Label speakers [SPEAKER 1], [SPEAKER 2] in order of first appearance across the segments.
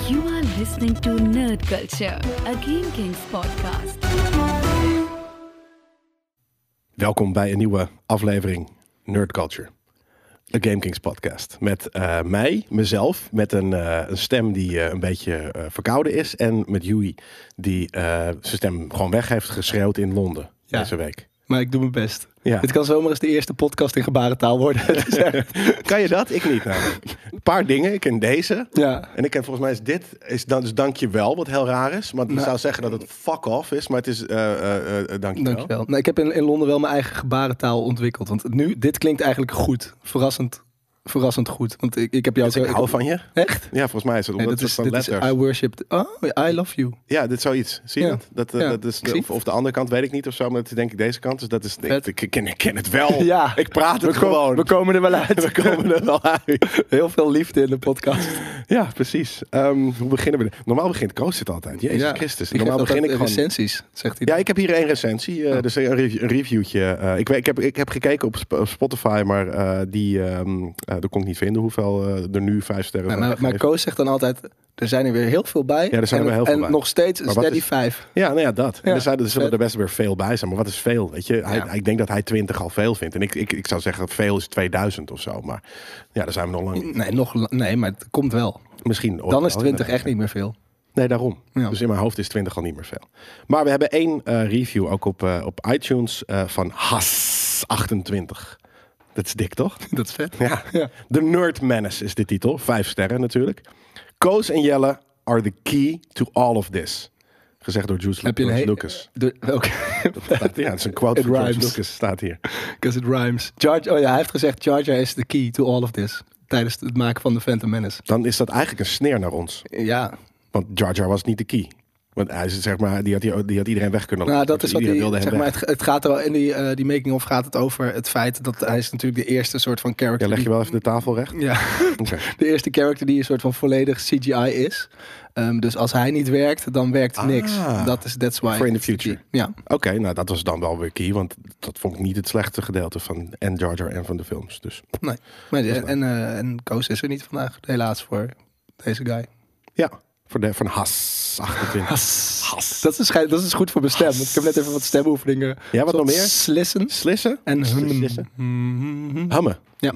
[SPEAKER 1] You are listening to Nerd Culture, a Game Kings podcast.
[SPEAKER 2] Welkom bij een nieuwe aflevering Nerd Culture, a Game Kings podcast. Met mezelf, met een stem die een beetje verkouden is. En met Joey, die zijn stem gewoon weg heeft geschreeuwd in Londen deze week.
[SPEAKER 3] Maar ik doe mijn best.
[SPEAKER 2] Ja.
[SPEAKER 3] Dit kan zomaar eens de eerste podcast in gebarentaal worden.
[SPEAKER 2] Kan je dat? Ik niet namelijk. Een paar dingen. Ik ken deze.
[SPEAKER 3] Ja.
[SPEAKER 2] En ik ken volgens mij is dit, dus dankjewel, wat heel raar is. Maar ik zou zeggen dat het fuck off is, maar het is dankjewel.
[SPEAKER 3] Dankjewel. Nou, ik heb in Londen wel mijn eigen gebarentaal ontwikkeld. Want dit klinkt eigenlijk goed. Verrassend goed. Want ik heb jou
[SPEAKER 2] Dus ik hou van je.
[SPEAKER 3] Echt?
[SPEAKER 2] Ja, volgens mij is het omdat het van letters.
[SPEAKER 3] I worship. I love you.
[SPEAKER 2] Ja, dit is zoiets. Zie je dat? Dat is of de andere kant weet ik niet of zo, maar dat is denk ik deze kant. Dus dat is. Ik ken het wel.
[SPEAKER 3] Ja.
[SPEAKER 2] Ik praat het gewoon.
[SPEAKER 3] We komen er wel uit.
[SPEAKER 2] We komen er wel uit.
[SPEAKER 3] Heel veel liefde in de podcast.
[SPEAKER 2] Ja, precies. Hoe beginnen we? Normaal begint Koos het altijd. Jezus Christus. Normaal begin ik gewoon
[SPEAKER 3] recensies, zegt hij.
[SPEAKER 2] Ja, ik heb hier 1 recensie. Dus een reviewtje. Ik heb gekeken op Spotify, maar dat kon ik niet vinden hoeveel er nu 5 sterren zijn.
[SPEAKER 3] Maar Koos zegt dan altijd, er zijn er weer heel veel bij.
[SPEAKER 2] Ja, er zijn er heel veel bij.
[SPEAKER 3] En nog steeds een steady 5.
[SPEAKER 2] Ja, nou ja, dat.
[SPEAKER 3] Ja.
[SPEAKER 2] Er zullen er best weer veel bij zijn. Maar wat is veel? Weet je? Ik denk dat hij 20 al veel vindt. En ik zou zeggen, veel is 2000 of zo. Maar ja, daar zijn we nog lang niet.
[SPEAKER 3] Nee, maar het komt wel.
[SPEAKER 2] Misschien
[SPEAKER 3] dan is 20 echt niet meer veel.
[SPEAKER 2] Nee, daarom.
[SPEAKER 3] Ja.
[SPEAKER 2] Dus in mijn hoofd is 20 al niet meer veel. Maar we hebben 1 review ook op iTunes van Has28. Dat is dik, toch?
[SPEAKER 3] Dat is vet.
[SPEAKER 2] Ja. The Nerd Menace is de titel. 5 sterren natuurlijk. Koos en Jelle are the key to all of this. Gezegd door George Lucas.
[SPEAKER 3] Oké.
[SPEAKER 2] Ja, het is een quote van George Lucas. Staat hier.
[SPEAKER 3] Because it rhymes. hij heeft gezegd, Jar Jar is the key to all of this. Tijdens het maken van The Phantom Menace.
[SPEAKER 2] Dan is dat eigenlijk een sneer naar ons.
[SPEAKER 3] Ja.
[SPEAKER 2] Want Jar Jar was niet de key. Want hij is, zeg maar, die had iedereen weg kunnen
[SPEAKER 3] laten. Nou, dat is wat
[SPEAKER 2] wilde
[SPEAKER 3] zeg maar, het gaat er wel in die making-of gaat het over het feit dat hij is natuurlijk de eerste soort van character.
[SPEAKER 2] Ja, leg je wel even de tafel recht?
[SPEAKER 3] Ja. Okay. De eerste character die een soort van volledig CGI is. Dus als hij niet werkt, dan werkt niks. That's why.
[SPEAKER 2] For in the future.
[SPEAKER 3] Ja.
[SPEAKER 2] Oké, nou dat was dan wel weer key, want dat vond ik niet het slechtste gedeelte van en Jar Jar en van de films. Dus.
[SPEAKER 3] Nee. En Koos is er niet vandaag, helaas voor deze guy.
[SPEAKER 2] Ja. Van Has28. Has.
[SPEAKER 3] Dat is goed voor mijn stem. Want ik heb net even wat stemoefeningen.
[SPEAKER 2] Ja, wat nog meer?
[SPEAKER 3] Slissen. En
[SPEAKER 2] hummen.
[SPEAKER 3] Ja.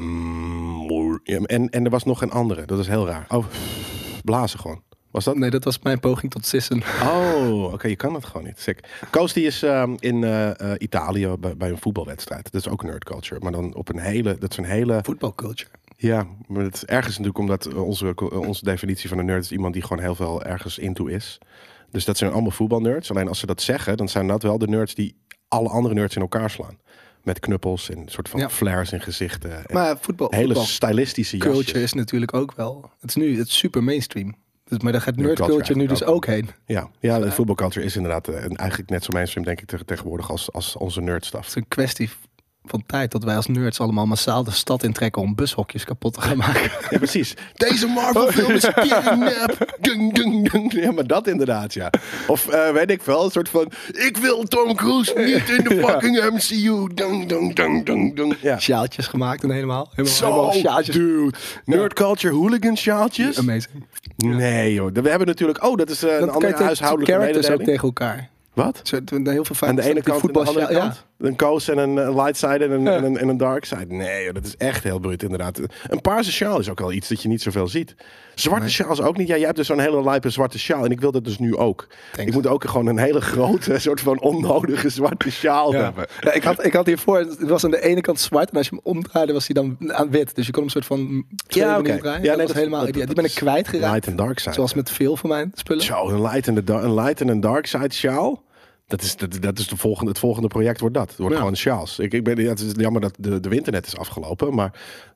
[SPEAKER 2] En er was nog een andere. Dat is heel raar. Oh, blazen gewoon. Was dat?
[SPEAKER 3] Nee, dat was mijn poging tot sissen.
[SPEAKER 2] Oh, oké, je kan het gewoon niet. Sick. Koos die is in Italië bij een voetbalwedstrijd. Dat is ook nerd culture. Maar dan op een hele...
[SPEAKER 3] Voetbalculture.
[SPEAKER 2] Ja, maar het is ergens natuurlijk omdat onze definitie van een nerd is iemand die gewoon heel veel ergens into is. Dus dat zijn allemaal voetbalnerds. Alleen als ze dat zeggen, dan zijn dat wel de nerds die alle andere nerds in elkaar slaan. Met knuppels en een soort van flares in gezichten.
[SPEAKER 3] Maar voetbal
[SPEAKER 2] stylistische jasjes.
[SPEAKER 3] Culture is natuurlijk ook wel. Het is super mainstream. Maar daar gaat nerd culture nu dus ook heen.
[SPEAKER 2] Ja, de voetbalculture is inderdaad eigenlijk net zo mainstream denk ik tegenwoordig als onze nerdstaf.
[SPEAKER 3] Het is een kwestie van tijd dat wij als nerds allemaal massaal de stad intrekken om bushokjes kapot te gaan maken.
[SPEAKER 2] Ja, precies. Deze Marvel-film is nep. Dung, dung, dung. Ja, maar dat inderdaad, ja. Of weet ik wel, een soort van... Ik wil Tom Cruise niet in de fucking MCU. Dung, dung, dung, dung, dung. Ja.
[SPEAKER 3] Sjaaltjes gemaakt en helemaal
[SPEAKER 2] sjaaltjes. Dude. Nerd culture hooligan sjaaltjes.
[SPEAKER 3] Amazing.
[SPEAKER 2] Nee, joh. We hebben natuurlijk... Oh, dat is een andere huishoudelijke
[SPEAKER 3] characters
[SPEAKER 2] mededeling.
[SPEAKER 3] ook tegen elkaar.
[SPEAKER 2] Wat?
[SPEAKER 3] Heel veel
[SPEAKER 2] aan de ene kant en de andere kant?
[SPEAKER 3] Ja.
[SPEAKER 2] Een Koos en een light side en een dark side. Nee, dat is echt heel bruut inderdaad. Een paarse sjaal is ook wel iets dat je niet zoveel ziet. Zwarte sjaals ook niet. Ja, jij hebt dus zo'n hele lijpe zwarte sjaal. En ik wil dat dus nu ook.
[SPEAKER 3] Thanks.
[SPEAKER 2] Ik moet ook gewoon een hele grote soort van onnodige zwarte sjaal hebben.
[SPEAKER 3] Ja, ik had hiervoor, het was aan de ene kant zwart. En als je hem omdraaide was hij dan aan wit. Dus je kon hem soort van twee manieren draaien. Ja, nee, dat helemaal, die ben ik kwijtgeraakt.
[SPEAKER 2] Light en dark side.
[SPEAKER 3] Zoals met veel van mijn spullen.
[SPEAKER 2] Zo, een light en een dark side sjaal. Dat is het volgende project wordt dat. Het wordt gewoon sjaals. Het is jammer dat de winternet is afgelopen, maar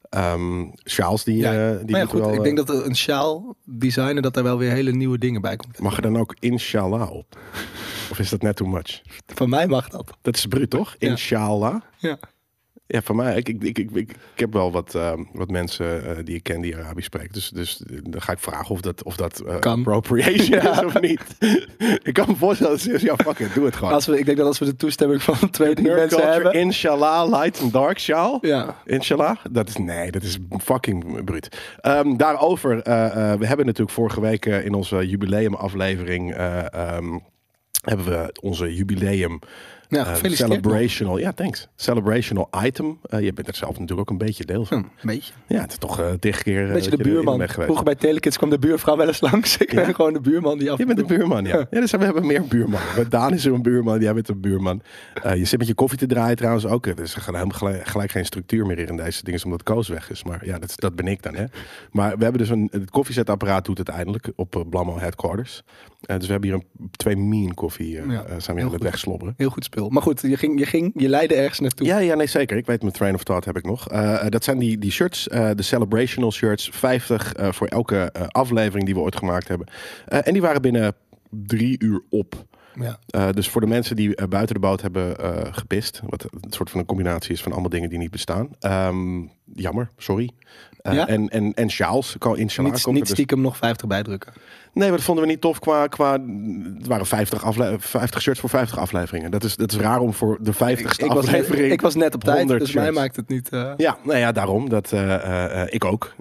[SPEAKER 2] sjaals die
[SPEAKER 3] maar goed, ik denk dat een sjaal designen dat daar wel weer hele nieuwe dingen bij komt.
[SPEAKER 2] Mag er dan ook inshallah op? Of is dat net too much?
[SPEAKER 3] Van mij mag dat.
[SPEAKER 2] Dat is bruut, toch? Inshallah.
[SPEAKER 3] Ja.
[SPEAKER 2] Ja, van mij. Ik heb wel wat mensen die ik ken die Arabisch spreken. Dus dan ga ik vragen of dat appropriation is of niet. Ik kan me voorstellen dat ze ja, fuck it, doe het gewoon.
[SPEAKER 3] Ik denk dat als we de toestemming van 2-3 mensen hebben.
[SPEAKER 2] Inshallah, light and dark sjaal.
[SPEAKER 3] Ja.
[SPEAKER 2] Inshallah. Dat is fucking bruut. Daarover, we hebben natuurlijk vorige week in onze jubileumaflevering hebben we onze jubileum celebrational. Ja, thanks. Celebrational item. Je bent er zelf natuurlijk ook een beetje deel van.
[SPEAKER 3] Een beetje.
[SPEAKER 2] Ja, het is toch 10 keer.
[SPEAKER 3] Een beetje de buurman. Vroeger bij Telekids kwam de buurvrouw wel eens langs. Ik ben gewoon de buurman die af.
[SPEAKER 2] Je bent de buurman, ja. Ja, dus we hebben meer buurman. Bij Daan is er een buurman. Jij bent een buurman. Je zit met je koffie te draaien trouwens ook. Er is gelijk geen structuur meer in deze dingen omdat Koos weg is. Maar ja, dat ben ik dan, hè. Maar we hebben dus het koffiezetapparaat doet het eindelijk op Blammo Headquarters. Dus we hebben hier 2 mean koffie zijn we aan het wegslobberen.
[SPEAKER 3] Heel goed spul. Maar goed, je leidde ergens naartoe.
[SPEAKER 2] Ja, nee, zeker. Ik weet mijn train of thought heb ik nog. Dat zijn die shirts, de celebrational shirts. 50 voor elke aflevering die we ooit gemaakt hebben. En die waren binnen 3 uur op. Ja. Dus voor de mensen die buiten de boot hebben gepist. Wat een soort van een combinatie is van allemaal dingen die niet bestaan. Jammer, sorry.
[SPEAKER 3] Ja?
[SPEAKER 2] En sjaals.
[SPEAKER 3] Niet stiekem nog 50 bijdrukken.
[SPEAKER 2] Nee, maar dat vonden we niet tof qua het waren 50 shirts voor 50 afleveringen. Dat is raar om voor de 50ste aflevering.
[SPEAKER 3] Ik was net op tijd, dus mij maakt het niet.
[SPEAKER 2] Ja, nou ja, daarom. Ik ook.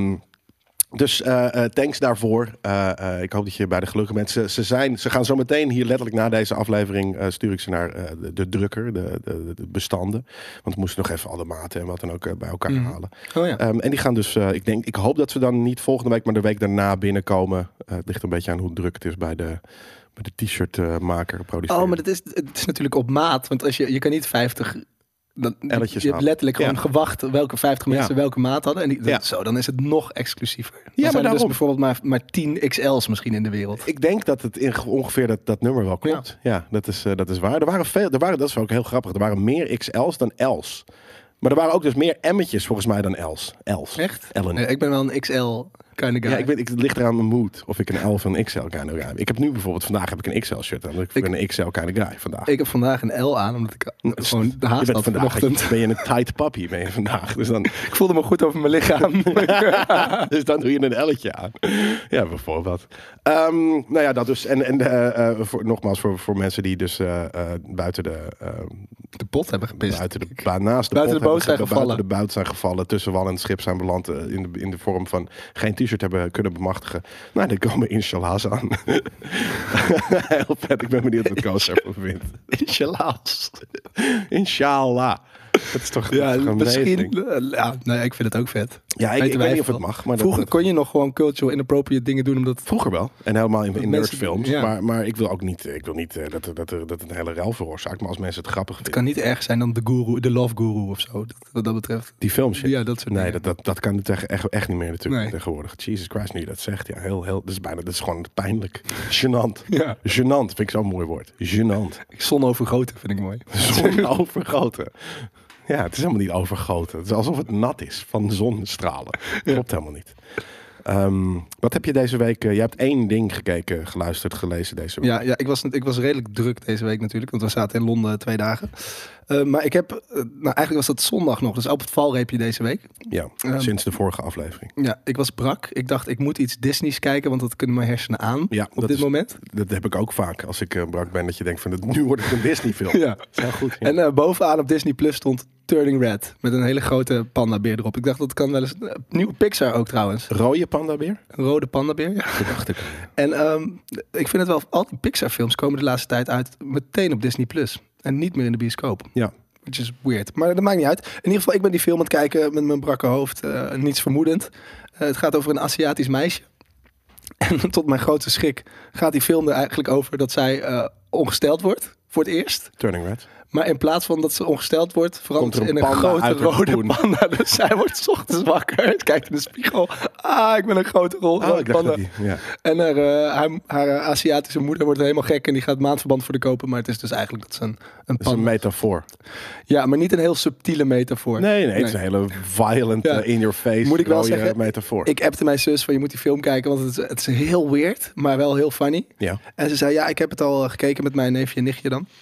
[SPEAKER 2] Dus thanks daarvoor. Ik hoop dat je bij de gelukkige mensen... Ze gaan zo meteen hier letterlijk na deze aflevering... stuur ik ze naar de drukker, de bestanden. Want we moesten nog even alle maten en wat dan ook bij elkaar halen.
[SPEAKER 3] Oh ja.
[SPEAKER 2] En die gaan dus... ik hoop dat ze dan niet volgende week, maar de week daarna binnenkomen. Het ligt een beetje aan hoe druk het is bij de t-shirtmaker.
[SPEAKER 3] Oh, maar het is natuurlijk op maat. Want als je kan niet 50... je hebt letterlijk gewoon gewacht welke 50 mensen welke maat hadden. En dan is het nog exclusiever. Dan zijn er dus bijvoorbeeld maar 10 XL's misschien in de wereld.
[SPEAKER 2] Ik denk dat het ongeveer dat nummer wel klopt. Ja, dat is waar. Dat is ook heel grappig. Er waren meer XL's dan L's. Maar er waren ook dus meer M'tjes volgens mij dan L's.
[SPEAKER 3] Echt?
[SPEAKER 2] Ellen.
[SPEAKER 3] Nee, ik ben wel een XL kind of guy.
[SPEAKER 2] Ja, het ligt eraan mijn mood of ik een L of een XL kind of guy. Ik heb nu bijvoorbeeld, vandaag heb ik een XL shirt aan. Ik ben een XL kind of guy vandaag.
[SPEAKER 3] Ik heb vandaag een L aan, omdat ik gewoon de haast had vanochtend.
[SPEAKER 2] Ben je een tight puppy, ben je vandaag. Dus dan...
[SPEAKER 3] Ik voelde me goed over mijn lichaam.
[SPEAKER 2] Dus dan doe je een L'tje aan. Ja, bijvoorbeeld. Nou ja, dat dus. Nogmaals, voor mensen die dus buiten
[SPEAKER 3] de pot hebben gepist.
[SPEAKER 2] Buiten de boot zijn gevallen. Tussen wal en schip zijn beland in de vorm van geen t-shirt hebben kunnen bemachtigen. Nou, dan komen inshallahs aan. Heel vet. Ik ben benieuwd wat Koos ervan vindt. Inshallah. Dat is toch
[SPEAKER 3] misschien. Nee, ik vind het ook vet.
[SPEAKER 2] Ja, ik weet niet of het mag. Maar
[SPEAKER 3] vroeger kon je nog gewoon cultural inappropriate dingen doen. Omdat
[SPEAKER 2] vroeger wel. En helemaal in nerdfilms. Ja. Maar ik wil ook niet, dat het een hele rel veroorzaakt. Maar als mensen het grappig vinden.
[SPEAKER 3] Het kan niet erg zijn dan de Love Guru of zo. Wat dat betreft.
[SPEAKER 2] Die films.
[SPEAKER 3] Ja, dat soort
[SPEAKER 2] dingen. Dat kan echt niet meer natuurlijk tegenwoordig. Jesus Christ, nu je dat zegt. Ja, heel. Dat is gewoon pijnlijk. Gênant. Ja. Gênant vind ik zo'n mooi woord. Gênant.
[SPEAKER 3] Zonovergoten vind ik mooi.
[SPEAKER 2] Zonovergoten. Ja, het is helemaal niet overgoten. Het is alsof het nat is van zonnestralen. Klopt helemaal niet. Wat heb je deze week... jij hebt 1 ding gekeken, geluisterd, gelezen deze week.
[SPEAKER 3] Ja, ik was redelijk druk deze week natuurlijk. Want we zaten in Londen 2 dagen. Maar ik heb... eigenlijk was dat zondag nog. Dus op het valreepje deze week.
[SPEAKER 2] Ja, sinds de vorige aflevering.
[SPEAKER 3] Ja, ik was brak. Ik dacht, ik moet iets Disney's kijken. Want dat kunnen mijn hersenen aan op dit moment.
[SPEAKER 2] Dat heb ik ook vaak als ik brak ben. Dat je denkt, nu wordt het een Disney film.
[SPEAKER 3] Ja. Dat is heel goed. Ja. En bovenaan op Disney Plus stond Turning Red. Met een hele grote pandabeer erop. Ik dacht, dat kan wel eens... Nieuwe Pixar ook trouwens.
[SPEAKER 2] Rode pandabeer?
[SPEAKER 3] Een rode pandabeer, ja.
[SPEAKER 2] Dat dacht ik.
[SPEAKER 3] En ik vind het wel... Al die Pixar films komen de laatste tijd uit meteen op Disney Plus. En niet meer in de bioscoop.
[SPEAKER 2] Ja.
[SPEAKER 3] Which is weird. Maar dat maakt niet uit. In ieder geval, ik ben die film aan het kijken met mijn brakke hoofd. Niets vermoedend. Het gaat over een Aziatisch meisje. En tot mijn grote schrik gaat die film er eigenlijk over dat zij ongesteld wordt. Voor het eerst.
[SPEAKER 2] Turning Red.
[SPEAKER 3] Maar in plaats van dat ze ongesteld wordt, verandert ze in een grote rode panda. Dus zij wordt 's ochtends wakker, kijkt in de spiegel. Ik ben een grote rode panda. En haar Aziatische moeder wordt helemaal gek en die gaat maandverband voor de kopen. Maar het is dus eigenlijk dat ze een panda...
[SPEAKER 2] Dat is een metafoor.
[SPEAKER 3] Ja, maar niet een heel subtiele metafoor.
[SPEAKER 2] Nee. Het is een hele violent, in your face,
[SPEAKER 3] moet ik wel zeggen,
[SPEAKER 2] metafoor.
[SPEAKER 3] Ik appte mijn zus van je moet die film kijken, want het is heel weird, maar wel heel funny.
[SPEAKER 2] Ja.
[SPEAKER 3] En ze zei, ik heb het al gekeken met mijn neefje en nichtje dan.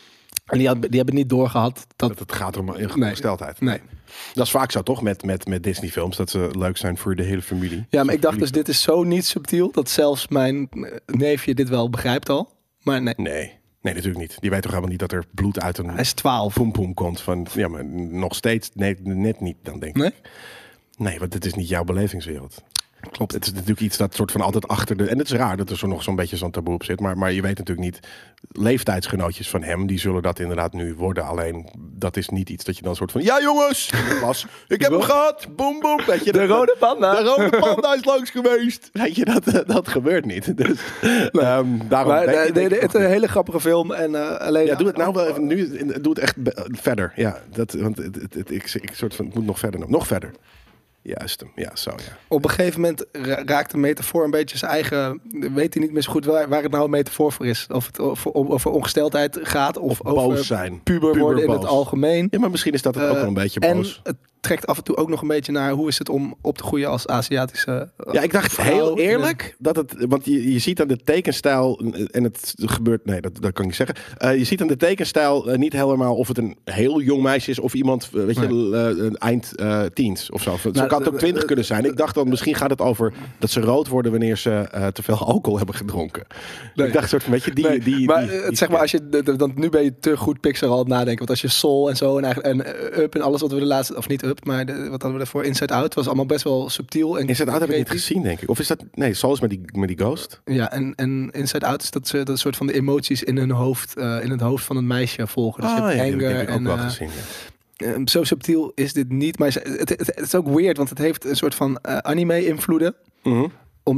[SPEAKER 3] En die hebben niet doorgehad
[SPEAKER 2] dat het gaat om ingesteldheid.
[SPEAKER 3] Nee.
[SPEAKER 2] Dat is vaak zo toch met Disney films, dat ze leuk zijn voor de hele familie.
[SPEAKER 3] Ja, maar ik dacht dus, dit is zo niet subtiel dat zelfs mijn neefje dit wel begrijpt al. Maar nee.
[SPEAKER 2] Nee, natuurlijk niet. Die weet toch helemaal niet dat er bloed uit een...
[SPEAKER 3] Hij is 12.
[SPEAKER 2] Poem komt van... Ja, maar nog steeds... Nee, net niet dan denk ik.
[SPEAKER 3] Nee?
[SPEAKER 2] Nee, want het is niet jouw belevingswereld.
[SPEAKER 3] Klopt.
[SPEAKER 2] Het is natuurlijk iets dat soort van altijd achter de... En het is raar dat er zo nog zo'n beetje zo'n taboe op zit. Maar je weet natuurlijk niet... Leeftijdsgenootjes van hem, die zullen dat inderdaad nu worden. Alleen, dat is niet iets dat je dan soort van... Ja jongens! Ik heb hem gehad! Boem, boem! Weet je,
[SPEAKER 3] de rode panda!
[SPEAKER 2] De rode panda is langs geweest! Weet je, dat gebeurt niet. Dus, daarom...
[SPEAKER 3] Maar, het is een hele grappige film. En alleen...
[SPEAKER 2] Ja, doe het nou wel even nu. Doe het echt verder. Ja, want ik soort van... Het moet nog verder. Nog verder. Juist hem, ja, zo ja.
[SPEAKER 3] Op een gegeven moment raakt de metafoor een beetje zijn eigen... Weet hij niet meer zo goed waar het nou een metafoor voor is. Of het over ongesteldheid gaat. Of over
[SPEAKER 2] boos zijn.
[SPEAKER 3] Puber worden in het algemeen.
[SPEAKER 2] Ja, maar misschien is dat het ook wel een beetje boos.
[SPEAKER 3] En het trekt af en toe ook nog een beetje naar... Hoe is het om op te groeien als Aziatische
[SPEAKER 2] Ja, ik dacht heel eerlijk dat het... Want je ziet aan de tekenstijl... En het gebeurt... Nee, dat kan ik niet zeggen. Je ziet aan de tekenstijl niet helemaal of het een heel jong meisje is... Of iemand, weet je, eind teens of zo. Zo kan het ook 20 kunnen zijn. Ik dacht dan misschien gaat het over dat ze rood worden wanneer ze te veel alcohol hebben gedronken. Nee. Ik dacht soort van, weet je,
[SPEAKER 3] zeg maar, als je dan nu ben je te goed Pixar al aan het nadenken. Want als je Soul en zo en Up en alles wat we de laatste, of niet Up, maar wat hadden we ervoor, Inside Out, was allemaal best wel subtiel. En
[SPEAKER 2] Inside Out heb ik niet gezien, denk ik. Of is dat, nee, Soul is met die ghost.
[SPEAKER 3] Ja, en Inside Out is dat ze dat soort van de emoties in hun hoofd, in het hoofd van het meisje volgen. Dus
[SPEAKER 2] ja, die heb ik ook wel gezien, ja.
[SPEAKER 3] Zo subtiel is dit niet, maar het is ook weird, want het heeft een soort van anime-invloeden.
[SPEAKER 2] Mm-hmm.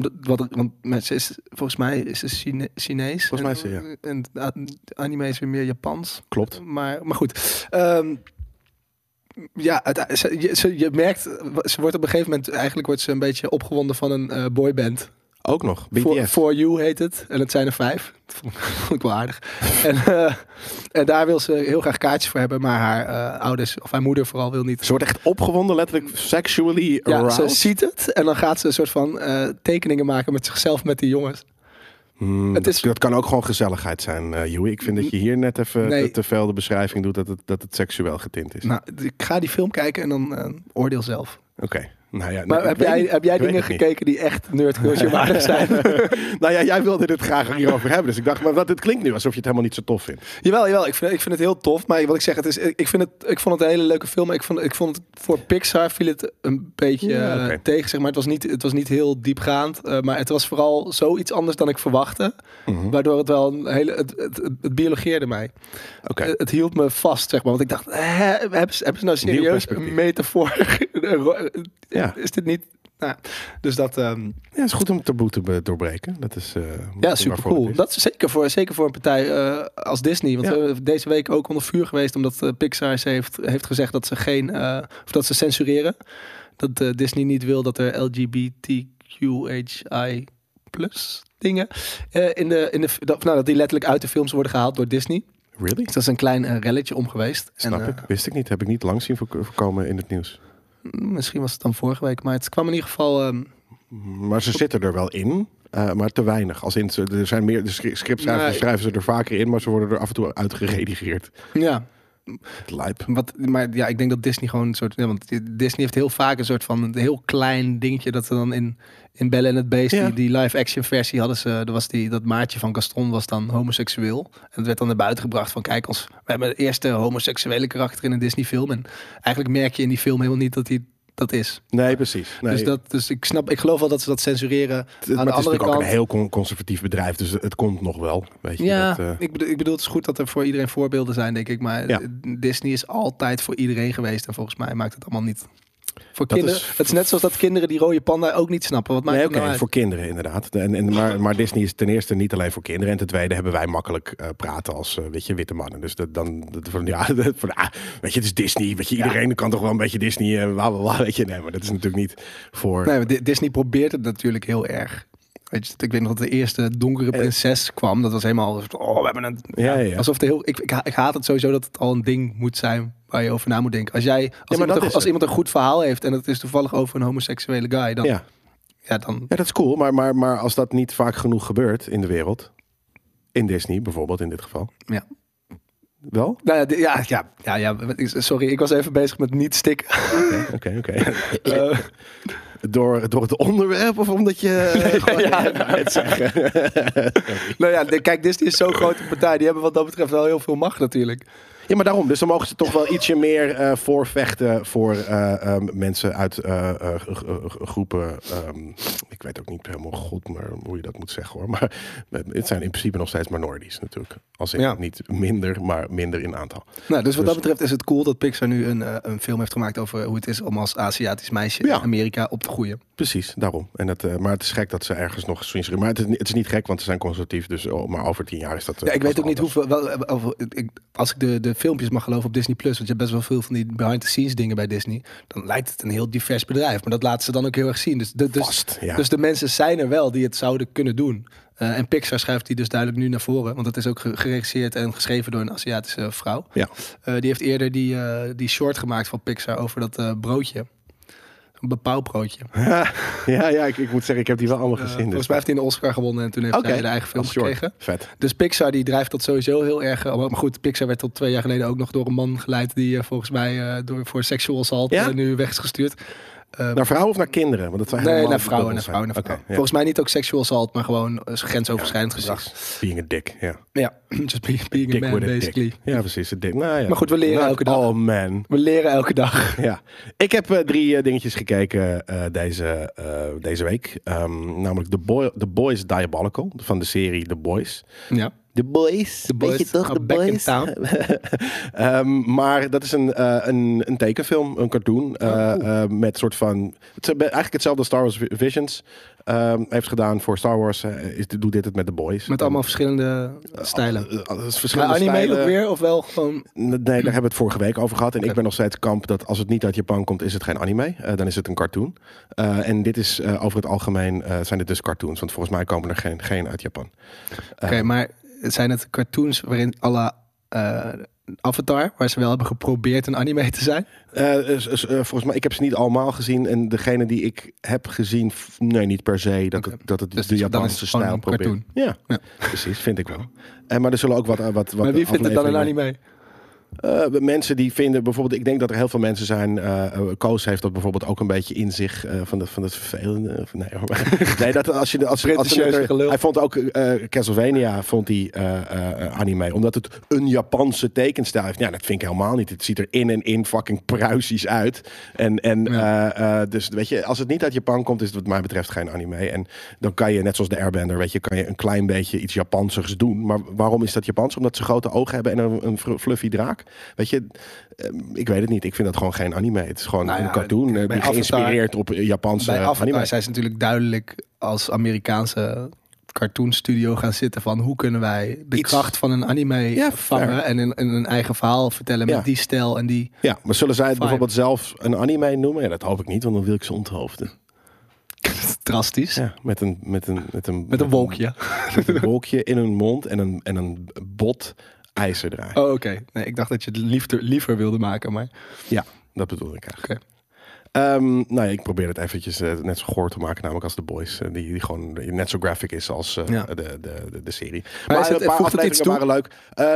[SPEAKER 3] Want ze is, volgens mij is ze Chinees.
[SPEAKER 2] Volgens mij is ze, ja.
[SPEAKER 3] En anime is weer meer Japans.
[SPEAKER 2] Klopt.
[SPEAKER 3] Maar goed. Ja, je merkt, ze wordt op een gegeven moment, eigenlijk wordt ze een beetje opgewonden van een boyband.
[SPEAKER 2] Ook nog, BTS.
[SPEAKER 3] For You heet het. En het zijn er 5. Dat vond ik wel aardig. En daar wil ze heel graag kaartjes voor hebben. Maar haar ouders, of haar moeder vooral, wil niet.
[SPEAKER 2] Ze wordt echt opgewonden, letterlijk sexually aroused.
[SPEAKER 3] Ja, ze ziet het. En dan gaat ze een soort van tekeningen maken met zichzelf, met die jongens.
[SPEAKER 2] Dat kan ook gewoon gezelligheid zijn, Joey. Ik vind dat je hier net even te veel de beschrijving doet dat het seksueel getint is.
[SPEAKER 3] Nou, ik ga die film kijken en dan oordeel zelf.
[SPEAKER 2] Oké. Nou ja,
[SPEAKER 3] maar heb jij dingen gekeken die echt nerdculture waardig zijn?
[SPEAKER 2] Nou ja, jij wilde dit graag hierover hebben. Dus ik dacht, maar het klinkt nu alsof je het helemaal niet zo tof vindt.
[SPEAKER 3] Jawel. Ik vind het heel tof. Maar wat ik zeg, ik vond het een hele leuke film. Maar ik vond het voor Pixar viel het een beetje tegen. Zeg maar. Het was niet heel diepgaand. Maar het was vooral zoiets anders dan ik verwachtte. Mm-hmm. Waardoor het wel het biologeerde mij.
[SPEAKER 2] Okay.
[SPEAKER 3] Het hield me vast, zeg maar. Want ik dacht, hebben ze nou serieus een metafoor? Ja. Is dit niet... Nou, dus dat...
[SPEAKER 2] Ja, het is goed om het taboe te doorbreken. Dat is...
[SPEAKER 3] ja, super cool. Dat is zeker voor een partij als Disney. Want we deze week ook onder vuur geweest... omdat Pixar heeft gezegd dat ze of dat ze censureren. Dat Disney niet wil dat er LGBTQHI+ dingen... dat die letterlijk uit de films worden gehaald door Disney.
[SPEAKER 2] Really?
[SPEAKER 3] Dus dat is een klein relletje om geweest.
[SPEAKER 2] Snap ik. Wist ik niet. Heb ik niet lang zien voorkomen in het nieuws.
[SPEAKER 3] Misschien was het dan vorige week, maar het kwam in ieder geval...
[SPEAKER 2] Maar ze zitten er wel in, maar te weinig. Als in, er zijn meer, de scriptschrijvers schrijven ze er vaker in, maar ze worden er af en toe uitgeredigeerd.
[SPEAKER 3] Ja.
[SPEAKER 2] Lijp.
[SPEAKER 3] Maar ja, ik denk dat Disney gewoon een soort... Ja, want Disney heeft heel vaak een soort van een heel klein dingetje dat ze dan in Belle en het Beest, die live-action versie hadden ze... Er was dat maatje van Gaston was dan homoseksueel. En het werd dan naar buiten gebracht van kijk, we hebben de eerste homoseksuele karakter in een Disney film. En eigenlijk merk je in die film helemaal niet dat hij dat is.
[SPEAKER 2] Nee, precies. Nee.
[SPEAKER 3] Dus ik geloof wel dat ze dat censureren. Aan de andere kant...
[SPEAKER 2] Het is natuurlijk ook een heel conservatief bedrijf, dus het komt nog wel. Weet je,
[SPEAKER 3] ja, ik bedoel, het is goed dat er voor iedereen voorbeelden zijn, denk ik. Maar Disney is altijd voor iedereen geweest. En volgens mij maakt het allemaal niet... Voor kinderen. Het is net zoals dat kinderen die rode panda ook niet snappen. Wat maakt het nou uit?
[SPEAKER 2] Voor kinderen inderdaad. Maar Disney is ten eerste niet alleen voor kinderen. En ten tweede hebben wij makkelijk praten als witte mannen. Dus weet je, het is Disney. Weet je, iedereen kan toch wel een beetje Disney. Weet je, nee, maar dat is natuurlijk niet voor...
[SPEAKER 3] Nee, Disney probeert het natuurlijk heel erg. Weet je, ik weet nog dat de eerste donkere prinses kwam. Dat was helemaal... we hebben een...
[SPEAKER 2] Ja.
[SPEAKER 3] Alsof het heel... Ik haat het sowieso dat het al een ding moet zijn waar je over na moet denken. Als iemand een goed verhaal heeft en het is toevallig over een homoseksuele guy, dan... Ja, dan...
[SPEAKER 2] Ja, dat is cool. Maar als dat niet vaak genoeg gebeurt in de wereld, in Disney bijvoorbeeld in dit geval, Wel?
[SPEAKER 3] Nou ja. Sorry, ik was even bezig met niet stikken.
[SPEAKER 2] Oké. Door het onderwerp of omdat je het zeggen?
[SPEAKER 3] Nou ja, kijk, Disney is zo'n grote partij. Die hebben wat dat betreft wel heel veel macht natuurlijk.
[SPEAKER 2] Ja, maar daarom. Dus dan mogen ze toch wel ietsje meer voorvechten voor mensen uit groepen. Ik weet ook niet helemaal goed maar hoe je dat moet zeggen hoor. Maar het zijn in principe nog steeds minorities natuurlijk. Als in niet minder, maar minder in aantal.
[SPEAKER 3] Nou, dus wat dat betreft is het cool dat Pixar nu een film heeft gemaakt over hoe het is om als Aziatisch meisje in Amerika op te groeien.
[SPEAKER 2] Precies, daarom. En maar het is gek dat ze ergens nog swingen. Maar het is niet gek, want ze zijn conservatief. Dus maar over 10 jaar is dat.
[SPEAKER 3] Ja, ik weet ook niet hoeveel. Als ik de filmpjes mag geloven op Disney Plus, want je hebt best wel veel van die behind the scenes dingen bij Disney, dan lijkt het een heel divers bedrijf. Maar dat laten ze dan ook heel erg zien. Dus de mensen zijn er wel die het zouden kunnen doen. En Pixar schuift die dus duidelijk nu naar voren. Want dat is ook geregisseerd en geschreven door een Aziatische vrouw. Ja. Die heeft eerder die short gemaakt van Pixar over dat broodje. Een bepaalbroodje.
[SPEAKER 2] Ik moet zeggen, ik heb die wel allemaal gezien.
[SPEAKER 3] Volgens mij heeft hij een Oscar gewonnen en toen heeft hij de eigen film gekregen.
[SPEAKER 2] Vet.
[SPEAKER 3] Dus Pixar die drijft dat sowieso heel erg. Maar goed, Pixar werd tot 2 jaar geleden ook nog door een man geleid die volgens mij voor sexual assault nu weg is gestuurd.
[SPEAKER 2] Naar vrouwen of naar kinderen? Want dat
[SPEAKER 3] nee, naar vrouwen. Volgens mij niet ook sexual assault, maar gewoon grensoverschrijdend gedrag.
[SPEAKER 2] Being a dick,
[SPEAKER 3] Ja, just being a man, basically.
[SPEAKER 2] Dick. Ja, precies. Een dick. Nou, ja.
[SPEAKER 3] Maar goed, we leren elke dag.
[SPEAKER 2] Oh man.
[SPEAKER 3] We leren elke dag.
[SPEAKER 2] Ja. Ik heb 3 dingetjes gekeken deze week. Namelijk The Boys Diabolical, van de serie The Boys. Ja. The Boys. Weet je toch, The Boys? Maar dat is een tekenfilm, een cartoon. Met soort van... eigenlijk hetzelfde als Star Wars Visions heeft gedaan voor Star Wars. Doet dit het met The Boys.
[SPEAKER 3] Met allemaal verschillende stijlen.
[SPEAKER 2] Verschillende
[SPEAKER 3] anime
[SPEAKER 2] stijlen.
[SPEAKER 3] Ook weer? Of wel gewoon...
[SPEAKER 2] Nee, daar hebben we het vorige week over gehad. En ik ben nog steeds kamp dat als het niet uit Japan komt, is het geen anime. Dan is het een cartoon. En dit is over het algemeen zijn dit dus cartoons. Want volgens mij komen er geen uit Japan.
[SPEAKER 3] Oké, maar... Zijn het cartoons waarin alle Avatar, waar ze wel hebben geprobeerd een anime te zijn?
[SPEAKER 2] Volgens mij, ik heb ze niet allemaal gezien. En degene die ik heb gezien, nee, niet per se. Dat het dus de Japanse stijl probeert. Ja, precies, vind ik wel. Maar er zullen ook wat
[SPEAKER 3] maar wie vindt het dan een anime?
[SPEAKER 2] Mensen die vinden bijvoorbeeld, ik denk dat er heel veel mensen zijn. Koos heeft dat bijvoorbeeld ook een beetje in zich van het vervelende. Nee, dat als hij vond ook Castlevania vond hij anime, omdat het een Japanse tekenstijl heeft. Ja, dat vind ik helemaal niet. Het ziet er in en in fucking Pruisisch uit. Dus weet je, als het niet uit Japan komt, is het wat mij betreft geen anime. En dan kan je net zoals de Airbender, weet je, kan je een klein beetje iets Japansers doen. Maar waarom is dat Japans? Omdat ze grote ogen hebben en een fluffy draak. Weet je, ik weet het niet. Ik vind dat gewoon geen anime. Het is gewoon een cartoon geïnspireerd op Japanse
[SPEAKER 3] bij Avatar
[SPEAKER 2] anime.
[SPEAKER 3] Zijn ze natuurlijk duidelijk als Amerikaanse cartoonstudio gaan zitten van hoe kunnen wij de kracht van een anime vangen en een eigen verhaal vertellen met die stijl en die. Ja,
[SPEAKER 2] maar zullen zij het bijvoorbeeld zelf een anime noemen? Ja, dat hoop ik niet, want dan wil ik ze onthoofden.
[SPEAKER 3] Drastisch.
[SPEAKER 2] Ja, met een
[SPEAKER 3] wolkje.
[SPEAKER 2] Met een wolkje in hun mond en een bot ijzer draaien.
[SPEAKER 3] Oh, oké. Nee, ik dacht dat je het liever wilde maken, maar...
[SPEAKER 2] Ja, dat bedoel ik eigenlijk.
[SPEAKER 3] Okay.
[SPEAKER 2] Ik probeer het eventjes net zo goor te maken, namelijk als The Boys. Die gewoon net zo graphic is als de serie. Maar een paar afleveringen waren leuk.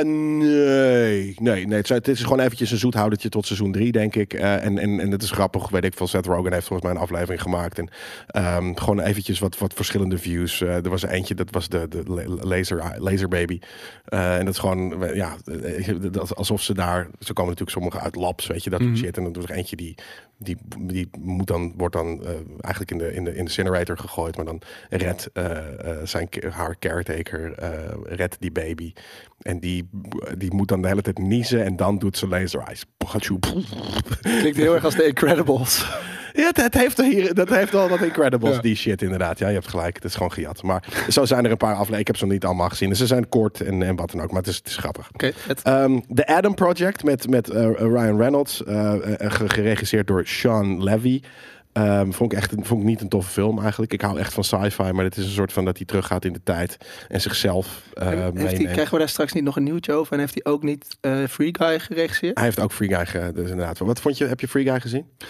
[SPEAKER 2] Nee. Het is gewoon eventjes een zoethoudertje tot seizoen 3, denk ik. En het is grappig, weet ik veel. Seth Rogen heeft volgens mij een aflevering gemaakt. En gewoon eventjes wat verschillende views. Er was eentje, dat was de laser baby. En dat is gewoon, alsof ze daar... Ze komen natuurlijk sommigen uit labs, weet je, dat soort shit. En dan doet er eentje die wordt dan eigenlijk in de incinerator gegooid, maar dan redt haar caretaker redt die baby en die moet dan de hele tijd niezen en dan doet ze laser eyes.
[SPEAKER 3] Klinkt heel erg als de Incredibles.
[SPEAKER 2] Ja, dat heeft wel wat Incredibles, die shit inderdaad. Ja, je hebt gelijk, het is gewoon gejat. Maar zo zijn er een paar afleveringen. Ik heb ze nog niet allemaal gezien. Dus ze zijn kort en wat dan ook, maar het is grappig. The Adam Project met Ryan Reynolds, geregisseerd door Sean Levy. Vond ik niet een toffe film eigenlijk. Ik hou echt van sci-fi, maar het is een soort van dat hij teruggaat in de tijd en zichzelf
[SPEAKER 3] krijgen we daar straks niet nog een nieuwtje over? En heeft hij ook niet Free Guy geregisseerd?
[SPEAKER 2] Hij heeft ook Free Guy dus inderdaad. Wat vond je? Heb je Free Guy gezien?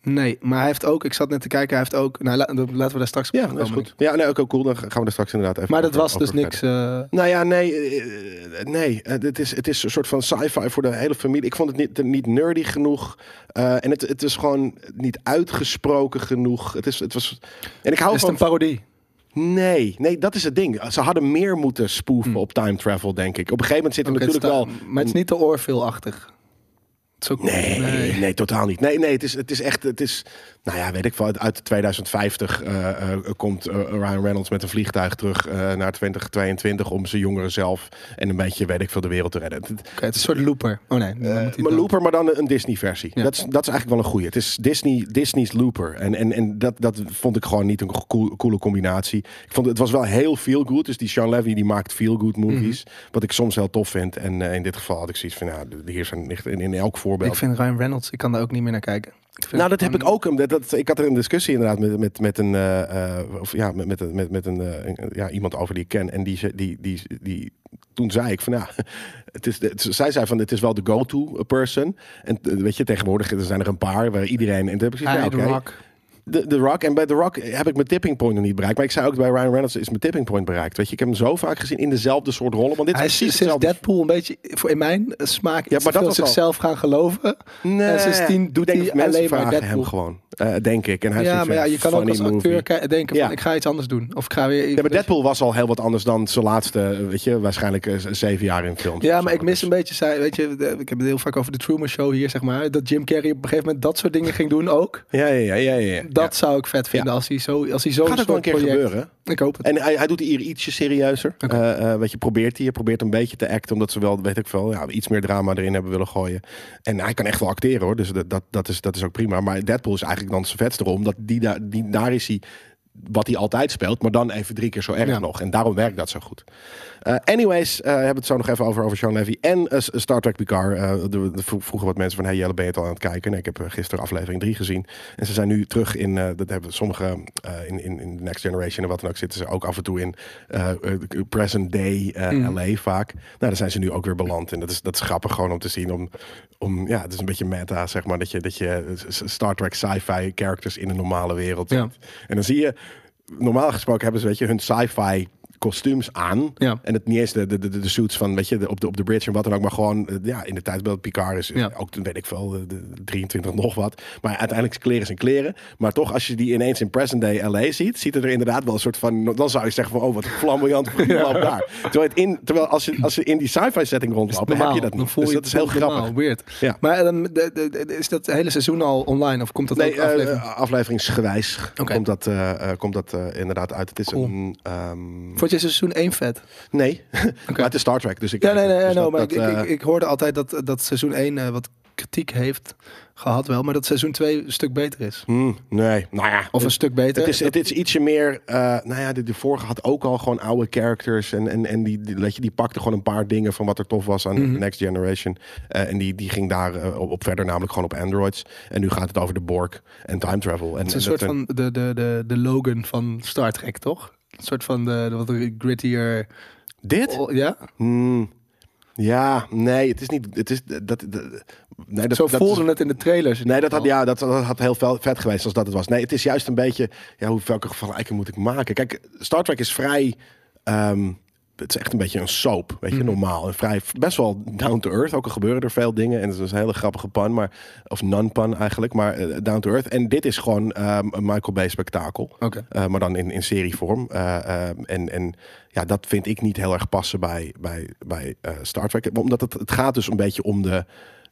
[SPEAKER 3] Nee, maar hij heeft ook... Ik zat net te kijken, hij heeft ook... Nou, laten we daar straks op komen.
[SPEAKER 2] Ja, dat is goed. Ja, nee, ook cool. Dan gaan we er straks inderdaad even...
[SPEAKER 3] Maar dat was dus niks...
[SPEAKER 2] Nou ja, nee. Het is een soort van sci-fi voor de hele familie. Ik vond het niet nerdy genoeg. En het is gewoon niet uitgesproken genoeg. Het was... En ik hou
[SPEAKER 3] is het een parodie?
[SPEAKER 2] Nee, dat is het ding. Ze hadden meer moeten spoeven op time travel, denk ik. Op een gegeven moment zit er natuurlijk wel...
[SPEAKER 3] Maar het is niet te Orville-achtig.
[SPEAKER 2] Nee, totaal niet. Nee, het is nou ja, weet ik wel, uit 2050 komt Ryan Reynolds met een vliegtuig terug naar 2022 om zijn jongeren zelf en een beetje, weet ik veel, de wereld te redden.
[SPEAKER 3] Het is een soort Looper. Oh nee.
[SPEAKER 2] Maar Looper, maar dan een Disney-versie. Ja. Dat is eigenlijk wel een goeie. Het is Disney's Looper. En dat vond ik gewoon niet een coole combinatie. Ik vond het was wel heel feel good. Dus die Sean Levy die maakt feel good movies. Wat ik soms heel tof vind. En in dit geval had ik zoiets van, hier zijn in elk voorbeeld.
[SPEAKER 3] Ik vind Ryan Reynolds, ik kan daar ook niet meer naar kijken.
[SPEAKER 2] Nou, dat heb ik ook. Ik had er een discussie inderdaad met iemand over die ik ken. En die toen zei ik van zij zei van het is wel de go-to person. En weet je, tegenwoordig zijn er een paar waar iedereen. En toen heb ik gezegd,
[SPEAKER 3] The Rock.
[SPEAKER 2] The Rock. En bij The Rock heb ik mijn tipping point nog niet bereikt. Maar ik zei ook bij Ryan Reynolds is mijn tipping point bereikt. Weet je, ik heb hem zo vaak gezien in dezelfde soort rollen. Want dit is precies
[SPEAKER 3] Deadpool een beetje in mijn smaak. Ja, maar dat was zichzelf gaan geloven.
[SPEAKER 2] Nee,
[SPEAKER 3] en sindsdien doet hij alleen maar Deadpool.
[SPEAKER 2] Hem gewoon, denk ik. En hij
[SPEAKER 3] maar je kan ook als acteur denken van ik ga iets anders doen. Of ik ga weer.
[SPEAKER 2] Ja, maar Deadpool was al heel wat anders dan zijn laatste, weet je, waarschijnlijk 7 jaar in film.
[SPEAKER 3] Ja, maar ik mis een beetje, weet je, ik heb het heel vaak over de Truman Show hier, zeg maar. Dat Jim Carrey op een gegeven moment dat soort dingen ging doen ook.
[SPEAKER 2] Ja.
[SPEAKER 3] Dat zou ik vet vinden. Als hij zo
[SPEAKER 2] gaat het wel een keer gebeuren.
[SPEAKER 3] Ik hoop het.
[SPEAKER 2] En hij doet hier ietsje serieuzer. Weet je, probeert een beetje te acten, omdat ze wel, weet ik veel, iets meer drama erin hebben willen gooien. En hij kan echt wel acteren hoor, dus dat is ook prima. Maar Deadpool is eigenlijk dan zijn vetste erom, dat daar is hij wat hij altijd speelt, maar dan even 3 keer zo erg nog. En daarom werkt dat zo goed. Anyways, hebben we het zo nog even over Sean Levy en Star Trek Picard. Vroegen wat mensen van, hey Jelle, ben je het al aan het kijken? Nee, ik heb gisteren aflevering 3 gezien. En ze zijn nu terug in, dat hebben sommigen in Next Generation en wat dan ook, zitten ze ook af en toe in present day LA vaak. Nou, daar zijn ze nu ook weer beland. En dat is grappig gewoon om te zien. Het is een beetje meta, zeg maar, dat je Star Trek sci-fi characters in een normale wereld ziet. En dan zie je, normaal gesproken hebben ze, weet je, hun sci-fi kostuums aan. Ja. En het niet eens de suits van, weet je, op de bridge en wat dan ook, maar gewoon, in de tijdbeeld Picard is ook, weet ik veel, de 23 nog wat. Maar uiteindelijk kleren zijn kleren. Maar toch, als je die ineens in present day LA ziet het er inderdaad wel een soort van, dan zou je zeggen van, wat een flamboyant daar. Terwijl als je in die sci-fi setting rondloopt, dan heb je dat niet. Dus dat is heel grappig.
[SPEAKER 3] Weird. Ja. Maar is dat hele seizoen al online of komt dat ook
[SPEAKER 2] afleveringsgewijs komt dat inderdaad uit. Het is
[SPEAKER 3] cool. Vond je seizoen 1 vet?
[SPEAKER 2] Nee, maar het is Star Trek. Dus
[SPEAKER 3] ik hoorde altijd dat seizoen 1 wat kritiek heeft gehad wel, maar dat seizoen 2 een stuk beter is.
[SPEAKER 2] Nee, nou ja.
[SPEAKER 3] Of een stuk beter.
[SPEAKER 2] Het is ietsje meer, de vorige had ook al gewoon oude characters en die pakte gewoon een paar dingen van wat er tof was aan Next Generation. En die ging daar op verder, namelijk gewoon op androids. En nu gaat het over de Borg en time travel. En,
[SPEAKER 3] het is een soort van de Logan van Star Trek, toch? Een soort van de wat grittier.
[SPEAKER 2] Dit?
[SPEAKER 3] Ja?
[SPEAKER 2] Ja, nee, het is niet. Het is
[SPEAKER 3] zo voelde het in de trailers.
[SPEAKER 2] Nee, dat had heel vet geweest als dat het was. Nee, het is juist een beetje. Ja, welke vergelijking moet ik maken? Kijk, Star Trek is vrij. Het is echt een beetje een soap, weet je, normaal. En best wel down to earth. Ook al gebeuren er veel dingen. En het is een hele grappige pun, of non-pun eigenlijk, maar down to earth. En dit is gewoon een Michael Bay spektakel.
[SPEAKER 3] Okay.
[SPEAKER 2] Maar dan in serievorm. En dat vind ik niet heel erg passen bij Star Trek. Omdat het gaat dus een beetje om de...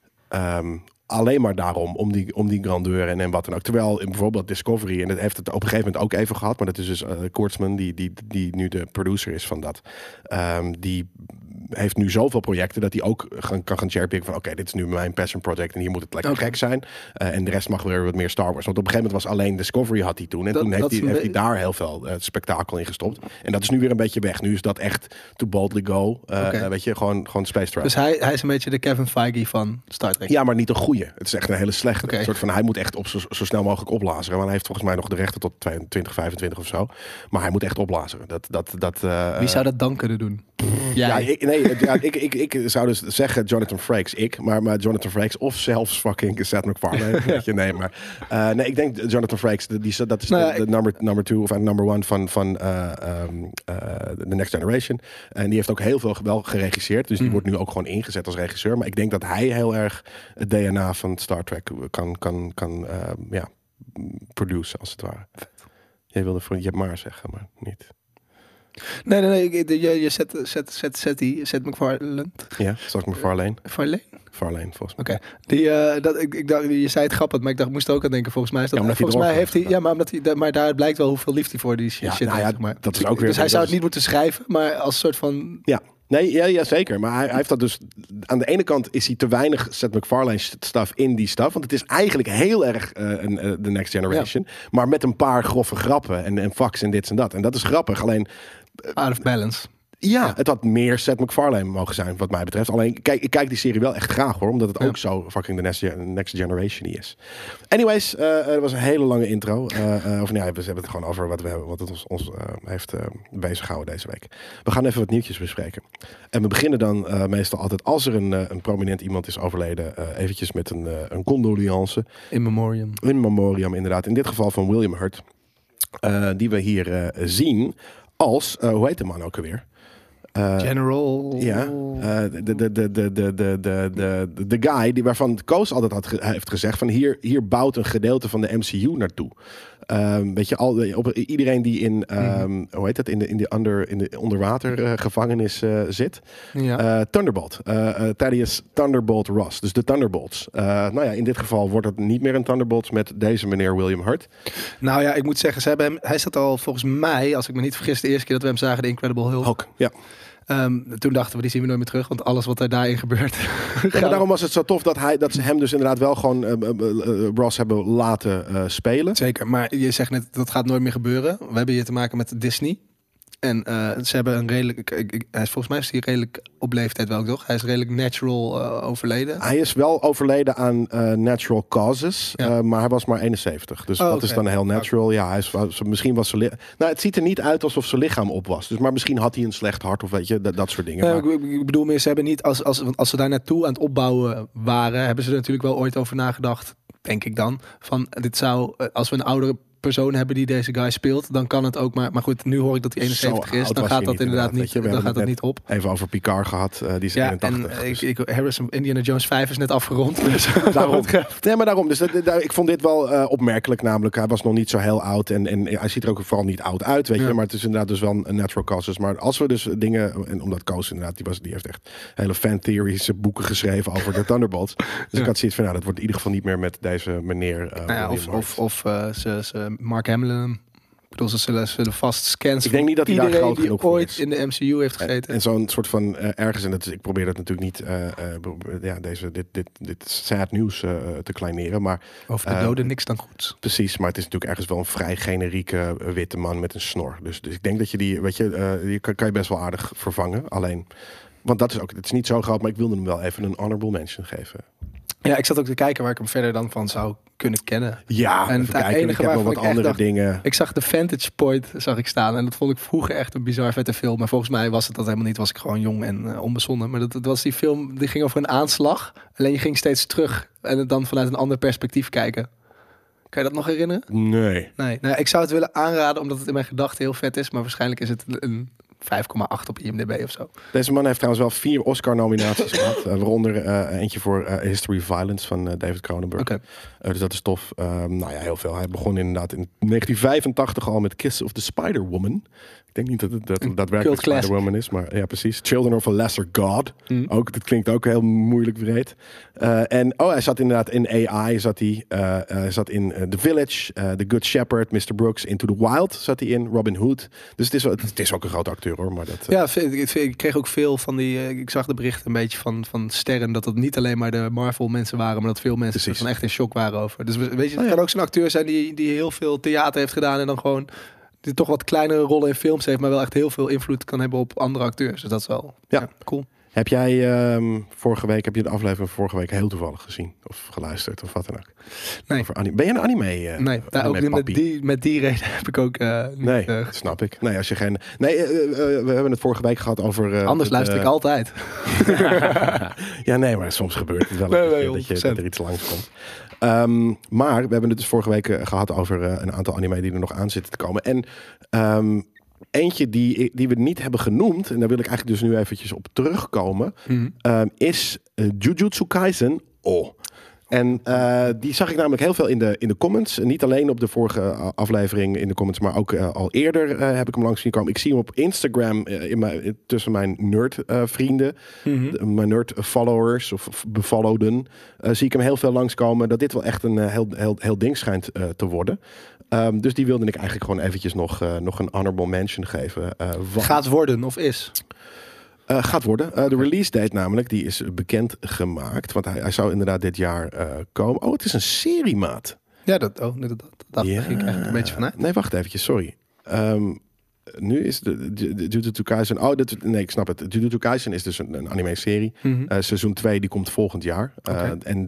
[SPEAKER 2] alleen maar daarom, om die grandeur en wat dan ook. Terwijl in bijvoorbeeld Discovery, en dat heeft het op een gegeven moment ook even gehad, maar dat is dus Kurtzman, die nu de producer is van dat. Die heeft nu zoveel projecten dat hij ook kan gaan cherrypicken van oké, dit is nu mijn passion project en hier moet het lekker gek zijn. En de rest mag weer wat meer Star Wars. Want op een gegeven moment was alleen Discovery had hij toen. En toen heeft hij daar heel veel spektakel in gestopt. En dat is nu weer een beetje weg. Nu is dat echt to boldly go. Weet je, gewoon space travel.
[SPEAKER 3] Dus hij is een beetje de Kevin Feige van Star Trek.
[SPEAKER 2] Ja, maar niet een goeie. Het is echt een hele slechte. Een soort van, hij moet echt zo snel mogelijk oplazeren. Want hij heeft volgens mij nog de rechten tot 2025 of zo. Maar hij moet echt oplazeren.
[SPEAKER 3] Wie zou dat dan kunnen doen?
[SPEAKER 2] Ik zou dus zeggen Jonathan Frakes, maar Jonathan Frakes of zelfs fucking Seth MacFarlane. Nee, ik denk Jonathan Frakes, dat is de number 2 of number 1 van The Next Generation. En die heeft ook heel veel wel geregisseerd, dus die wordt nu ook gewoon ingezet als regisseur. Maar ik denk dat hij heel erg het DNA van Star Trek kan produceren, als het ware. Jij wilde voor je maar zeggen, maar niet.
[SPEAKER 3] Nee. Je zet McFarlane.
[SPEAKER 2] Ja, zal ik McFarlane?
[SPEAKER 3] Farlane,
[SPEAKER 2] volgens
[SPEAKER 3] Oké.
[SPEAKER 2] mij.
[SPEAKER 3] Ik dacht, je zei het grappig, maar ik moest ook aan denken. Volgens mij is dat.
[SPEAKER 2] Ja, volgens mij heeft
[SPEAKER 3] hij. Maar daar blijkt wel hoeveel liefde voor die shit. Maar.
[SPEAKER 2] Dat is ook weer.
[SPEAKER 3] Dus hij zou het niet moeten schrijven, maar als soort van.
[SPEAKER 2] Ja. Nee, ja, zeker. Maar hij heeft dat dus... Aan de ene kant is hij te weinig Seth MacFarlane stuff in die stuff. Want het is eigenlijk heel erg The Next Generation. Ja. Maar met een paar grove grappen en fucks en dit en dat. En dat is grappig. Alleen...
[SPEAKER 3] out of balance.
[SPEAKER 2] Ja, het had meer Seth MacFarlane mogen zijn, wat mij betreft. Alleen, ik kijk die serie wel echt graag, hoor. Omdat het ook zo fucking The Next Generation is. Anyways, er was een hele lange intro. We hebben het gewoon over wat het ons heeft bezig gehouden deze week. We gaan even wat nieuwtjes bespreken. En we beginnen dan meestal altijd, als er een prominent iemand is overleden, eventjes met een condoleance.
[SPEAKER 3] In memoriam.
[SPEAKER 2] In memoriam, inderdaad. In dit geval van William Hurt. Die we hier zien als, hoe heet de man ook alweer?
[SPEAKER 3] General.
[SPEAKER 2] Ja, de guy waarvan Koos altijd heeft gezegd van hier bouwt een gedeelte van de MCU naartoe. Weet je, iedereen die in hoe heet het, in de onderwatergevangenis zit. Ja. Thunderbolt. Thaddeus Thunderbolt Ross. Dus de Thunderbolts. In dit geval wordt het niet meer een Thunderbolts met deze meneer William Hurt.
[SPEAKER 3] Nou ja, ik moet zeggen, hij zat al volgens mij, als ik me niet vergis, de eerste keer dat we hem zagen, de Incredible Hulk.
[SPEAKER 2] Ja.
[SPEAKER 3] Toen dachten we, die zien we nooit meer terug, want alles wat er daarin gebeurt.
[SPEAKER 2] Ja, daarom was het zo tof dat ze hem dus inderdaad wel gewoon Ross hebben laten spelen.
[SPEAKER 3] Zeker, maar je zegt net, dat gaat nooit meer gebeuren. We hebben hier te maken met Disney. En ze hebben een redelijk... volgens mij is hij redelijk op leeftijd wel, toch? Hij is redelijk natural overleden.
[SPEAKER 2] Hij is wel overleden aan natural causes. Ja. Maar hij was maar 71. Dus dat is dan heel natural. Ja, misschien was zijn het ziet er niet uit alsof zijn lichaam op was. Dus, maar misschien had hij een slecht hart of weet je, dat soort dingen.
[SPEAKER 3] Ik bedoel meer, ze hebben niet... Als ze daar naartoe aan het opbouwen waren, hebben ze er natuurlijk wel ooit over nagedacht, denk ik dan. Van, dit zou, als we een oudere persoon hebben die deze guy speelt, dan kan het ook maar goed, nu hoor ik dat hij 71 is, dan gaat dat inderdaad niet, dan gaat dat niet op.
[SPEAKER 2] Even over Picard gehad, die is 81.
[SPEAKER 3] En Harrison Indiana Jones 5 is net afgerond. Dus
[SPEAKER 2] daarom. Nee, maar daarom. Dus ik vond dit wel opmerkelijk, namelijk hij was nog niet zo heel oud en hij ziet er ook vooral niet oud uit, weet je, maar het is inderdaad dus wel een natural causes. Maar als we dus dingen, en omdat Koos inderdaad, die heeft echt hele fan theories boeken geschreven over de Thunderbolts. Dus ik had zoiets van, dat wordt in ieder geval niet meer met deze meneer.
[SPEAKER 3] Ze Mark Hamill. Ik bedoel, ze zullen vast scans.
[SPEAKER 2] Ik denk niet dat hij daar groot genoeg voor
[SPEAKER 3] ooit in de MCU heeft gegeten.
[SPEAKER 2] En zo'n soort van ergens, en ik probeer dat natuurlijk niet dit sad nieuws te kleineren, maar
[SPEAKER 3] over de doden niks dan goeds.
[SPEAKER 2] Precies, maar het is natuurlijk ergens wel een vrij generieke witte man met een snor. Dus ik denk dat je die, weet je, die kan je best wel aardig vervangen. Alleen, want dat is ook, het is niet zo groot, maar ik wilde hem wel even een honorable mention geven.
[SPEAKER 3] Ja, ik zat ook te kijken waar ik hem verder dan van zou kunnen kennen.
[SPEAKER 2] Ja, en het enige ik heb nog wat andere dingen.
[SPEAKER 3] Ik zag de Vantage Point staan en dat vond ik vroeger echt een bizar vette film. Maar volgens mij was het dat helemaal niet. Was ik gewoon jong en onbezonnen. Maar dat was die film, die ging over een aanslag. Alleen je ging steeds terug en het dan vanuit een ander perspectief kijken. Kan je dat nog herinneren?
[SPEAKER 2] Nee.
[SPEAKER 3] Nou, ik zou het willen aanraden omdat het in mijn gedachten heel vet is. Maar waarschijnlijk is het een 5,8 op IMDb of zo.
[SPEAKER 2] Deze man heeft trouwens wel 4 Oscar-nominaties gehad. Waaronder eentje voor History of Violence van David Cronenberg.
[SPEAKER 3] Okay.
[SPEAKER 2] Dus dat is tof. Heel veel. Hij begon inderdaad in 1985 al met Kiss of the Spider-Woman. Ik denk niet dat het daadwerkelijk Spider-Woman is, maar ja, precies. Children of a Lesser God. Ook, dat klinkt ook heel moeilijk breed. Hij zat inderdaad in AI, hij zat in The Village, The Good Shepherd, Mr. Brooks, Into the Wild zat hij in, Robin Hood. Dus het is ook een grote acteur, hoor. Maar dat,
[SPEAKER 3] ja, ik kreeg ook veel van die, ik zag de berichten een beetje van sterren, dat het niet alleen maar de Marvel mensen waren, maar dat veel mensen van echt in shock waren over. Dus weet je, het kan ook zo'n acteur zijn die heel veel theater heeft gedaan en dan gewoon die toch wat kleinere rollen in films heeft, maar wel echt heel veel invloed kan hebben op andere acteurs. Dus dat is wel cool.
[SPEAKER 2] Heb jij heb je de aflevering van vorige week heel toevallig gezien? Of geluisterd of wat dan ook?
[SPEAKER 3] Nee.
[SPEAKER 2] Ben je een anime?
[SPEAKER 3] Nee, ook met die reden heb ik ook
[SPEAKER 2] niet, snap ik. Nee, als je geen... we hebben het vorige week gehad over...
[SPEAKER 3] Anders luister ik altijd.
[SPEAKER 2] Ja, nee, maar soms gebeurt het wel dat er iets langskomt. Maar we hebben het dus vorige week gehad over een aantal anime die er nog aan zitten te komen. En eentje die we niet hebben genoemd, en daar wil ik eigenlijk dus nu eventjes op terugkomen, is Jujutsu Kaisen. En die zag ik namelijk heel veel in de comments. Niet alleen op de vorige aflevering in de comments, maar ook al eerder heb ik hem langs zien komen. Ik zie hem op Instagram tussen mijn nerd vrienden, mijn nerd followers of befollowden. Zie ik hem heel veel langskomen dat dit wel echt een heel ding schijnt te worden. Dus die wilde ik eigenlijk gewoon eventjes nog een honorable mention geven.
[SPEAKER 3] Gaat worden of is?
[SPEAKER 2] Gaat worden. De release date namelijk, die is bekend gemaakt. Want hij zou inderdaad dit jaar komen. Oh, het is een serie, maat.
[SPEAKER 3] Ja, dat ging ik eigenlijk een beetje vanuit.
[SPEAKER 2] Nee, wacht eventjes, sorry. Nu is de Jujutsu Kaisen... nee, ik snap het. Jujutsu Kaisen is dus een anime-serie. Seizoen 2, die komt volgend jaar. En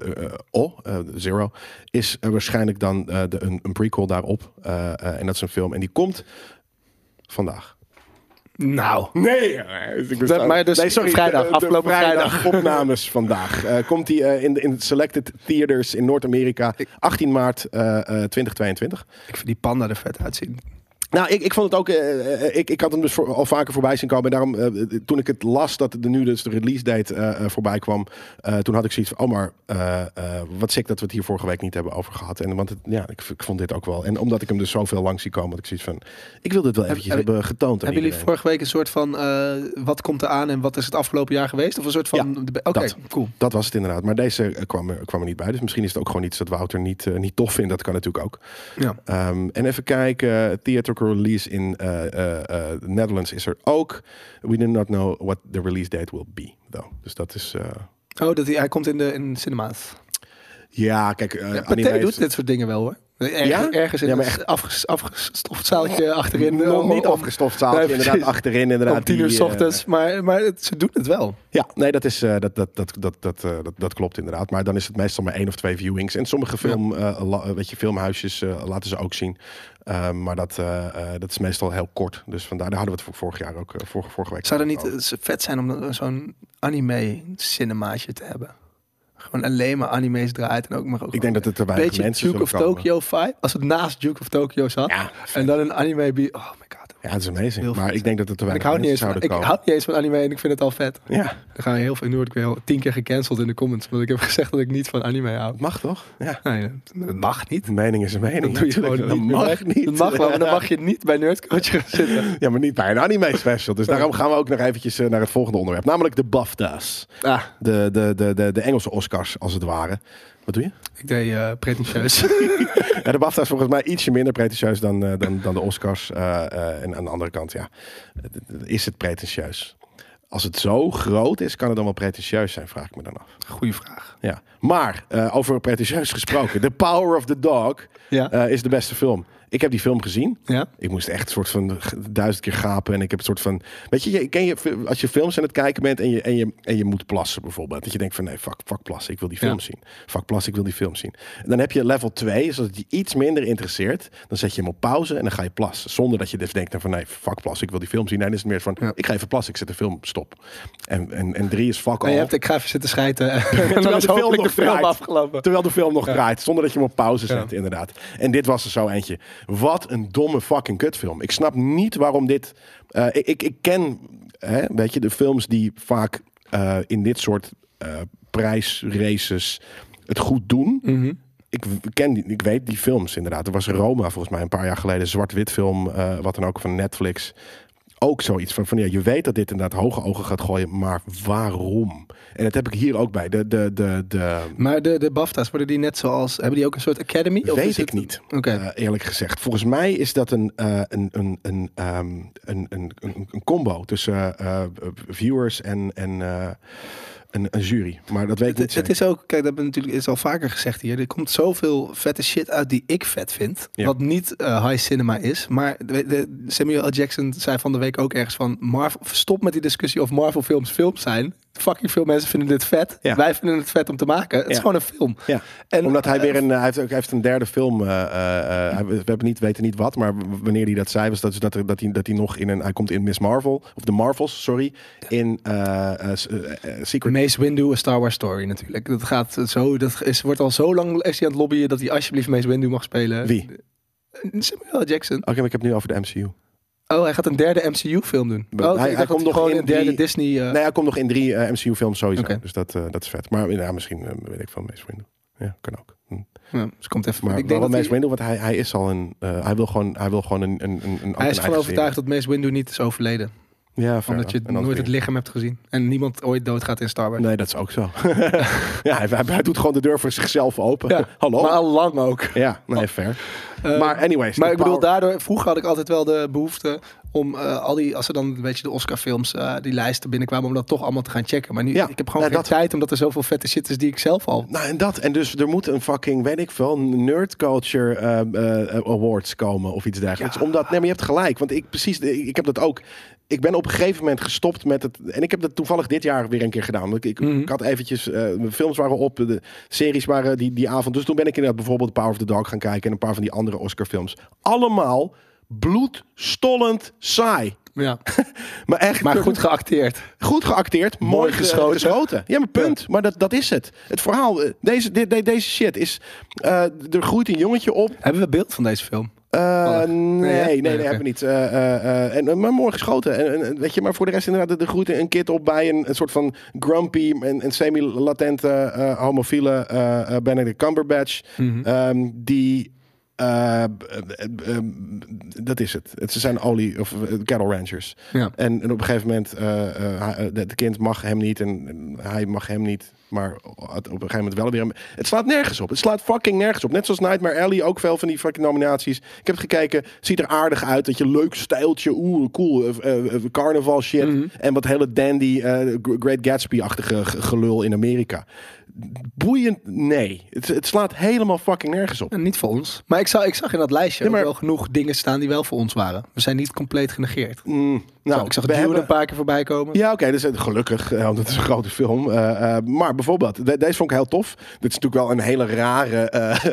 [SPEAKER 2] Zero is waarschijnlijk dan een prequel daarop. En dat is een film. En die komt vandaag.
[SPEAKER 3] Nou.
[SPEAKER 2] Nee.
[SPEAKER 3] Maar dus vrijdag, afgelopen vrijdag.
[SPEAKER 2] Opnames vandaag. Komt die in Selected Theaters in Noord-Amerika. 18 maart 2022.
[SPEAKER 3] Ik vind die panda er vet uitzien.
[SPEAKER 2] Nou, ik vond het ook... Ik had hem dus al vaker voorbij zien komen. En daarom, toen ik het las dat er nu dus de release date voorbij kwam... toen had ik zoiets van... wat sick dat we het hier vorige week niet hebben over gehad. En ik vond dit ook wel... En omdat ik hem dus zoveel langs zie komen... had ik zoiets van... Ik wil dit wel eventjes hebben getoond.
[SPEAKER 3] Hebben jullie vorige week een soort van... wat komt er aan en wat is het afgelopen jaar geweest? Of een soort van...
[SPEAKER 2] Oké,
[SPEAKER 3] cool.
[SPEAKER 2] Dat was het inderdaad. Maar deze kwam er niet bij. Dus misschien is het ook gewoon iets dat Wouter niet tof vindt. Dat kan natuurlijk ook.
[SPEAKER 3] Ja.
[SPEAKER 2] En even kijken. Theatrical release in the Netherlands is er ook. We do not know what the release date will be, though. Dus dat is...
[SPEAKER 3] hij komt in de cinema's.
[SPEAKER 2] Ja, kijk...
[SPEAKER 3] Pathé doet dit soort dingen wel, hoor. Ergens in een afgestoft zaaltje achterin.
[SPEAKER 2] Niet afgestoft zaaltje, inderdaad. Achterin, inderdaad.
[SPEAKER 3] Om 10 uur 's ochtends. Maar ze doen het wel.
[SPEAKER 2] Ja, nee, dat klopt inderdaad. Maar dan is het meestal maar 1 of 2 viewings. En sommige filmhuisjes laten ze ook zien. Maar dat is meestal heel kort. Dus vandaar, daar hadden we het vorig jaar ook, vorige week.
[SPEAKER 3] Zou er niet vet zijn om zo'n anime-cinemaatje te hebben? Gewoon alleen maar anime's draait en ook maar ook.
[SPEAKER 2] Ik denk dat het er weinig mensen
[SPEAKER 3] Duke of Tokyo 5. Als het naast Duke of Tokyo zat. Ja, en dan een anime. Oh my god.
[SPEAKER 2] Ja, het is amazing. Maar ik denk dat het er weinig
[SPEAKER 3] mensen zouden komen. Ik hou niet eens van anime en ik vind het al vet.
[SPEAKER 2] Ja.
[SPEAKER 3] Dan gaan heel veel. Nu word ik weer 10 keer gecanceld in de comments. Want ik heb gezegd dat ik niet van anime hou.
[SPEAKER 2] Het mag toch? Ja.
[SPEAKER 3] Nee, dat mag niet.
[SPEAKER 2] Een mening is een mening.
[SPEAKER 3] Dat doe je gewoon
[SPEAKER 2] dat mag niet.
[SPEAKER 3] Dat mag wel, maar dan mag je niet bij Nerd Culture zitten.
[SPEAKER 2] Ja, maar niet bij een anime special. Dus daarom gaan we ook nog eventjes naar het volgende onderwerp. Namelijk de BAFTA's. De Engelse Oscars, als het ware. Wat doe je?
[SPEAKER 3] Ik deed pretentieus.
[SPEAKER 2] Ja, de BAFTA is volgens mij ietsje minder pretentieus dan de Oscars. En aan de andere kant, is het pretentieus? Als het zo groot is, kan het dan wel pretentieus zijn, vraag ik me dan af.
[SPEAKER 3] Goeie vraag.
[SPEAKER 2] Ja. Maar over pretentieus gesproken. The Power of the Dog is de beste film. Ik heb die film gezien.
[SPEAKER 3] Ja.
[SPEAKER 2] Ik moest echt een soort van 1000 keer gapen. En ik heb het soort van... Weet je, als je films aan het kijken bent en je moet plassen bijvoorbeeld. Dat je denkt van nee, fuck plassen, ik wil die film zien. Fuck plassen, ik wil die film zien. En dan heb je level 2, zodat je iets minder interesseert. Dan zet je hem op pauze en dan ga je plassen. Zonder dat je dus denkt van nee, fuck plassen, ik wil die film zien. Nee, dan is het meer van, ik ga even plassen, ik zet de film stop. En 3 is fuck all.
[SPEAKER 3] Ik ga even zitten schijten.
[SPEAKER 2] Terwijl de film
[SPEAKER 3] afgelopen.
[SPEAKER 2] Terwijl de film nog draait, zonder dat je hem op pauze zet, inderdaad. En dit was er zo eentje. Wat een domme fucking kutfilm. Ik snap niet waarom dit... Ik ken weet je, de films die vaak in dit soort prijsraces het goed doen. Mm-hmm. Ik weet die films inderdaad. Er was Roma volgens mij een paar jaar geleden. Zwart-wit film, wat dan ook van Netflix. Ook zoiets van je weet dat dit inderdaad hoge ogen gaat gooien, maar waarom? En dat heb ik hier ook bij.
[SPEAKER 3] Maar de BAFTA's, worden die net zoals... Hebben die ook een soort academy?
[SPEAKER 2] Weet of is ik het... niet, eerlijk gezegd. Volgens mij is dat een combo tussen viewers en een jury. Maar dat weet ik niet.
[SPEAKER 3] Het is ook, kijk, dat is al vaker gezegd hier. Er komt zoveel vette shit uit die ik vet vind. Ja. Wat niet high cinema is. Maar Samuel L. Jackson zei van de week ook ergens van... stop met die discussie of Marvel films zijn. Fucking veel mensen vinden dit vet. Ja. Wij vinden het vet om te maken. Het is gewoon een film.
[SPEAKER 2] Ja. En, omdat hij weer hij heeft een derde film. We weten niet wat, maar wanneer hij dat zei, was dat hij nog hij komt in Miss Marvel of de Marvels, sorry, in Secret.
[SPEAKER 3] Mace Windu, A Star Wars Story natuurlijk. Dat gaat zo. Wordt al zo lang is hij aan het lobbyen dat hij alsjeblieft Mace Windu mag spelen.
[SPEAKER 2] Wie?
[SPEAKER 3] Samuel L. Jackson.
[SPEAKER 2] Oké, maar ik heb het nu over de MCU.
[SPEAKER 3] Oh, hij gaat een derde MCU-film doen.
[SPEAKER 2] Hij komt nog in
[SPEAKER 3] een derde Disney...
[SPEAKER 2] Nee, hij komt nog in 3 MCU-films sowieso. Okay. Dus dat is vet. Maar misschien weet ik van Mace Windu. Ja, kan ook.
[SPEAKER 3] Ja, dus komt even.
[SPEAKER 2] Maar ik denk dat Mace Windu, want hij is al een... hij wil gewoon een
[SPEAKER 3] hij is gewoon overtuigd dat Mace Windu niet is overleden.
[SPEAKER 2] Ja,
[SPEAKER 3] omdat je nooit het lichaam hebt gezien. En niemand ooit doodgaat in Star Wars.
[SPEAKER 2] Nee, dat is ook zo. Ja, hij doet gewoon de deur voor zichzelf open. Ja, hallo?
[SPEAKER 3] Maar al lang ook.
[SPEAKER 2] Ja, nee, fair. Maar anyways.
[SPEAKER 3] Maar ik bedoel, daardoor... Vroeger had ik altijd wel de behoefte om als er dan een beetje de Oscar-films, die lijsten binnenkwamen, om dat toch allemaal te gaan checken. Maar nu, ik heb gewoon geen tijd, omdat er zoveel vette shit is die ik zelf al...
[SPEAKER 2] Nou, en dus er moet een fucking, weet ik veel, nerd culture awards komen of iets dergelijks. Omdat, nee, maar je hebt gelijk. Want ik heb dat ook... Ik ben op een gegeven moment gestopt met het... En ik heb dat toevallig dit jaar weer een keer gedaan. Ik had eventjes... de films waren op, de series waren die avond. Dus toen ben ik inderdaad bijvoorbeeld Power of the Dog gaan kijken en een paar van die andere Oscar-films. Allemaal bloedstollend saai.
[SPEAKER 3] Ja.
[SPEAKER 2] Maar echt.
[SPEAKER 3] Maar goed geacteerd.
[SPEAKER 2] Goed geacteerd. Mooi geschoten. Ja, maar punt. Ja. Maar dat is het. Het verhaal. Deze shit is... er groeit een jongetje op.
[SPEAKER 3] Hebben we beeld van deze film?
[SPEAKER 2] Nee, hebben we niet. Maar mooi geschoten. En weet je, maar voor de rest inderdaad, er groeit een kid op bij een soort van grumpy en semi-latente homofiele Benedict Cumberbatch. Die dat is het. Ze zijn cattle ranchers. Ja. En op een gegeven moment het kind mag hem niet en hij mag hem niet. Maar op een gegeven moment wel weer. Het slaat nergens op. Het slaat fucking nergens op. Net zoals Nightmare Alley, ook veel van die fucking nominaties. Ik heb het gekeken. Ziet er aardig uit. Dat je leuk stijltje. Cool. Carnaval shit. En wat hele dandy Great Gatsby-achtige gelul in Amerika. Boeiend? Nee. Het slaat helemaal fucking nergens op.
[SPEAKER 3] En niet voor ons. Maar ik zag in dat lijstje ook wel genoeg dingen staan die wel voor ons waren. We zijn niet compleet genegeerd. Ik zag Dune een paar keer voorbij komen.
[SPEAKER 2] Ja, oké. Dus gelukkig. Want het is een grote film. Maar bijvoorbeeld, deze vond ik heel tof. Dit is natuurlijk wel een hele rare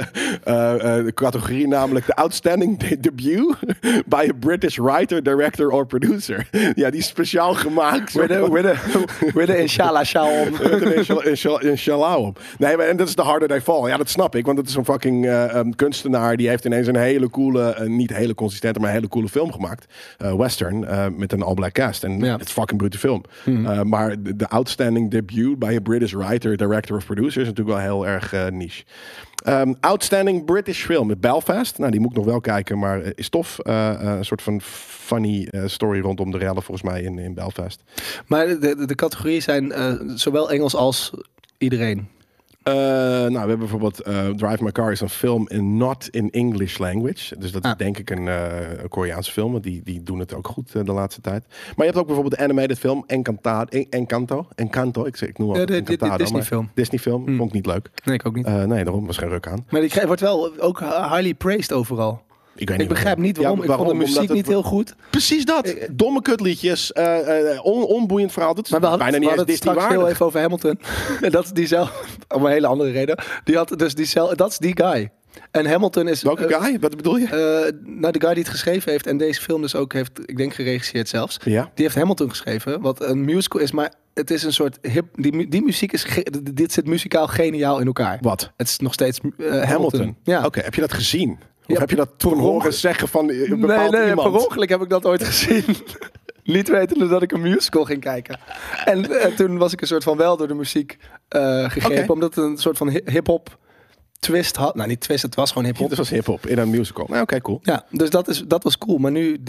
[SPEAKER 2] categorie. Namelijk de Outstanding Debut by a British Writer, Director or Producer. Ja, die is speciaal gemaakt.
[SPEAKER 3] With a inshallah shalom.
[SPEAKER 2] Inshallah om. Nee, en dat is de harder they fall. Ja, dat snap ik. Want het is een fucking kunstenaar. Die heeft ineens een hele coole, niet hele consistente, maar een hele coole film gemaakt. Western. Met een all-black cast. En het is fucking brute film. Maar de Outstanding Debut by a British Writer, Director of Producer is natuurlijk wel heel erg niche. Outstanding British film met Belfast. Nou, die moet ik nog wel kijken, maar is tof. Een soort van funny story rondom de rellen volgens mij in Belfast.
[SPEAKER 3] Maar de categorieën zijn zowel Engels als iedereen.
[SPEAKER 2] We hebben bijvoorbeeld Drive My Car is een film not in English language. Dus dat is denk ik een Koreaanse film. Want die doen het ook goed de laatste tijd. Maar je hebt ook bijvoorbeeld de animated film Encanto. Ik noem het Encantado.
[SPEAKER 3] Disney film.
[SPEAKER 2] Disney film. Vond ik niet leuk.
[SPEAKER 3] Nee, ik ook niet.
[SPEAKER 2] Nee, daarom was geen ruk aan.
[SPEAKER 3] Maar die wordt wel ook highly praised overal. Ik begrijp niet waarom. Ik vond de muziek niet heel goed.
[SPEAKER 2] Precies dat. Domme kutliedjes. Onboeiend verhaal. Dat is bijna niet eens Disney waardig.
[SPEAKER 3] Heel even over Hamilton. Dat is die zelf. Om een hele andere reden. Die had dus diezelfde. Dat is die guy. En Hamilton is...
[SPEAKER 2] Welke guy? Wat bedoel je?
[SPEAKER 3] De guy die het geschreven heeft en deze film dus ook heeft, ik denk geregisseerd zelfs.
[SPEAKER 2] Ja.
[SPEAKER 3] Die heeft Hamilton geschreven. Wat een musical is, maar het is een soort hip... Die muziek is... Dit zit muzikaal geniaal in elkaar.
[SPEAKER 2] Wat?
[SPEAKER 3] Het is nog steeds Hamilton.
[SPEAKER 2] Ja. Oké, heb je dat gezien? Of heb je dat toen horen zeggen van een bepaald iemand?
[SPEAKER 3] Per ongeluk heb ik dat ooit gezien. Niet wetende dat ik een musical ging kijken. En toen was ik een soort van wel door de muziek gegrepen. Omdat het een soort van hip-hop twist had. Nou, niet twist, het was gewoon hip-hop.
[SPEAKER 2] Het was hip-hop in een musical. Nou, oké, cool.
[SPEAKER 3] Ja, dus dat was cool. Maar nu,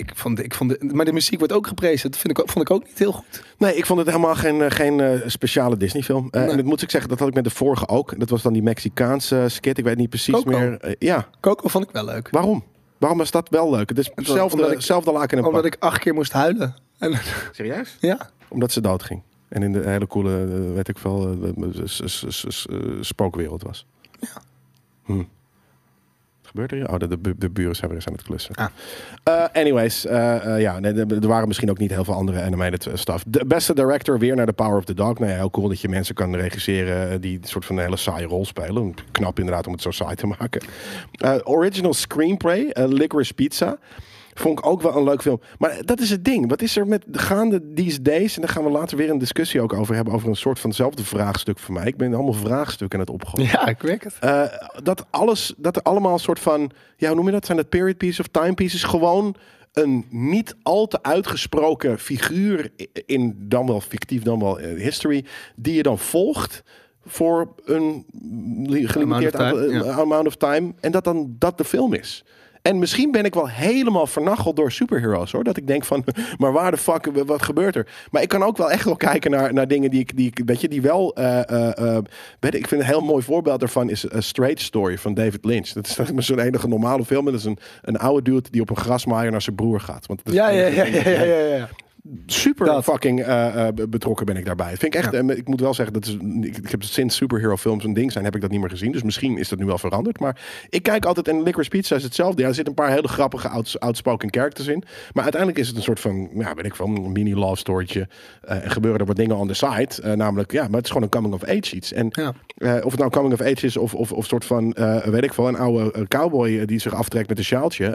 [SPEAKER 3] maar de muziek wordt ook geprezen. Dat vond ik ook niet heel goed.
[SPEAKER 2] Nee, ik vond het helemaal geen speciale Disney-film. Nee. En dat moet ik zeggen, dat had ik met de vorige ook. Dat was dan die Mexicaanse skit. Ik weet niet precies
[SPEAKER 3] Coco.
[SPEAKER 2] meer. Ja.
[SPEAKER 3] Coco vond ik wel leuk.
[SPEAKER 2] Waarom? Waarom was dat wel leuk? Het is hetzelfde laken en
[SPEAKER 3] omdat ik 8 keer moest huilen.
[SPEAKER 2] Serieus?
[SPEAKER 3] Ja.
[SPEAKER 2] Omdat ze dood ging. En in de hele coole, weet ik veel, spookwereld was.
[SPEAKER 3] Ja.
[SPEAKER 2] Gebeurt er hier? Oh, de buren zijn weer eens aan het klussen. Anyways, er waren misschien ook niet heel veel andere animated stuff. De beste director weer naar The Power of the Dog. Nou ja, heel cool dat je mensen kan regisseren die een soort van een hele saaie rol spelen. Knap inderdaad om het zo saai te maken. Original screenplay, Licorice Pizza. Vond ik ook wel een leuk film. Maar dat is het ding. Wat is er met gaande these days? En daar gaan we later weer een discussie ook over hebben. Over een soort vanzelfde vraagstuk voor mij. Ik ben allemaal vraagstukken aan het opgooien.
[SPEAKER 3] Ja, ik weet het.
[SPEAKER 2] Dat er allemaal een soort van... Ja, hoe noem je dat? Zijn dat period pieces of time pieces? Gewoon een niet al te uitgesproken figuur in dan wel fictief, dan wel history. Die je dan volgt voor een gelimiteerd amount of time. En dat dan dat de film is. En misschien ben ik wel helemaal vernacheld door superheroes, hoor. Dat ik denk van, maar waar de fuck, wat gebeurt er? Maar ik kan ook wel echt wel kijken naar dingen die wel... ik vind een heel mooi voorbeeld daarvan is A Straight Story van David Lynch. Dat is zo'n enige normale film. En dat is een oude dude die op een grasmaaier naar zijn broer gaat. Want dat is
[SPEAKER 3] ja.
[SPEAKER 2] Super fucking betrokken ben ik daarbij. Vind ik echt. Ik moet wel zeggen, ik heb sinds superhero films een ding zijn, heb ik dat niet meer gezien. Dus misschien is dat nu wel veranderd. Maar ik kijk altijd, en Licorice Pizza is hetzelfde. Ja, er zitten een paar hele grappige outspoken characters in. Maar uiteindelijk is het een soort van, een mini love storytje. En gebeuren er wat dingen on the side. Namelijk, maar het is gewoon een coming of age iets. En of het nou coming of age is of soort van, een oude cowboy die zich aftrekt met een sjaaltje.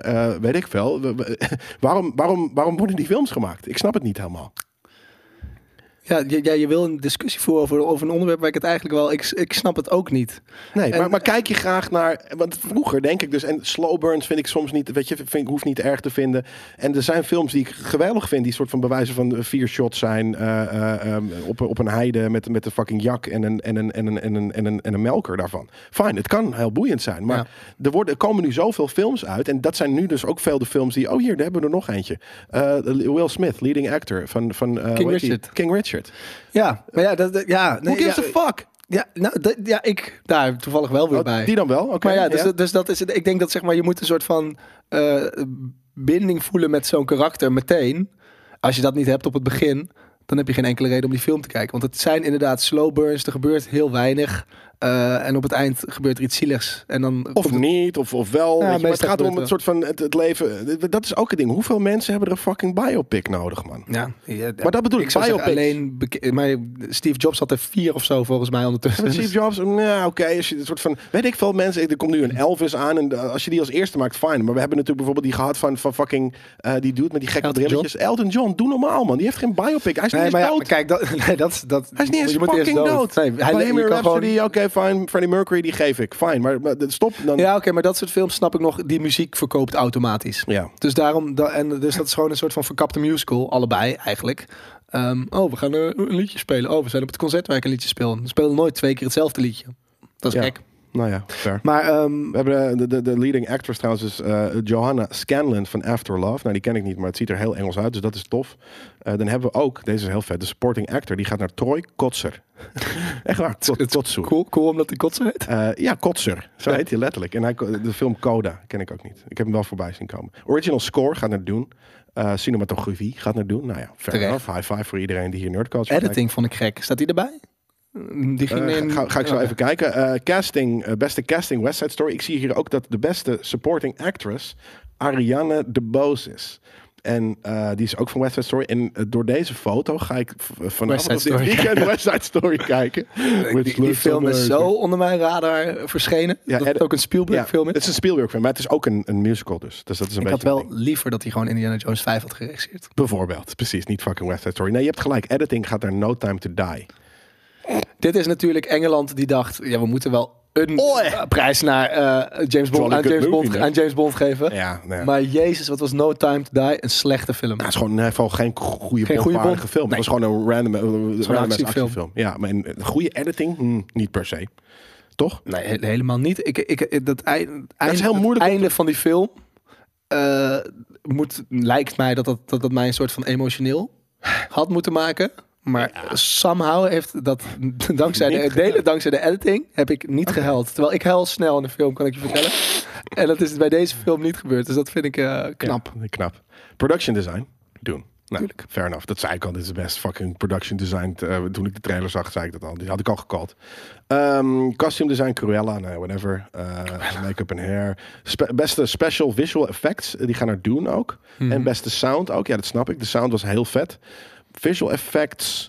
[SPEAKER 2] Waarom worden die films gemaakt? Ik snap het niet helemaal.
[SPEAKER 3] Ja, je wil een discussie voeren over een onderwerp waar ik het eigenlijk wel... Ik snap het ook niet.
[SPEAKER 2] Nee, maar kijk je graag naar... Want vroeger denk ik dus... En slow burns vind ik soms niet... Weet je, hoeft niet erg te vinden. En er zijn films die ik geweldig vind... Die soort van bewijzen van 4 shots zijn... op een heide met een fucking jak... En een melker daarvan. Fine, het kan heel boeiend zijn. Maar er komen nu zoveel films uit... En dat zijn nu dus ook veel de films die... Oh, hier, daar hebben we er nog eentje. Will Smith, leading actor van
[SPEAKER 3] King Richard.
[SPEAKER 2] King Richard.
[SPEAKER 3] Ja, maar
[SPEAKER 2] who gives a fuck?
[SPEAKER 3] Ja, ik daar toevallig wel weer bij.
[SPEAKER 2] Die dan wel? Okay,
[SPEAKER 3] maar dus dat is het. Ik denk dat, zeg maar, je moet een soort van binding voelen met zo'n karakter meteen. Als je dat niet hebt op het begin, dan heb je geen enkele reden om die film te kijken. Want het zijn inderdaad slow burns, er gebeurt heel weinig. En op het eind gebeurt er iets zieligs. En dan
[SPEAKER 2] of niet, of wel. Ja, maar het gaat om het soort van het leven. Dat is ook een ding. Hoeveel mensen hebben er een fucking biopic nodig, man?
[SPEAKER 3] Ja,
[SPEAKER 2] maar dat bedoel ik.
[SPEAKER 3] Maar Steve Jobs had er 4 of zo volgens mij ondertussen.
[SPEAKER 2] Steve Jobs, als je een soort van, weet ik veel mensen. Er komt nu een Elvis aan en als je die als eerste maakt, fine. Maar we hebben natuurlijk bijvoorbeeld die gehad van fucking die dude met die gekke brilletjes. Elton John, doe normaal, man. Die heeft geen biopic. Hij is niet eens dood.
[SPEAKER 3] Maar kijk, dat
[SPEAKER 2] hij is niet eens fucking dood. Bohemian Rhapsody, oké, fine. Freddie Mercury, die geef ik. Fine, maar stop dan.
[SPEAKER 3] Ja, oké, maar dat soort films snap ik nog. Die muziek verkoopt automatisch.
[SPEAKER 2] Ja.
[SPEAKER 3] Dus daarom, dus dat is gewoon een soort van verkapte musical, allebei eigenlijk. We gaan een liedje spelen. We zijn op het concert waar ik een liedje speel. We spelen nooit 2 keer hetzelfde liedje. Dat is gek.
[SPEAKER 2] Nou ja, fair.
[SPEAKER 3] Maar
[SPEAKER 2] we hebben de leading actress trouwens is Johanna Scanlon van After Love. Nou, die ken ik niet, maar het ziet er heel Engels uit, dus dat is tof. Dan hebben we ook, deze is heel vet, de supporting actor. Die gaat naar Troy Kotsur. Echt waar, Kotsur.
[SPEAKER 3] Cool omdat hij Kotsur heet?
[SPEAKER 2] Ja, Kotsur. Zo heet hij letterlijk. En de film Coda ken ik ook niet. Ik heb hem wel voorbij zien komen. Original score gaat naar Dune. Cinematografie gaat naar Dune. Nou ja, fair enough. High five voor iedereen die hier Nerd Culture
[SPEAKER 3] Editing
[SPEAKER 2] kijkt.
[SPEAKER 3] Vond ik gek. Staat hij erbij? Die ging
[SPEAKER 2] ga ik zo even kijken. Casting, beste casting West Side Story. Ik zie hier ook dat de beste supporting actress Ariana DeBose is. En die is ook van West Side Story. En door deze foto ga ik vanaf dit weekend West Side Story kijken.
[SPEAKER 3] Die film is zo onder mijn radar verschenen. Ja, dat het ook een Spielberg film is.
[SPEAKER 2] Het is een Spielberg film, maar het is ook een musical dus. Dat is een
[SPEAKER 3] ik had wel liever dat hij gewoon Indiana Jones 5 had geregisseerd.
[SPEAKER 2] Bijvoorbeeld, precies. Niet fucking West Side Story. Nee, je hebt gelijk. Editing gaat naar No Time to Die.
[SPEAKER 3] Dit is natuurlijk Engeland die dacht, we moeten wel een prijs naar James Bond geven. Ja. Maar jezus, wat was No Time to Die een slechte film.
[SPEAKER 2] Het is gewoon geen goede film. Het was gewoon een random actiefilm. Ja, maar een goede editing, niet per se. Toch?
[SPEAKER 3] Nee, helemaal niet.
[SPEAKER 2] Dat is heel moeilijk.
[SPEAKER 3] Het einde van die film lijkt mij dat mij een soort van emotioneel had moeten maken. Maar somehow heeft dat dankzij de editing heb ik niet gehuild. Terwijl ik huil snel in de film, kan ik je vertellen. En dat is bij deze film niet gebeurd. Dus dat vind ik knap.
[SPEAKER 2] Knap. Production design, doen. Tuurlijk. Fair enough. Dat zei ik al. Dit is best fucking production design. Toen ik de trailer zag, zei ik dat al. Die had ik al gecallt. Costume design, Cruella, whatever. Make-up en hair. Beste special visual effects. Die gaan er doen ook. En beste sound ook. Ja, dat snap ik. De sound was heel vet. Visual effects...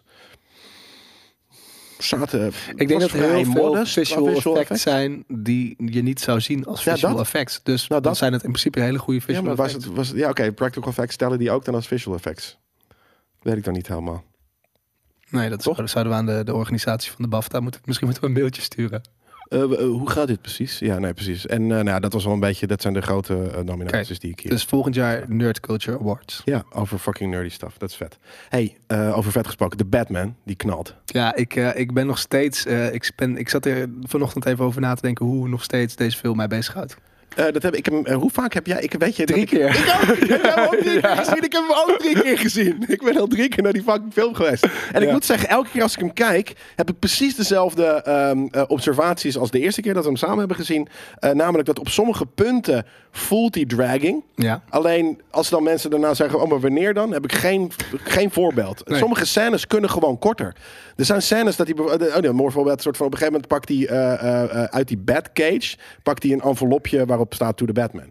[SPEAKER 3] Ik denk dat er heel veel visual effects zijn die je niet zou zien als visual effects. Dus dan zijn het in principe hele goede visual effects.
[SPEAKER 2] Practical effects stellen die ook dan als visual effects. Weet ik dan niet helemaal.
[SPEAKER 3] Nee, dat zouden we aan de organisatie van de BAFTA misschien moeten we een mailtje sturen.
[SPEAKER 2] Hoe gaat dit precies? Ja, nee, precies. En dat was wel een beetje, dat zijn de grote nominaties die ik hier...
[SPEAKER 3] Dus volgend jaar Nerd Culture Awards.
[SPEAKER 2] Ja, over fucking nerdy stuff. Dat is vet. Hey, over vet gesproken. De Batman, die knalt.
[SPEAKER 3] Ja, ik ben nog steeds... ik zat er vanochtend even over na te denken hoe nog steeds deze film mij bezighoudt.
[SPEAKER 2] Dat heb ik hem. Hoe vaak heb jij? Ik weet je.
[SPEAKER 3] 3 keer.
[SPEAKER 2] Ik heb hem ook 3 keer gezien. Ik heb hem ook 3 keer gezien. Ik ben al 3 keer naar die fucking film geweest. En ik moet zeggen, elke keer als ik hem kijk, heb ik precies dezelfde observaties als de eerste keer dat we hem samen hebben gezien. Namelijk dat op sommige punten voelt die dragging. Ja. Alleen als dan mensen daarna zeggen, oh, maar wanneer dan? Heb ik geen voorbeeld. Nee. Sommige scènes kunnen gewoon korter. Er zijn scènes dat hij, een mooi voorbeeld, soort van op een gegeven moment pakt hij uit die Batcage, pakt hij een envelopje waarop staat To The Batman.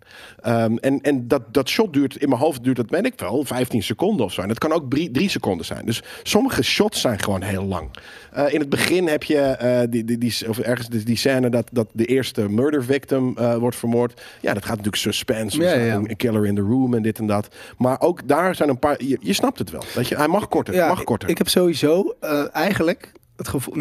[SPEAKER 2] En dat shot duurt, in mijn hoofd duurt dat, weet ik wel, 15 seconden of zo. En dat kan ook 3 seconden zijn. Dus sommige shots zijn gewoon heel lang. In het begin heb je of ergens die scène dat de eerste murder victim wordt vermoord. Ja, dat gaat natuurlijk suspense. Ja. Een killer in the room en dit en dat. Maar ook daar zijn een paar... Je snapt het wel. Weet je, hij mag korter.
[SPEAKER 3] Ja, ik heb sowieso eigenlijk... Het gevoel,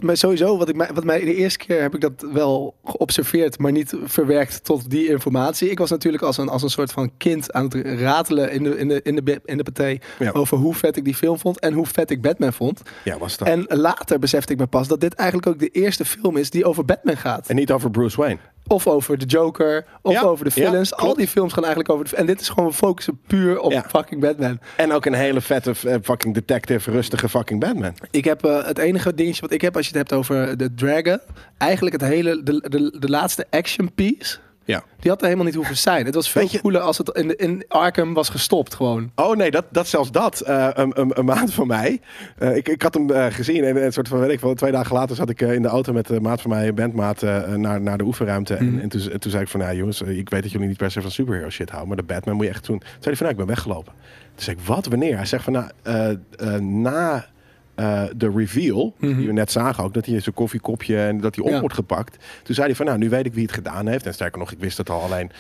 [SPEAKER 3] wat mij de eerste keer heb ik dat wel geobserveerd, maar niet verwerkt tot die informatie. Ik was natuurlijk als een soort van kind aan het ratelen in de paté over hoe vet ik die film vond en hoe vet ik Batman vond.
[SPEAKER 2] Ja, was dat.
[SPEAKER 3] En later besefte ik me pas dat dit eigenlijk ook de eerste film is die over Batman gaat.
[SPEAKER 2] En niet over Bruce Wayne.
[SPEAKER 3] Of over de Joker, of over de villains. Ja, al die films gaan eigenlijk over... En dit is gewoon focussen puur op fucking Batman.
[SPEAKER 2] En ook een hele vette fucking detective, rustige fucking Batman.
[SPEAKER 3] Ik heb het enige dingetje wat ik heb als je het hebt over de Dragon. Eigenlijk het hele, de laatste action piece... Ja. Die had er helemaal niet hoeven zijn. Het was veel cooler als het in Arkham was gestopt gewoon.
[SPEAKER 2] Oh nee, dat zelfs dat. Een maat van mij. Ik had hem gezien en een soort van, weet ik wel, 2 dagen later zat ik in de auto met een maat van mij, een bandmaat, naar de oefenruimte. En toen zei ik van, ja jongens, ik weet dat jullie niet per se van superhero shit houden, maar de Batman moet je echt doen. Toen zei hij van, ik ben weggelopen. Toen zei ik, wat? Wanneer? Hij zegt van, na... de reveal, die we net zagen ook, dat hij zijn koffiekopje en dat hij op wordt gepakt. Toen zei hij van, nu weet ik wie het gedaan heeft. En sterker nog, ik wist het al alleen.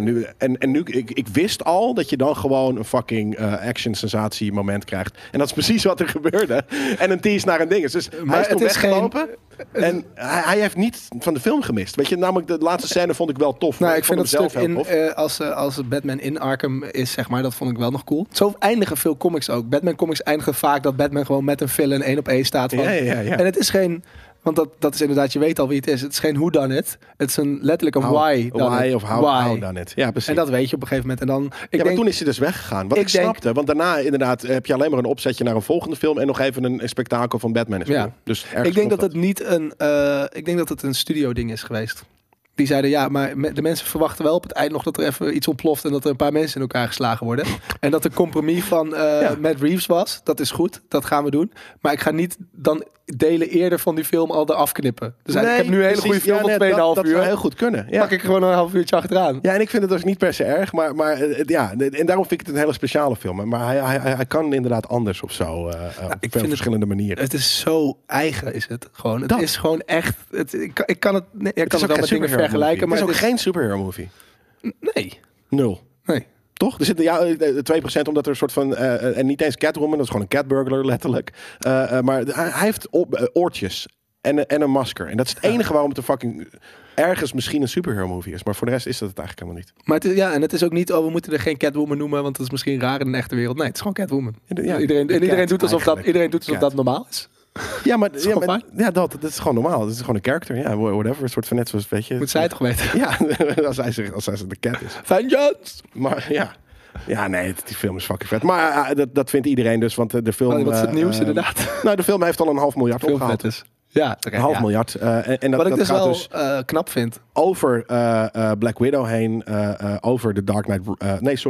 [SPEAKER 2] En nu, ik wist al dat je dan gewoon een fucking action sensatie moment krijgt. En dat is precies wat er gebeurde. En een tease naar een ding. Dus maar hij is toen weggelopen. En hij heeft niet van de film gemist. Weet je, namelijk de laatste scène vond ik wel tof.
[SPEAKER 3] Nou, ik vind dat zelf als Batman in Arkham is, zeg maar, dat vond ik wel nog cool. Zo eindigen veel comics ook. Batman comics eindigen vaak dat Batman gewoon met een villain 1-op-1 staat. Van. Ja. En het is geen... Want dat is inderdaad, je weet al wie het is. Het is geen who done it. Het is letterlijk een why done it.
[SPEAKER 2] Of how done it. Ja, precies.
[SPEAKER 3] En dat weet je op een gegeven moment. En dan,
[SPEAKER 2] maar toen is hij dus weggegaan. Wat ik snapte. Want daarna inderdaad heb je alleen maar een opzetje naar een volgende film. En nog even een spektakel van Batman is. Ja. Dus
[SPEAKER 3] ik denk dat het niet ik denk dat het een studio ding is geweest. Die zeiden, maar de mensen verwachten wel op het eind nog dat er even iets ontploft en dat er een paar mensen in elkaar geslagen worden. En dat de compromis van Matt Reeves was, dat is goed, dat gaan we doen. Maar ik ga niet dan delen eerder van die film al eraf knippen. Dus ik heb nu een hele goede film van 2,5 uur. Dat zou
[SPEAKER 2] heel goed kunnen. Ja.
[SPEAKER 3] Pak ik er gewoon een half uurtje achteraan.
[SPEAKER 2] Ja, en ik vind het dus niet per se erg, maar en daarom vind ik het een hele speciale film. Maar hij kan inderdaad anders of zo. Op veel verschillende manieren.
[SPEAKER 3] Het is zo eigen, is het gewoon. Het is gewoon echt. Ik kan het wel met dingen vergelijken. Maar
[SPEAKER 2] het is ook geen superhero movie.
[SPEAKER 3] Nee.
[SPEAKER 2] 0.
[SPEAKER 3] Nee.
[SPEAKER 2] Toch? Er zit 2% omdat er een soort van... en niet eens Catwoman, dat is gewoon een catburglar letterlijk. Maar hij heeft oortjes en een masker. En dat is het enige waarom het een fucking... ergens misschien een superhero movie is. Maar voor de rest is dat het eigenlijk helemaal niet.
[SPEAKER 3] Maar het is, en het is ook niet... we moeten er geen Catwoman noemen, want dat is misschien raar in een echte wereld. Nee, het is gewoon Catwoman. Iedereen doet alsof dat normaal is.
[SPEAKER 2] Ja, maar dat is gewoon normaal. Dat is gewoon een character. Ja, whatever. Een soort van net zoals, weet je.
[SPEAKER 3] Moet zij het toch weten?
[SPEAKER 2] Ja, als hij de cat is.
[SPEAKER 3] Vengeance!
[SPEAKER 2] Maar ja. Ja, nee, die film is fucking vet. Maar dat vindt iedereen dus, want de film...
[SPEAKER 3] dat is het nieuws inderdaad.
[SPEAKER 2] Nou, de film heeft al $500 miljoen opgehaald.
[SPEAKER 3] Is. Ja,
[SPEAKER 2] $500 miljoen. En
[SPEAKER 3] wat ik dus
[SPEAKER 2] gaat
[SPEAKER 3] wel knap vind.
[SPEAKER 2] Over Black Widow heen, over The Dark Knight...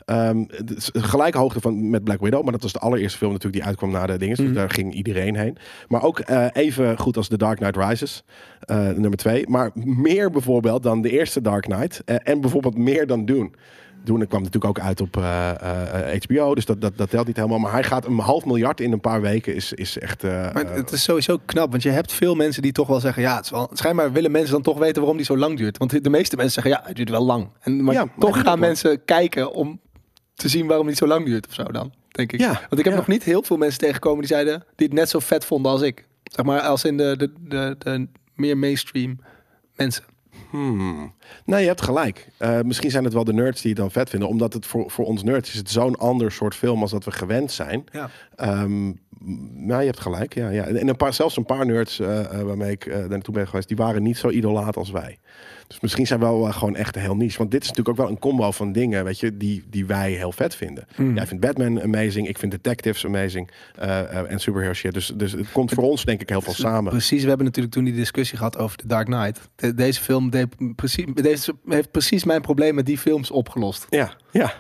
[SPEAKER 2] Gelijke hoogte met Black Widow, maar dat was de allereerste film natuurlijk die uitkwam na de dingen. Dus daar ging iedereen heen. Maar ook even goed als The Dark Knight Rises, nummer 2. Maar meer bijvoorbeeld dan de eerste Dark Knight. En bijvoorbeeld meer dan Dune. Dune kwam natuurlijk ook uit op HBO, dus dat telt niet helemaal. Maar hij gaat $500 million in een paar weken, is echt...
[SPEAKER 3] maar het is sowieso knap, want je hebt veel mensen die toch wel zeggen... ja, het is wel, schijnbaar willen mensen dan toch weten waarom die zo lang duurt. Want de meeste mensen zeggen, ja, het duurt wel lang. Maar toch gaan mensen kijken om te zien waarom het zo lang duurt of zo dan, denk ik. Ja, want ik heb nog niet heel veel mensen tegengekomen die zeiden... die het net zo vet vonden als ik. Zeg maar, als in de meer mainstream mensen.
[SPEAKER 2] Nee, je hebt gelijk. Misschien zijn het wel de nerds die het dan vet vinden. Omdat het voor ons nerds is het zo'n ander soort film als dat we gewend zijn. Ja. Nou, je hebt gelijk. Ja. En zelfs een paar nerds waarmee ik daar naartoe ben geweest, die waren niet zo idolaat als wij. Dus misschien zijn we wel gewoon echt heel niche. Want dit is natuurlijk ook wel een combo van dingen, weet je, die wij heel vet vinden. Jij vindt Batman amazing, ik vind detectives amazing en superhero shit. Dus het komt voor ons denk ik heel veel samen.
[SPEAKER 3] Precies, we hebben natuurlijk toen die discussie gehad over The Dark Knight. Deze film heeft precies mijn probleem met die films opgelost.
[SPEAKER 2] Ja.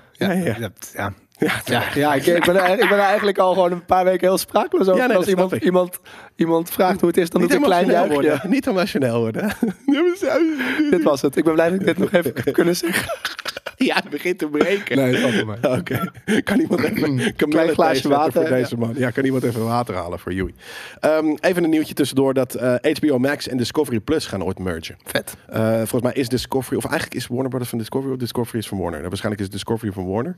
[SPEAKER 3] Ik ben eigenlijk al gewoon een paar weken heel sprakeloos over. Ja, als iemand vraagt hoe het is, dan doe ik een klein juichje.
[SPEAKER 2] Niet emotioneel worden.
[SPEAKER 3] Dit was het. Ik ben blij dat ik dit nog even heb kunnen zeggen.
[SPEAKER 2] Ja, het begint te breken.
[SPEAKER 3] Nee, dat valt voor mij.
[SPEAKER 2] Oké. Kan iemand even een klein glaasje water voor deze man? Ja, kan iemand even water halen voor Joey? Even een nieuwtje tussendoor dat HBO Max en Discovery Plus gaan ooit mergen.
[SPEAKER 3] Vet.
[SPEAKER 2] Volgens mij is Discovery, of eigenlijk is Warner Brothers van Discovery, of Discovery is van Warner. Waarschijnlijk is Discovery van Warner.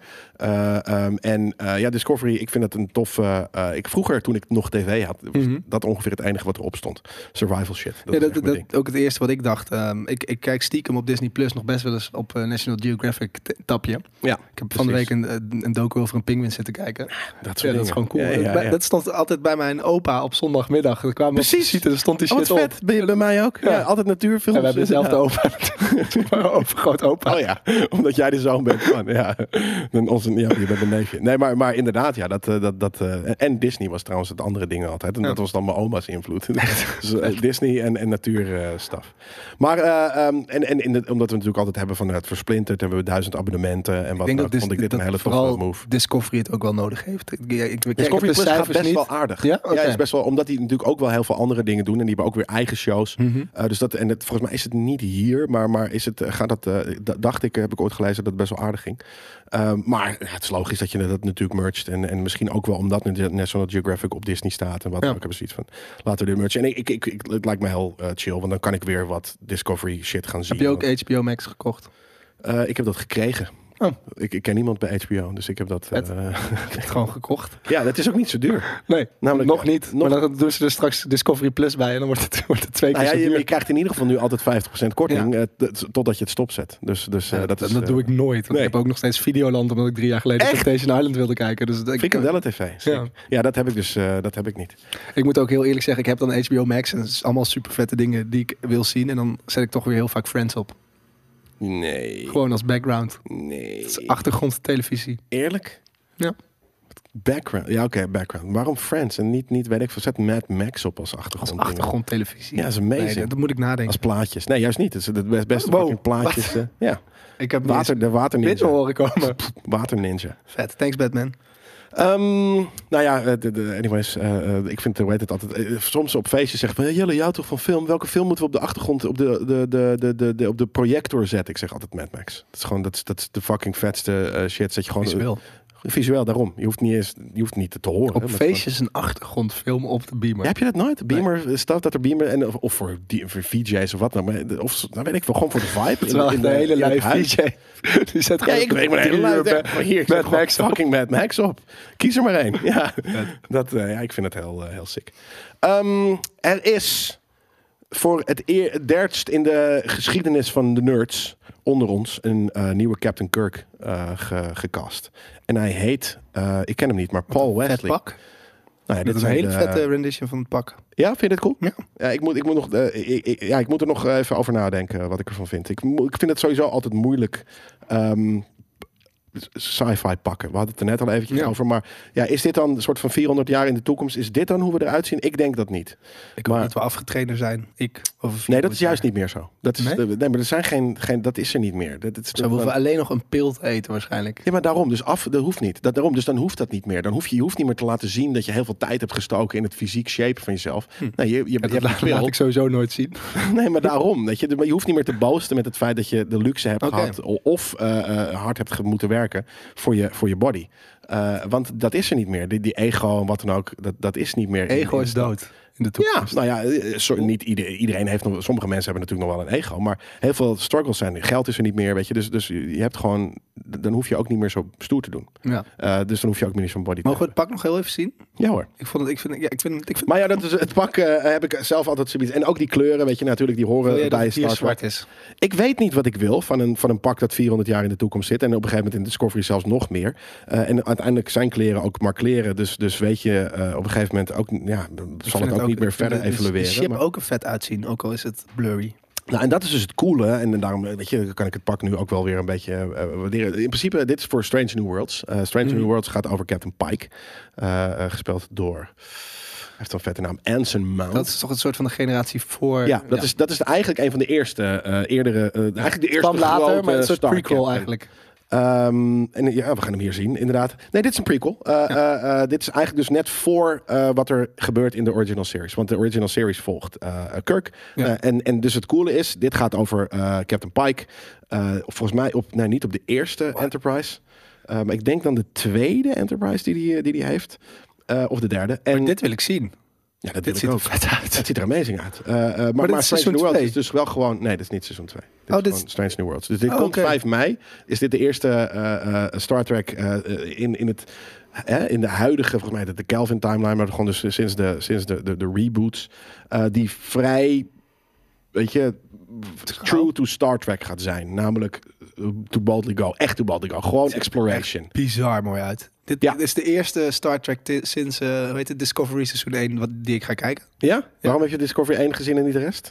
[SPEAKER 2] Discovery, ik vind het een tof... vroeger, toen ik nog tv had, was dat ongeveer het enige wat erop stond. Survival shit.
[SPEAKER 3] Dat ook het eerste wat ik dacht. Ik kijk stiekem op Disney Plus nog best wel eens op National Geographic tapje. Ja, ik heb van de week een docu over een pinguïn zitten kijken. Dat is gewoon cool. Ja. Dat stond altijd bij mijn opa op zondagmiddag. Er kwamen
[SPEAKER 2] precies.
[SPEAKER 3] Er stond die shit op.
[SPEAKER 2] Vet. Bij mij ook. Ja, altijd natuurfilms.
[SPEAKER 3] We hebben dezelfde opa. Overgroot opa.
[SPEAKER 2] Oh ja, omdat jij de zoon bent van. Ja, je bent een neefje. Nee, maar inderdaad, ja. En Disney was trouwens het andere ding altijd. En dat was dan mijn oma's invloed. Dus, Disney en natuurstaf. Maar omdat we natuurlijk altijd hebben van het versplinterd, hebben we 1000 abonnementen en wat. Vond ik dit een hele toffe move.
[SPEAKER 3] Discovery het ook wel nodig heeft.
[SPEAKER 2] Discovery Plus gaat best wel aardig. Ja, okay. Is best wel, omdat die natuurlijk ook wel heel veel andere dingen doen en die hebben ook weer eigen shows. Dus volgens mij is het niet hier, maar is het dacht ik, heb ik ooit gelezen dat het best wel aardig ging. Maar het is logisch dat je dat natuurlijk mergt en misschien ook wel omdat National Geographic op Disney staat en wat ook hebben zoiets van laten we dit mergen. En het lijkt me heel chill, want dan kan ik weer wat Discovery shit gaan zien.
[SPEAKER 3] Heb je ook HBO Max gekocht?
[SPEAKER 2] Ik heb dat gekregen. Oh. Ik ken niemand bij HBO, dus ik heb dat...
[SPEAKER 3] Ik heb het gewoon gekocht.
[SPEAKER 2] Ja, dat is ook niet zo duur.
[SPEAKER 3] Nee, namelijk nog niet. Maar dan doen ze er straks Discovery Plus bij en dan wordt het 2 keer zo duur.
[SPEAKER 2] Je krijgt in ieder geval nu altijd 50% korting, totdat je het stopzet. Dus
[SPEAKER 3] dat doe ik nooit. Want ik heb ook nog steeds Videoland, omdat ik 3 jaar geleden Temptation Island wilde kijken. Dus
[SPEAKER 2] Frikandellen TV. Ja, dat heb ik dus dat heb ik niet.
[SPEAKER 3] Ik moet ook heel eerlijk zeggen, ik heb dan HBO Max en het is allemaal super vette dingen die ik wil zien. En dan zet ik toch weer heel vaak Friends op.
[SPEAKER 2] Nee.
[SPEAKER 3] Gewoon als background.
[SPEAKER 2] Nee.
[SPEAKER 3] Het is achtergrondtelevisie.
[SPEAKER 2] Eerlijk?
[SPEAKER 3] Ja.
[SPEAKER 2] Background. Ja, oké, background. Waarom Friends en niet weet ik veel. Zet Mad Max op als achtergrond.
[SPEAKER 3] Als achtergrondtelevisie.
[SPEAKER 2] Ja, dat is amazing.
[SPEAKER 3] Nee, dat moet ik nadenken.
[SPEAKER 2] Als plaatjes. Nee, juist niet. Het is het beste fucking plaatjes. Ja.
[SPEAKER 3] Ik heb
[SPEAKER 2] de water ninja.
[SPEAKER 3] horen komen.
[SPEAKER 2] Water ninja.
[SPEAKER 3] Vet. Thanks, Batman.
[SPEAKER 2] Anyways, ik vind het altijd. Soms op feestjes zeggen van Jelle, jou toch van film? Welke film moeten we op de achtergrond op de projector zetten? Ik zeg altijd Mad Max. Dat is gewoon dat is de fucking vetste shit. Zet je gewoon visueel, daarom. Je hoeft niet te horen.
[SPEAKER 3] Op feestjes een achtergrondfilm op de beamer.
[SPEAKER 2] Ja, heb je dat nooit? De beamer staat dat er beamer of voor VJ's of wat nou, of nou weet ik wel, gewoon voor de vibe.
[SPEAKER 3] Terwijl een hele lui VJ. Die zet gewoon
[SPEAKER 2] ik weet maar een hele lui. Maar hier, Mad Max fucking Mad Max op. Kies er maar één. Ja, ik vind het heel sick. Er is voor het derdst in de geschiedenis van de nerds onder ons een nieuwe Captain Kirk gecast. En hij heet, ik ken hem niet, maar Paul Wesley.
[SPEAKER 3] Pak. Nou, dit is een hele vette rendition van het pak.
[SPEAKER 2] Ja, vind je dit cool? Ja, ik moet er nog even over nadenken wat ik ervan vind. Ik vind het sowieso altijd moeilijk sci-fi pakken. We hadden het er net al eventjes over. Maar ja, is dit dan een soort van 400 jaar in de toekomst? Is dit dan hoe we eruit zien? Ik denk dat niet.
[SPEAKER 3] Ik hoop dat we afgetrainder zijn.
[SPEAKER 2] Nee, dat is juist niet meer zo. Dat is, nee, maar er zijn geen dat is er niet meer.
[SPEAKER 3] Zo hoeven we alleen nog een pil te eten waarschijnlijk.
[SPEAKER 2] Ja, maar daarom. Dus dat hoeft niet. Dus dan hoeft dat niet meer. Je hoeft niet meer te laten zien dat je heel veel tijd hebt gestoken in het fysiek shape van jezelf. Nee,
[SPEAKER 3] dat laat ik sowieso nooit zien.
[SPEAKER 2] Nee, maar daarom. Weet je hoeft niet meer te boosten met het feit dat je de luxe hebt gehad of hard hebt moeten werken voor je body. Want dat is er niet meer. Die ego en wat dan ook, dat is niet meer.
[SPEAKER 3] Ego is dood in de toekomst.
[SPEAKER 2] Ja, nou ja, niet iedereen heeft nog. Sommige mensen hebben natuurlijk nog wel een ego, maar heel veel struggles zijn. Geld is er niet meer, weet je. Dus je hebt gewoon. Dan hoef je ook niet meer zo stoer te doen. Ja. Dus dan hoef je ook niet zo'n body.
[SPEAKER 3] Mogen we het pak nog heel even zien?
[SPEAKER 2] Ja hoor.
[SPEAKER 3] Ik vind.
[SPEAKER 2] Maar ja, dat is het pak heb ik zelf altijd zoiets. En ook die kleuren, weet je, natuurlijk die horen bij Star Trek.
[SPEAKER 3] Zwart is.
[SPEAKER 2] Ik weet niet wat ik wil van een pak dat 400 jaar in de toekomst zit en op een gegeven moment in Discovery zelfs nog meer. En uiteindelijk zijn kleren ook maar kleren. Dus weet je, op een gegeven moment ook, zal het ook niet meer verder evalueren.
[SPEAKER 3] De ship ook er vet uitzien, ook al is het blurry.
[SPEAKER 2] Nou, en dat is dus het coole. En daarom, weet je, kan ik het pak nu ook wel weer een beetje waarderen. In principe, dit is voor Strange New Worlds. Strange New Worlds gaat over Captain Pike. Gespeeld door... Hij heeft een vette naam. Anson Mount.
[SPEAKER 3] Dat is toch een soort van de generatie voor...
[SPEAKER 2] Ja, dat is eigenlijk een van de eerste, eerdere... eigenlijk de eerste
[SPEAKER 3] later, maar een soort prequel eigenlijk.
[SPEAKER 2] En ja, we gaan hem hier zien, inderdaad. Nee, dit is een prequel. Dit is eigenlijk dus net voor wat er gebeurt in de original series. Want de original series volgt Kirk. Ja. En dus het coole is, dit gaat over Captain Pike. Volgens mij niet op de eerste Enterprise. Maar ik denk dan de tweede Enterprise die hij heeft. Of de derde.
[SPEAKER 3] Maar dit wil ik zien.
[SPEAKER 2] Ja, dit ziet er vet uit. Het ziet er amazing uit. Maar Strange New Worlds is dus wel gewoon... Nee, dit is niet seizoen 2. Dit is Strange New Worlds. Dus dit komt 5 mei. Is dit de eerste Star Trek in de huidige, volgens mij de Kelvin timeline, maar gewoon dus sinds de reboots. Die vrij, weet je, true to Star Trek gaat zijn. Namelijk to boldly go. Echt to boldly go. Gewoon exploration.
[SPEAKER 3] Bizar mooi uit. Dit is de eerste Star Trek sinds Discovery seizoen 1 die ik ga kijken.
[SPEAKER 2] Ja? Waarom heb je Discovery 1 gezien en niet de rest?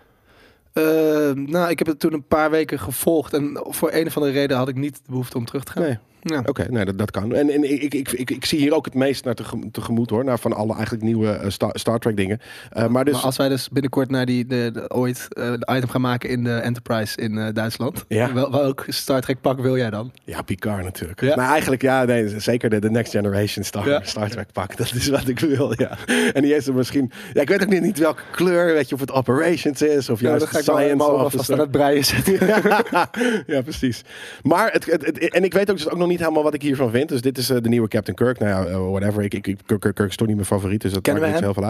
[SPEAKER 3] Nou, ik heb het toen een paar weken gevolgd. En voor een of andere reden had ik niet de behoefte om terug te gaan.
[SPEAKER 2] Nee. Ja. Oké, nee, dat kan. En ik zie hier ook het meest naar tegemoet hoor. Naar van alle eigenlijk nieuwe Star Trek dingen. Maar als
[SPEAKER 3] wij dus binnenkort naar de item gaan maken in de Enterprise in Duitsland. Ja. Welk Star Trek pak wil jij dan?
[SPEAKER 2] Ja, Picard natuurlijk. Ja? Maar eigenlijk, zeker de Next Generation Star Trek pak. Dat is wat ik wil, ja. En die heeft er misschien... Ja, ik weet ook niet welke kleur, weet je, of het Operations is. Of juist Science Officer.
[SPEAKER 3] Aan het breien zitten.
[SPEAKER 2] Ja, precies. Maar en ik weet ook dus ook nog niet helemaal wat ik hiervan vind. Dus dit is de nieuwe Captain Kirk. Nou ja, whatever. Kirk is toch niet mijn favoriet, dus dat maakt niet heel veel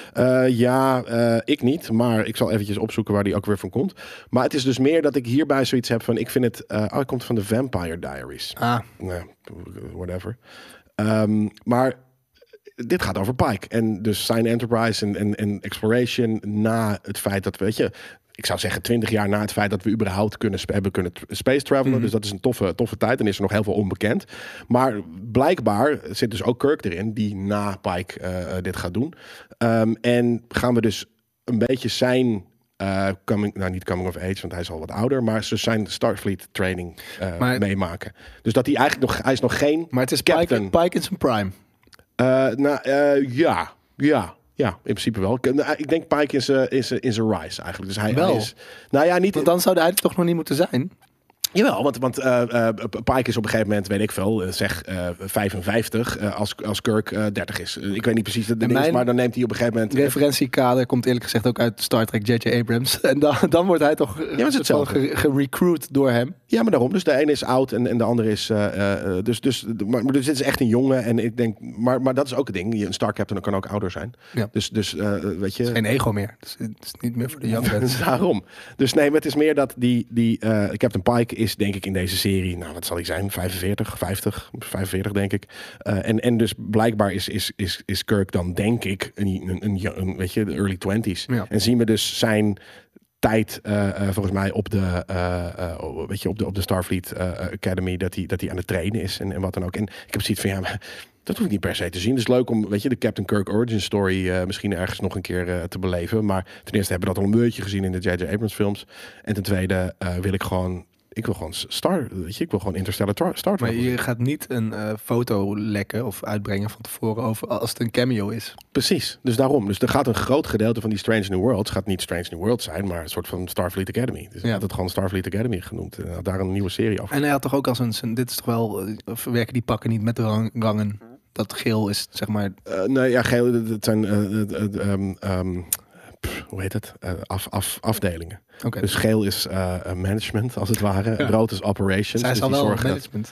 [SPEAKER 2] uit. Ik niet. Maar ik zal eventjes opzoeken waar die ook weer van komt. Maar het is dus meer dat ik hierbij zoiets heb van... Ik vind het... het komt van de Vampire Diaries. Whatever. Maar... Dit gaat over Pike. En dus zijn Enterprise en exploration na het feit dat, weet je... Ik zou zeggen 20 jaar na het feit dat we überhaupt hebben kunnen space travelen. Dus dat is een toffe tijd. En is er nog heel veel onbekend. Maar blijkbaar zit dus ook Kirk erin die na Pike dit gaat doen. En gaan we dus een beetje zijn... niet coming of age, want hij is al wat ouder. Maar ze zijn Starfleet training meemaken. Dus dat hij eigenlijk nog... Hij is nog geen
[SPEAKER 3] Maar het is
[SPEAKER 2] captain.
[SPEAKER 3] Pike in zijn prime.
[SPEAKER 2] Ja, in principe wel. Ik denk Pike in zijn rise eigenlijk. Dus hij is... niet...
[SPEAKER 3] Want dan zou hij toch nog niet moeten zijn?
[SPEAKER 2] Jawel, want Pike is op een gegeven moment, weet ik veel, 55 als Kirk 30 is. Ik weet niet precies de ding, maar dan neemt hij op een gegeven moment...
[SPEAKER 3] referentiekader komt eerlijk gezegd ook uit Star Trek J.J. Abrams. En dan wordt hij toch gerecruit door hem.
[SPEAKER 2] Ja, maar daarom. Dus de ene is oud en de andere is... Dus dit is echt een jongen. En ik denk... Maar dat is ook het ding. Een Star Captain kan ook ouder zijn. Ja. Dus weet je...
[SPEAKER 3] Het is geen ego meer. Dus het is niet meer voor de young mensen.
[SPEAKER 2] Daarom. Dus nee, maar het is meer dat die Captain Pike is denk ik in deze serie, nou wat zal hij zijn, 45 denk ik. En dus blijkbaar is Kirk dan denk ik een weet je, de early 20s. Ja. En zien we dus zijn tijd volgens mij op de Starfleet Academy dat hij aan het trainen is en wat dan ook. En ik heb zoiets van dat hoef ik niet per se te zien. Het is leuk om, weet je, de Captain Kirk origin story misschien ergens nog een keer te beleven. Maar ten eerste hebben we dat al een beetje gezien in de J.J. Abrams films. En ten tweede wil ik gewoon... Ik wil gewoon ik wil gewoon Interstellar Star Trek.
[SPEAKER 3] Maar je gaat niet een foto lekken of uitbrengen van tevoren over als het een cameo is.
[SPEAKER 2] Precies, dus daarom. Dus er gaat een groot gedeelte van die Strange New Worlds, gaat niet Strange New World zijn, maar een soort van Starfleet Academy. Dus hij had het gewoon Starfleet Academy genoemd. En daar een nieuwe serie over.
[SPEAKER 3] En hij had toch ook als dit is toch wel, verwerken die pakken niet met de rangen. Dat geel is, zeg maar.
[SPEAKER 2] Nee, ja, geel, het zijn hoe heet het? Afdelingen.
[SPEAKER 3] Okay.
[SPEAKER 2] Dus geel is management, als het ware. Ja. Rood is operations.
[SPEAKER 3] Zij is
[SPEAKER 2] dus
[SPEAKER 3] al wel management.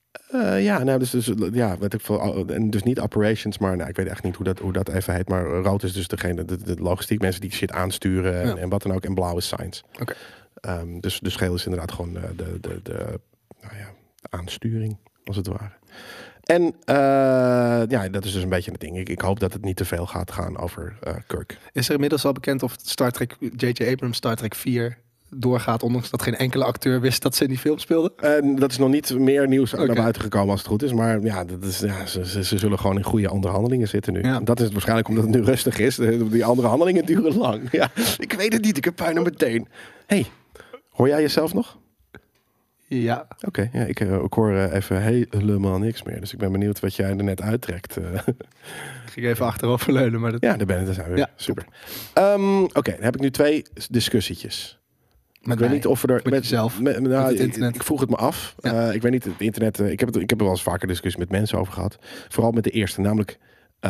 [SPEAKER 2] Weet ik veel. En dus niet operations, maar ik weet echt niet hoe dat even heet. Maar rood is dus degene, de logistiek, mensen die shit aansturen en wat dan ook. En blauw is science.
[SPEAKER 3] Okay.
[SPEAKER 2] Dus geel is inderdaad gewoon de aansturing, als het ware. En dat is dus een beetje het ding. Ik hoop dat het niet te veel gaat gaan over Kirk.
[SPEAKER 3] Is er inmiddels al bekend of Star Trek, J.J. Abrams Star Trek 4 doorgaat, ondanks dat geen enkele acteur wist dat ze in die film speelden?
[SPEAKER 2] Dat is nog niet meer nieuws naar buiten gekomen als het goed is. Maar ze zullen gewoon in goede onderhandelingen zitten nu. Ja. Dat is het waarschijnlijk omdat het nu rustig is. Die onderhandelingen duren lang. Ja, ik weet het niet. Ik heb pijn aan meteen. Hey, hoor jij jezelf nog?
[SPEAKER 3] Ja.
[SPEAKER 2] Oké, ja, ik hoor even helemaal niks meer. Dus ik ben benieuwd wat jij er net uittrekt.
[SPEAKER 3] Ik ging even achterover leunen. Maar dat...
[SPEAKER 2] Ja, daar ben ik. Daar zijn we. Ja, super. Oké, dan heb ik nu 2 discussietjes.
[SPEAKER 3] Ik weet niet of we er met
[SPEAKER 2] jezelf. Met het internet. Ik vroeg het me af. Ja. Ik weet niet, het internet. Ik heb er wel eens vaker discussies met mensen over gehad. Vooral met de eerste, namelijk.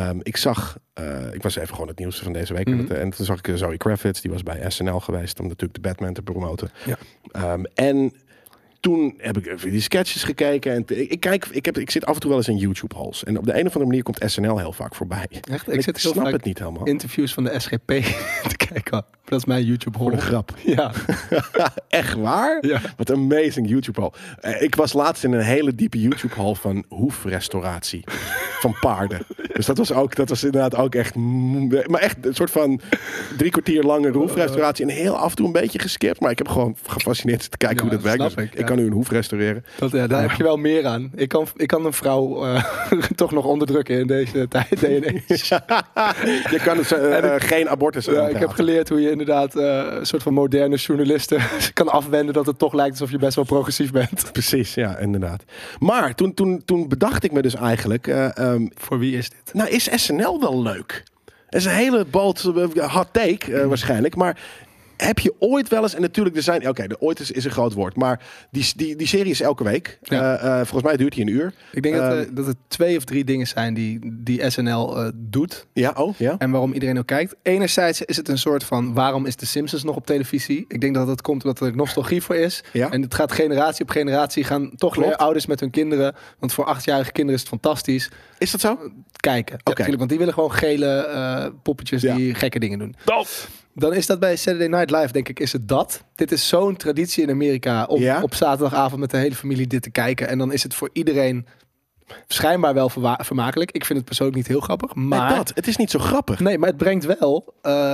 [SPEAKER 2] Ik was even gewoon het nieuws van deze week. En toen zag ik Zoe Kravitz, die was bij SNL geweest om natuurlijk de Batman te promoten. Ja. En toen heb ik even die sketches gekeken. En ik zit af en toe wel eens in YouTube-holes. En op de een of andere manier komt SNL heel vaak voorbij.
[SPEAKER 3] Echt? Ik
[SPEAKER 2] snap het niet helemaal.
[SPEAKER 3] Interviews van de SGP te kijken. Dat is mijn YouTube-hole.
[SPEAKER 2] Voor de grap.
[SPEAKER 3] Ja.
[SPEAKER 2] Echt waar?
[SPEAKER 3] Ja.
[SPEAKER 2] Wat een amazing YouTube-hole. Ik was laatst in een hele diepe YouTube-hole van hoefrestauratie. Van paarden. Dus dat was inderdaad ook echt... Maar echt een soort van 3 kwartier lange hoefrestauratie. En heel af en toe een beetje geskipt. Maar ik heb gewoon gefascineerd te kijken hoe dat werkt. Ik kan nu een hoef restaureren.
[SPEAKER 3] Daar heb je wel meer aan. Ik kan een vrouw toch nog onderdrukken in deze tijd.
[SPEAKER 2] Je kan geen abortus
[SPEAKER 3] ik heb geleerd hoe je inderdaad een soort van moderne journalisten kan afwenden dat het toch lijkt alsof je best wel progressief bent.
[SPEAKER 2] Precies, ja, inderdaad. Maar toen bedacht ik me dus eigenlijk...
[SPEAKER 3] voor wie is dit?
[SPEAKER 2] Nou, is SNL wel leuk? Dat is een hele bold hot take waarschijnlijk, maar... Heb je ooit wel eens, en natuurlijk er zijn, ooit is een groot woord, maar die serie is elke week. Ja. Volgens mij duurt die een uur.
[SPEAKER 3] Ik denk dat er 2 of 3 dingen zijn die SNL doet.
[SPEAKER 2] Ja, ja.
[SPEAKER 3] En waarom iedereen ook kijkt. Enerzijds is het een soort van, waarom is de Simpsons nog op televisie? Ik denk dat dat komt omdat er nostalgie voor is. Ja. En het gaat generatie op generatie, gaan toch weer ouders met hun kinderen. Want voor 8-jarige kinderen is het fantastisch.
[SPEAKER 2] Is dat zo?
[SPEAKER 3] Kijken. Ja, natuurlijk, want die willen gewoon gele poppetjes die gekke dingen doen. Dan is dat bij Saturday Night Live, denk ik, is het dat. Dit is zo'n traditie in Amerika om op zaterdagavond met de hele familie dit te kijken. En dan is het voor iedereen schijnbaar wel vermakelijk. Ik vind het persoonlijk niet heel grappig. Maar
[SPEAKER 2] het is niet zo grappig.
[SPEAKER 3] Nee, maar het brengt wel...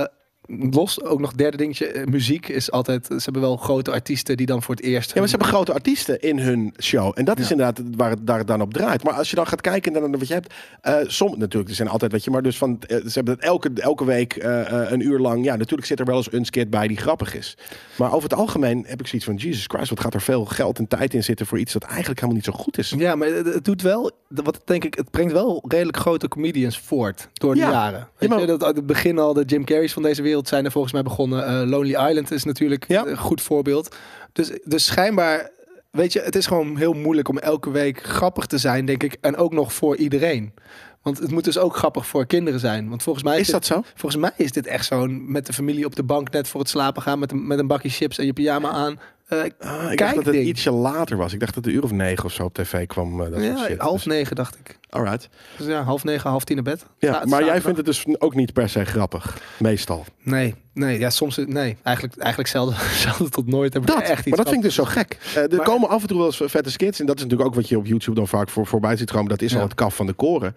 [SPEAKER 3] los, ook nog derde dingetje, muziek is altijd... Ze hebben wel grote artiesten die dan voor het eerst...
[SPEAKER 2] Ja, maar ze hebben grote artiesten in hun show. En dat is inderdaad waar het dan op draait. Maar als je dan gaat kijken naar wat je hebt... natuurlijk, er zijn altijd, maar dus van... ze hebben het elke week een uur lang... Ja, natuurlijk zit er wel eens een skit bij die grappig is. Maar over het algemeen heb ik zoiets van... Jesus Christ, wat gaat er veel geld en tijd in zitten... voor iets dat eigenlijk helemaal niet zo goed is.
[SPEAKER 3] Ja, maar het doet wel... het brengt wel redelijk grote comedians voort door de jaren. Weet je, dat uit het begin al de Jim Carrey's van deze wereld zijn er volgens mij begonnen. Lonely Island is natuurlijk een goed voorbeeld. Dus schijnbaar, weet je, het is gewoon heel moeilijk om elke week grappig te zijn, denk ik. En ook nog voor iedereen. Want het moet dus ook grappig voor kinderen zijn. Want volgens mij
[SPEAKER 2] is dat zo?
[SPEAKER 3] Volgens mij is dit echt zo'n met de familie op de bank net voor het slapen gaan met een bakje chips en je pyjama aan.
[SPEAKER 2] Ik dacht dat het ietsje later was. Ik dacht dat het 1:00 of zo op tv kwam.
[SPEAKER 3] 8:30 dacht ik.
[SPEAKER 2] Alright.
[SPEAKER 3] Dus 8:30, 9:30 naar bed.
[SPEAKER 2] Ja, maar jij vindt het dus ook niet per se grappig, meestal?
[SPEAKER 3] Nee, ja, soms nee. Eigenlijk zelden tot nooit. Heb ik echt iets
[SPEAKER 2] maar dat vind ik dus zo gek. Er komen af en toe wel eens vette skits. En dat is natuurlijk ook wat je op YouTube dan vaak voorbij ziet komen. Dat is al het kaf van de koren.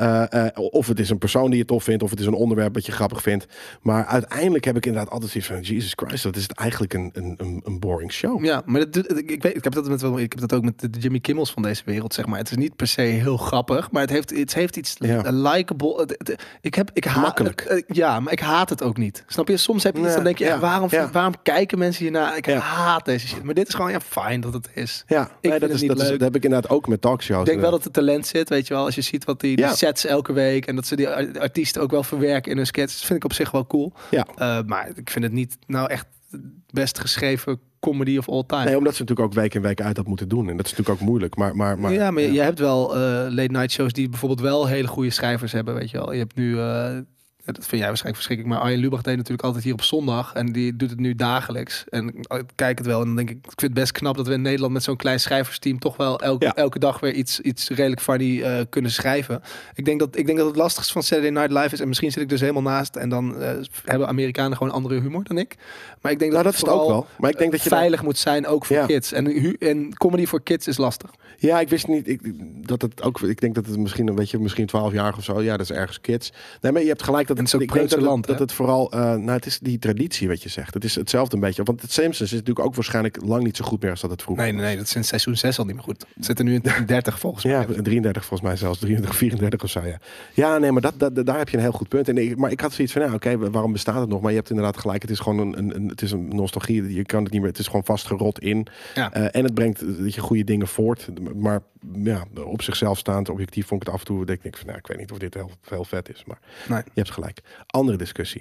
[SPEAKER 2] Of het is een persoon die je tof vindt. Of het is een onderwerp dat je grappig vindt. Maar uiteindelijk heb ik inderdaad altijd zoiets van... Jesus Christ, dat is eigenlijk een boring show.
[SPEAKER 3] Ja, maar ik heb dat ook met de Jimmy Kimmels van deze wereld, zeg maar. Het is niet per se heel grappig, maar het heeft iets likable. Ik haat
[SPEAKER 2] makkelijk.
[SPEAKER 3] Maar ik haat het ook niet. Snap je? Soms heb je iets, dan denk je, waarom kijken mensen hiernaar? Ik haat deze shit. Maar dit is gewoon fijn dat het is.
[SPEAKER 2] Ja, dat heb ik inderdaad ook met talkshows.
[SPEAKER 3] Ik denk wel dat het talent zit, weet je wel. Als je ziet wat die sets elke week en dat ze die artiesten ook wel verwerken in hun sketches. Dat vind ik op zich wel cool. Ja. Maar ik vind het niet nou echt het best geschreven comedy of all time. Nee,
[SPEAKER 2] omdat ze natuurlijk ook week in week uit dat moeten doen. En dat is natuurlijk ook moeilijk. Maar
[SPEAKER 3] je hebt wel late night shows die bijvoorbeeld wel hele goede schrijvers hebben, weet je wel. Je hebt nu... dat vind jij waarschijnlijk verschrikkelijk. Maar Arjen Lubach deed natuurlijk altijd hier op zondag. En die doet het nu dagelijks. En ik kijk het wel. En dan denk ik vind het best knap dat we in Nederland met zo'n klein schrijversteam toch wel elke dag weer iets redelijk funny kunnen schrijven. Ik denk dat het lastigste van Saturday Night Live is. En misschien zit ik dus helemaal naast. En dan hebben Amerikanen gewoon andere humor dan ik. Maar ik denk dat
[SPEAKER 2] is het ook wel. Maar ik denk dat je
[SPEAKER 3] veilig moet zijn, ook voor kids. En comedy voor kids is lastig.
[SPEAKER 2] Ja, ik wist niet dat het ook. Ik denk dat het misschien 12 jaar of zo. Ja, dat is ergens kids. Nee, maar je hebt gelijk dat.
[SPEAKER 3] En ik denk
[SPEAKER 2] dat het vooral, het is die traditie wat je zegt. Het is hetzelfde een beetje. Want het Simpsons is natuurlijk ook waarschijnlijk lang niet zo goed meer als dat het vroeger was.
[SPEAKER 3] Nee, dat is sinds seizoen 6 al niet meer goed. Het zit er nu in 30 volgens mij.
[SPEAKER 2] Ja, 33 volgens mij zelfs. 33, 34 of zo, ja. Ja, nee, maar daar heb je een heel goed punt. Maar ik had zoiets van, oké, waarom bestaat het nog? Maar je hebt inderdaad gelijk. Het is gewoon een nostalgie. Je kan het niet meer. Het is gewoon vastgerot in. Ja. En het brengt goede dingen voort. Maar op zichzelf staand, objectief vond ik het af en toe. Denk ik van, ik weet niet of dit heel vet is. Maar je hebt gelijk. Andere discussie.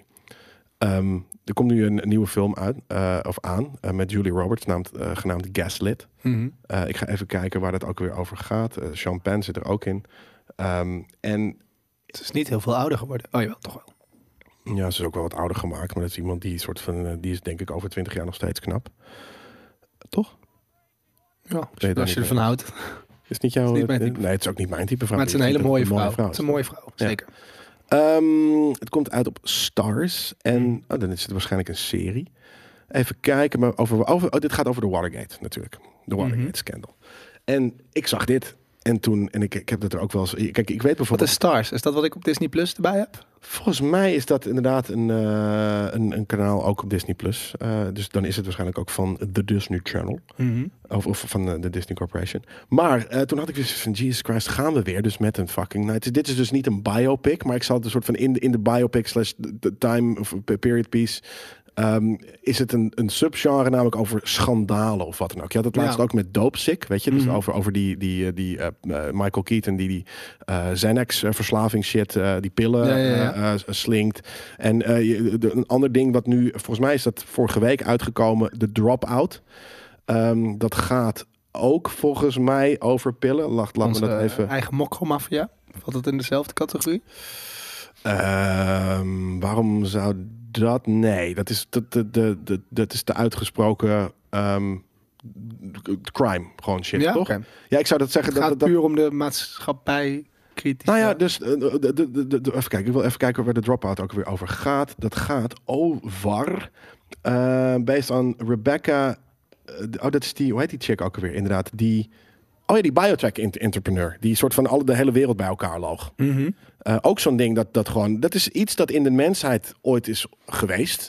[SPEAKER 2] Er komt nu een nieuwe film aan met Julia Roberts, genaamd Gaslit. Mm-hmm. Ik ga even kijken waar dat ook weer over gaat. Sean Penn zit er ook in. En
[SPEAKER 3] het is niet heel veel ouder geworden. Oh jawel, toch wel.
[SPEAKER 2] Ja, ze is ook wel wat ouder gemaakt, maar dat is iemand die die is denk ik over 20 jaar nog steeds knap. Toch?
[SPEAKER 3] Ja, als je ervan houdt.
[SPEAKER 2] Is niet jouw... Nee, het is ook niet mijn type vrouw.
[SPEAKER 3] Maar het is een hele mooie vrouw. Het is een mooie vrouw, zeker.
[SPEAKER 2] Het komt uit op Stars. En dan is het waarschijnlijk een serie. Even kijken. Maar dit gaat over de Watergate natuurlijk. De Watergate scandal. En ik zag dit. En ik heb dat er ook wel eens... Kijk, ik weet bijvoorbeeld...
[SPEAKER 3] Wat is Stars? Is dat wat ik op Disney Plus erbij heb?
[SPEAKER 2] Volgens mij is dat inderdaad een kanaal ook op Disney Plus. Dus dan is het waarschijnlijk ook van de Disney Channel. Mm-hmm. Of van de Disney Corporation. Maar toen had ik dus van Jesus Christ, gaan we weer dus met een fucking... dit is dus niet een biopic, maar ik zal het een soort van in de biopic / time of period piece... is het een subgenre, namelijk over schandalen of wat dan ook. Je had het laatst ook met Dopesick, weet je? Dus over die Michael Keaton die Xanax verslaving shit, die pillen slinkt. En een ander ding wat nu, volgens mij is dat vorige week uitgekomen, de Dropout. Dat gaat ook volgens mij over pillen. Laat me dat even...
[SPEAKER 3] eigen mokromafia? Valt het in dezelfde categorie?
[SPEAKER 2] Waarom zou dat? Nee, dat is de uitgesproken crime, gewoon shit, toch? Okay. Ja, ik zou dat zeggen.
[SPEAKER 3] Het gaat puur om de maatschappij kritisch.
[SPEAKER 2] Nou ja, dus even kijken. Ik wil even kijken waar de Dropout ook weer over gaat. Dat gaat over based on Rebecca. Dat is die, hoe heet die chick ook weer? Inderdaad, die biotech-entrepreneur. Die soort van de hele wereld bij elkaar loog. Mm-hmm. Ook zo'n ding dat gewoon... Dat is iets dat in de mensheid ooit is geweest.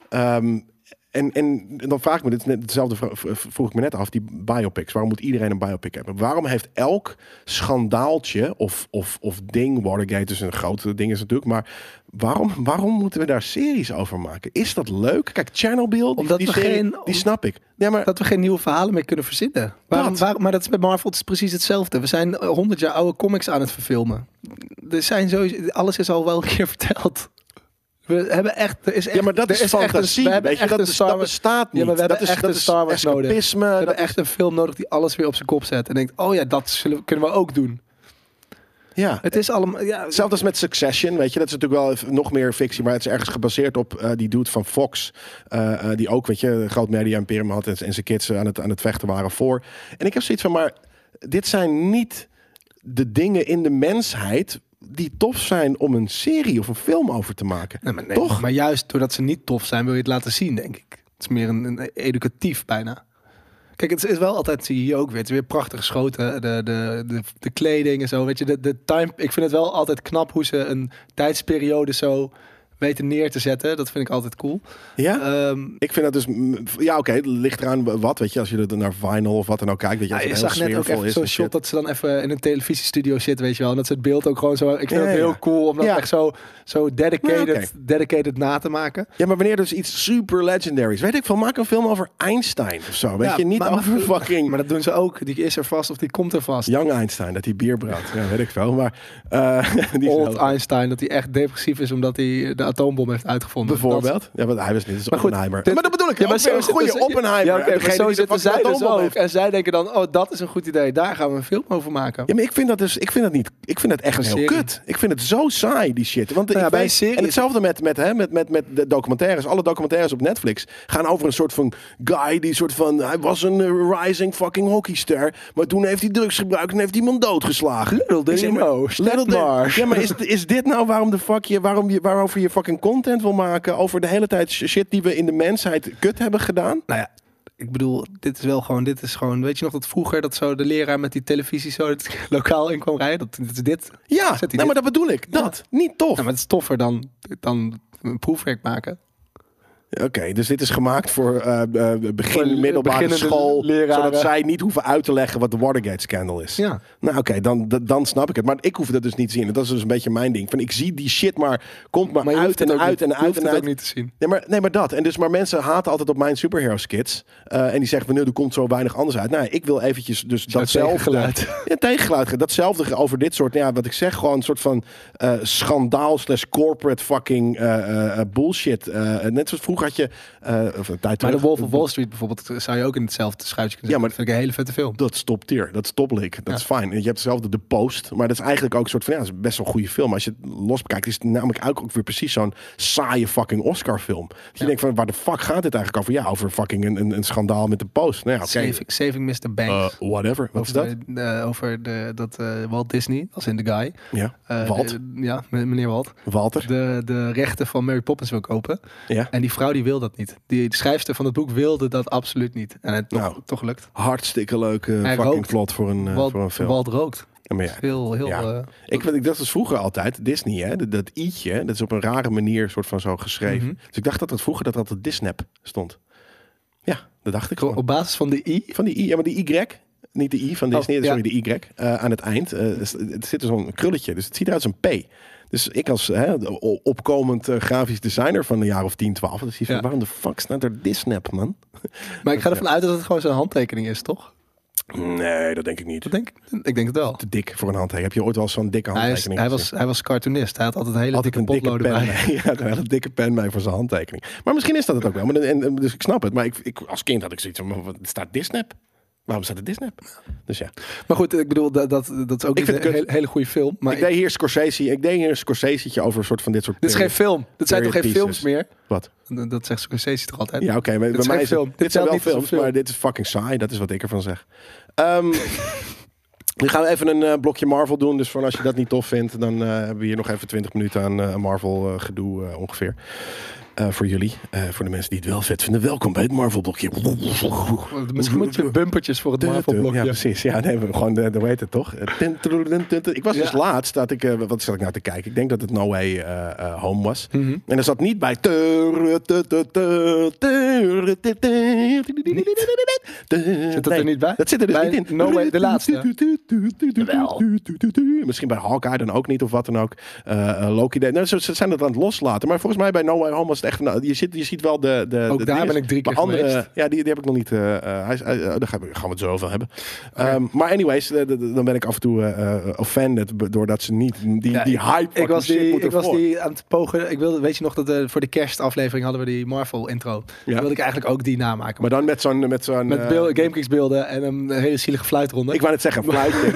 [SPEAKER 2] En dan vraag ik me, dit is net hetzelfde vroeg ik me net af, die biopics. Waarom moet iedereen een biopic hebben? Waarom heeft elk schandaaltje of ding, Watergate is een grote ding is natuurlijk, maar waarom moeten we daar series over maken? Is dat leuk? Kijk, Chernobyl, die snap ik. Ja, maar
[SPEAKER 3] dat we geen nieuwe verhalen meer kunnen verzinnen. Maar dat is bij Marvel precies hetzelfde. We zijn 100 jaar oude comics aan het verfilmen. Alles is al wel een keer verteld. We hebben echt...
[SPEAKER 2] maar dat is fantasie. Dat bestaat niet.
[SPEAKER 3] Ja, maar we hebben echt een Star Wars nodig. We hebben echt een film nodig die alles weer op zijn kop zet. En denkt, dat kunnen we ook doen.
[SPEAKER 2] Ja,
[SPEAKER 3] het is allemaal... Ja,
[SPEAKER 2] hetzelfde als met Succession, weet je. Dat is natuurlijk wel nog meer fictie, maar het is ergens gebaseerd op die dude van Fox. Die ook, weet je, een groot media-imperium had en zijn kids aan het vechten waren voor. En ik heb zoiets van, maar dit zijn niet de dingen in de mensheid die tof zijn om een serie of een film over te maken.
[SPEAKER 3] Nee, toch? Maar juist doordat ze niet tof zijn, wil je het laten zien, denk ik. Het is meer een educatief bijna. Kijk, het is wel altijd, zie je ook weer. Het is weer prachtig geschoten. De kleding en zo. Weet je, de time. Ik vind het wel altijd knap hoe ze een tijdsperiode zo weten neer te zetten. Dat vind ik altijd cool.
[SPEAKER 2] Ja? Ik vind dat dus... Ja, oké, het ligt eraan wat, weet je. Als je er naar vinyl of wat dan ook kijkt. Weet je,
[SPEAKER 3] je zag net ook even zo'n shot dat ze dan even in een televisiestudio zit, weet je wel. En dat ze het beeld ook gewoon zo... Ik vind het heel cool om dat echt zo dedicated na te maken.
[SPEAKER 2] Ja, maar wanneer dus iets super legendaries... Weet ik veel, maak een film over Einstein of zo. Weet je, niet over fucking...
[SPEAKER 3] Maar dat doen ze ook. Die is er vast of die komt er vast.
[SPEAKER 2] Young Einstein, dat hij bier brandt. Ja, weet ik veel. Maar...
[SPEAKER 3] Old Einstein, dat hij echt depressief is omdat hij de atoombom heeft uitgevonden.
[SPEAKER 2] Bijvoorbeeld. Ja, want hij was niet. Dus Oppenheimer. Maar dat bedoel ik.
[SPEAKER 3] Ja, maar
[SPEAKER 2] een goede Oppenheimer.
[SPEAKER 3] Ja, maar zo zitten zij dus ook. En zij denken dan, dat is een goed idee. Daar gaan we een film over maken.
[SPEAKER 2] Ja, maar ik vind dat dus... Ik vind dat echt heel kut. Ik vind het zo saai, die shit. Want
[SPEAKER 3] bij series...
[SPEAKER 2] En hetzelfde met de documentaires. Alle documentaires op Netflix gaan over een soort van guy die soort van... Hij was een rising fucking hockeyster. Maar toen heeft hij drugs gebruikt en heeft iemand doodgeslagen.
[SPEAKER 3] Little did you know.
[SPEAKER 2] Ja, maar is dit nou waarover je fucking content wil maken? Over de hele tijd shit die we in de mensheid kut hebben gedaan?
[SPEAKER 3] Nou ja, ik bedoel, dit is gewoon, weet je nog dat vroeger dat zo de leraar met die televisie zo het lokaal in kwam rijden? Dat is dit.
[SPEAKER 2] Ja, maar dat bedoel ik. Dat. Niet tof.
[SPEAKER 3] Ja, maar het is toffer dan een proefwerk maken.
[SPEAKER 2] Oké, dus dit is gemaakt voor middelbare school, zodat zij niet hoeven uit te leggen wat de Watergate-scandal is.
[SPEAKER 3] Ja.
[SPEAKER 2] Nou oké, dan snap ik het. Maar ik hoef dat dus niet te zien. En dat is dus een beetje mijn ding. Van, ik zie die shit komt maar uit en uit. Je
[SPEAKER 3] hoeft het ook niet te zien.
[SPEAKER 2] Nee, maar dat. En maar mensen haten altijd op mijn superhero skits. En die zeggen van, er komt zo weinig anders uit. Nou, ik wil eventjes dus datzelfde... Tegengeluid. Datzelfde over dit soort, wat ik zeg, gewoon een soort van schandaal / corporate fucking bullshit. Net zoals vroeger had je...
[SPEAKER 3] maar de Wolf of Wall Street bijvoorbeeld zou je ook in hetzelfde schuitje kunnen zetten. Ja, maar dat vind ik een hele vette film.
[SPEAKER 2] Dat is top tier. Dat is top league. Dat is fijn. En je hebt hetzelfde The Post. Maar dat is eigenlijk ook een soort van... dat is best wel een goede film. Als je het los bekijkt, is het namelijk ook weer precies zo'n saaie fucking Oscar film. Dat je denkt van, waar de fuck gaat dit eigenlijk over? Ja, over fucking een schandaal met de Post. Nou ja,
[SPEAKER 3] Saving Mr. Banks.
[SPEAKER 2] Whatever. Wat is dat?
[SPEAKER 3] Over Walt Disney, als in de guy.
[SPEAKER 2] Ja, Walt.
[SPEAKER 3] Meneer Walt.
[SPEAKER 2] Walter.
[SPEAKER 3] De rechten van Mary Poppins wil kopen.
[SPEAKER 2] Ja.
[SPEAKER 3] En die vrouw die wil dat niet. Die schrijfster van het boek wilde dat absoluut niet. En het toch gelukt.
[SPEAKER 2] Hartstikke leuke fucking plot voor een film.
[SPEAKER 3] Walt rookt.
[SPEAKER 2] Ja, maar
[SPEAKER 3] heel.
[SPEAKER 2] Dat was vroeger altijd Disney, hè? Dat i'tje, dat is op een rare manier soort van zo geschreven.
[SPEAKER 3] Mm-hmm.
[SPEAKER 2] Dus ik dacht dat het vroeger dat altijd Disney stond. Ja, dat dacht ik gewoon.
[SPEAKER 3] Op basis van de i?
[SPEAKER 2] Van die i, ja, maar die y. Niet de i van Disney, sorry, de y. Aan het eind. Het zit er zo'n krulletje, dus het ziet eruit als een p. Dus ik als opkomend grafisch designer van een jaar of 10, 12... Dus van, waarom de fuck staat er Disney, man?
[SPEAKER 3] Maar ik ga ervan uit dat het gewoon zo'n handtekening is, toch?
[SPEAKER 2] Nee, dat denk ik niet.
[SPEAKER 3] Ik denk het wel.
[SPEAKER 2] Te dik voor een handtekening. Heb je ooit wel zo'n dikke handtekening
[SPEAKER 3] Hij was cartoonist. Hij had altijd een hele dikke potloden bij.
[SPEAKER 2] Hij had een hele dikke pen bij voor zijn handtekening. Maar misschien is dat het ook wel. Dus ik snap het. Maar ik als kind had ik zoiets van, wat staat Disney? Waarom staat het Disney? Dus ja.
[SPEAKER 3] Maar goed, ik bedoel, dat is ook een hele goede film. Maar
[SPEAKER 2] ik deed hier een Scorsese'tje over een soort van dit soort...
[SPEAKER 3] Dit is geen film. Dit zijn toch geen films meer?
[SPEAKER 2] Wat?
[SPEAKER 3] Dat zegt Scorsese toch altijd?
[SPEAKER 2] Ja, oké. Bij mij is film. Dit zijn wel films, maar dit is fucking saai. Dat is wat ik ervan zeg. Nu gaan we even een blokje Marvel doen. Dus als je dat niet tof vindt, dan hebben we hier nog even 20 minuten aan Marvel gedoe ongeveer. Voor jullie. Voor de mensen die het wel vet vinden. Welkom bij het Marvel blokje.
[SPEAKER 3] Misschien moet je bumpertjes voor het Marvel blokje.
[SPEAKER 2] Ja, precies. Ja, nee, gewoon, hoe heet het toch? Ik was dus laatst, wat zat ik nou te kijken? Ik denk dat het No Way Home was.
[SPEAKER 3] Mm-hmm.
[SPEAKER 2] En er zat niet bij...
[SPEAKER 3] Zit dat er niet bij?
[SPEAKER 2] Dat zit er dus niet in.
[SPEAKER 3] No Way, de laatste.
[SPEAKER 2] Misschien bij Hawkeye dan ook niet, of wat dan ook. Loki. Nou, ze zijn het aan het loslaten. Maar volgens mij bij No Way Home was het echt... je ziet wel de
[SPEAKER 3] ook daar ben ik 3 keer geweest.
[SPEAKER 2] Ja, die heb ik nog niet... daar gaan we het zo over hebben. Okay. Maar anyways, dan ben ik af en toe offended... doordat ze niet die hype
[SPEAKER 3] ik was die aan het pogen... weet je nog dat voor de kerstaflevering hadden we die Marvel intro. Ja. Dan wilde ik eigenlijk ook die namaken.
[SPEAKER 2] Maar dan met zo'n
[SPEAKER 3] GameKings beelden en een hele zielige fluitronde.
[SPEAKER 2] Ik wou net zeggen, fluitje.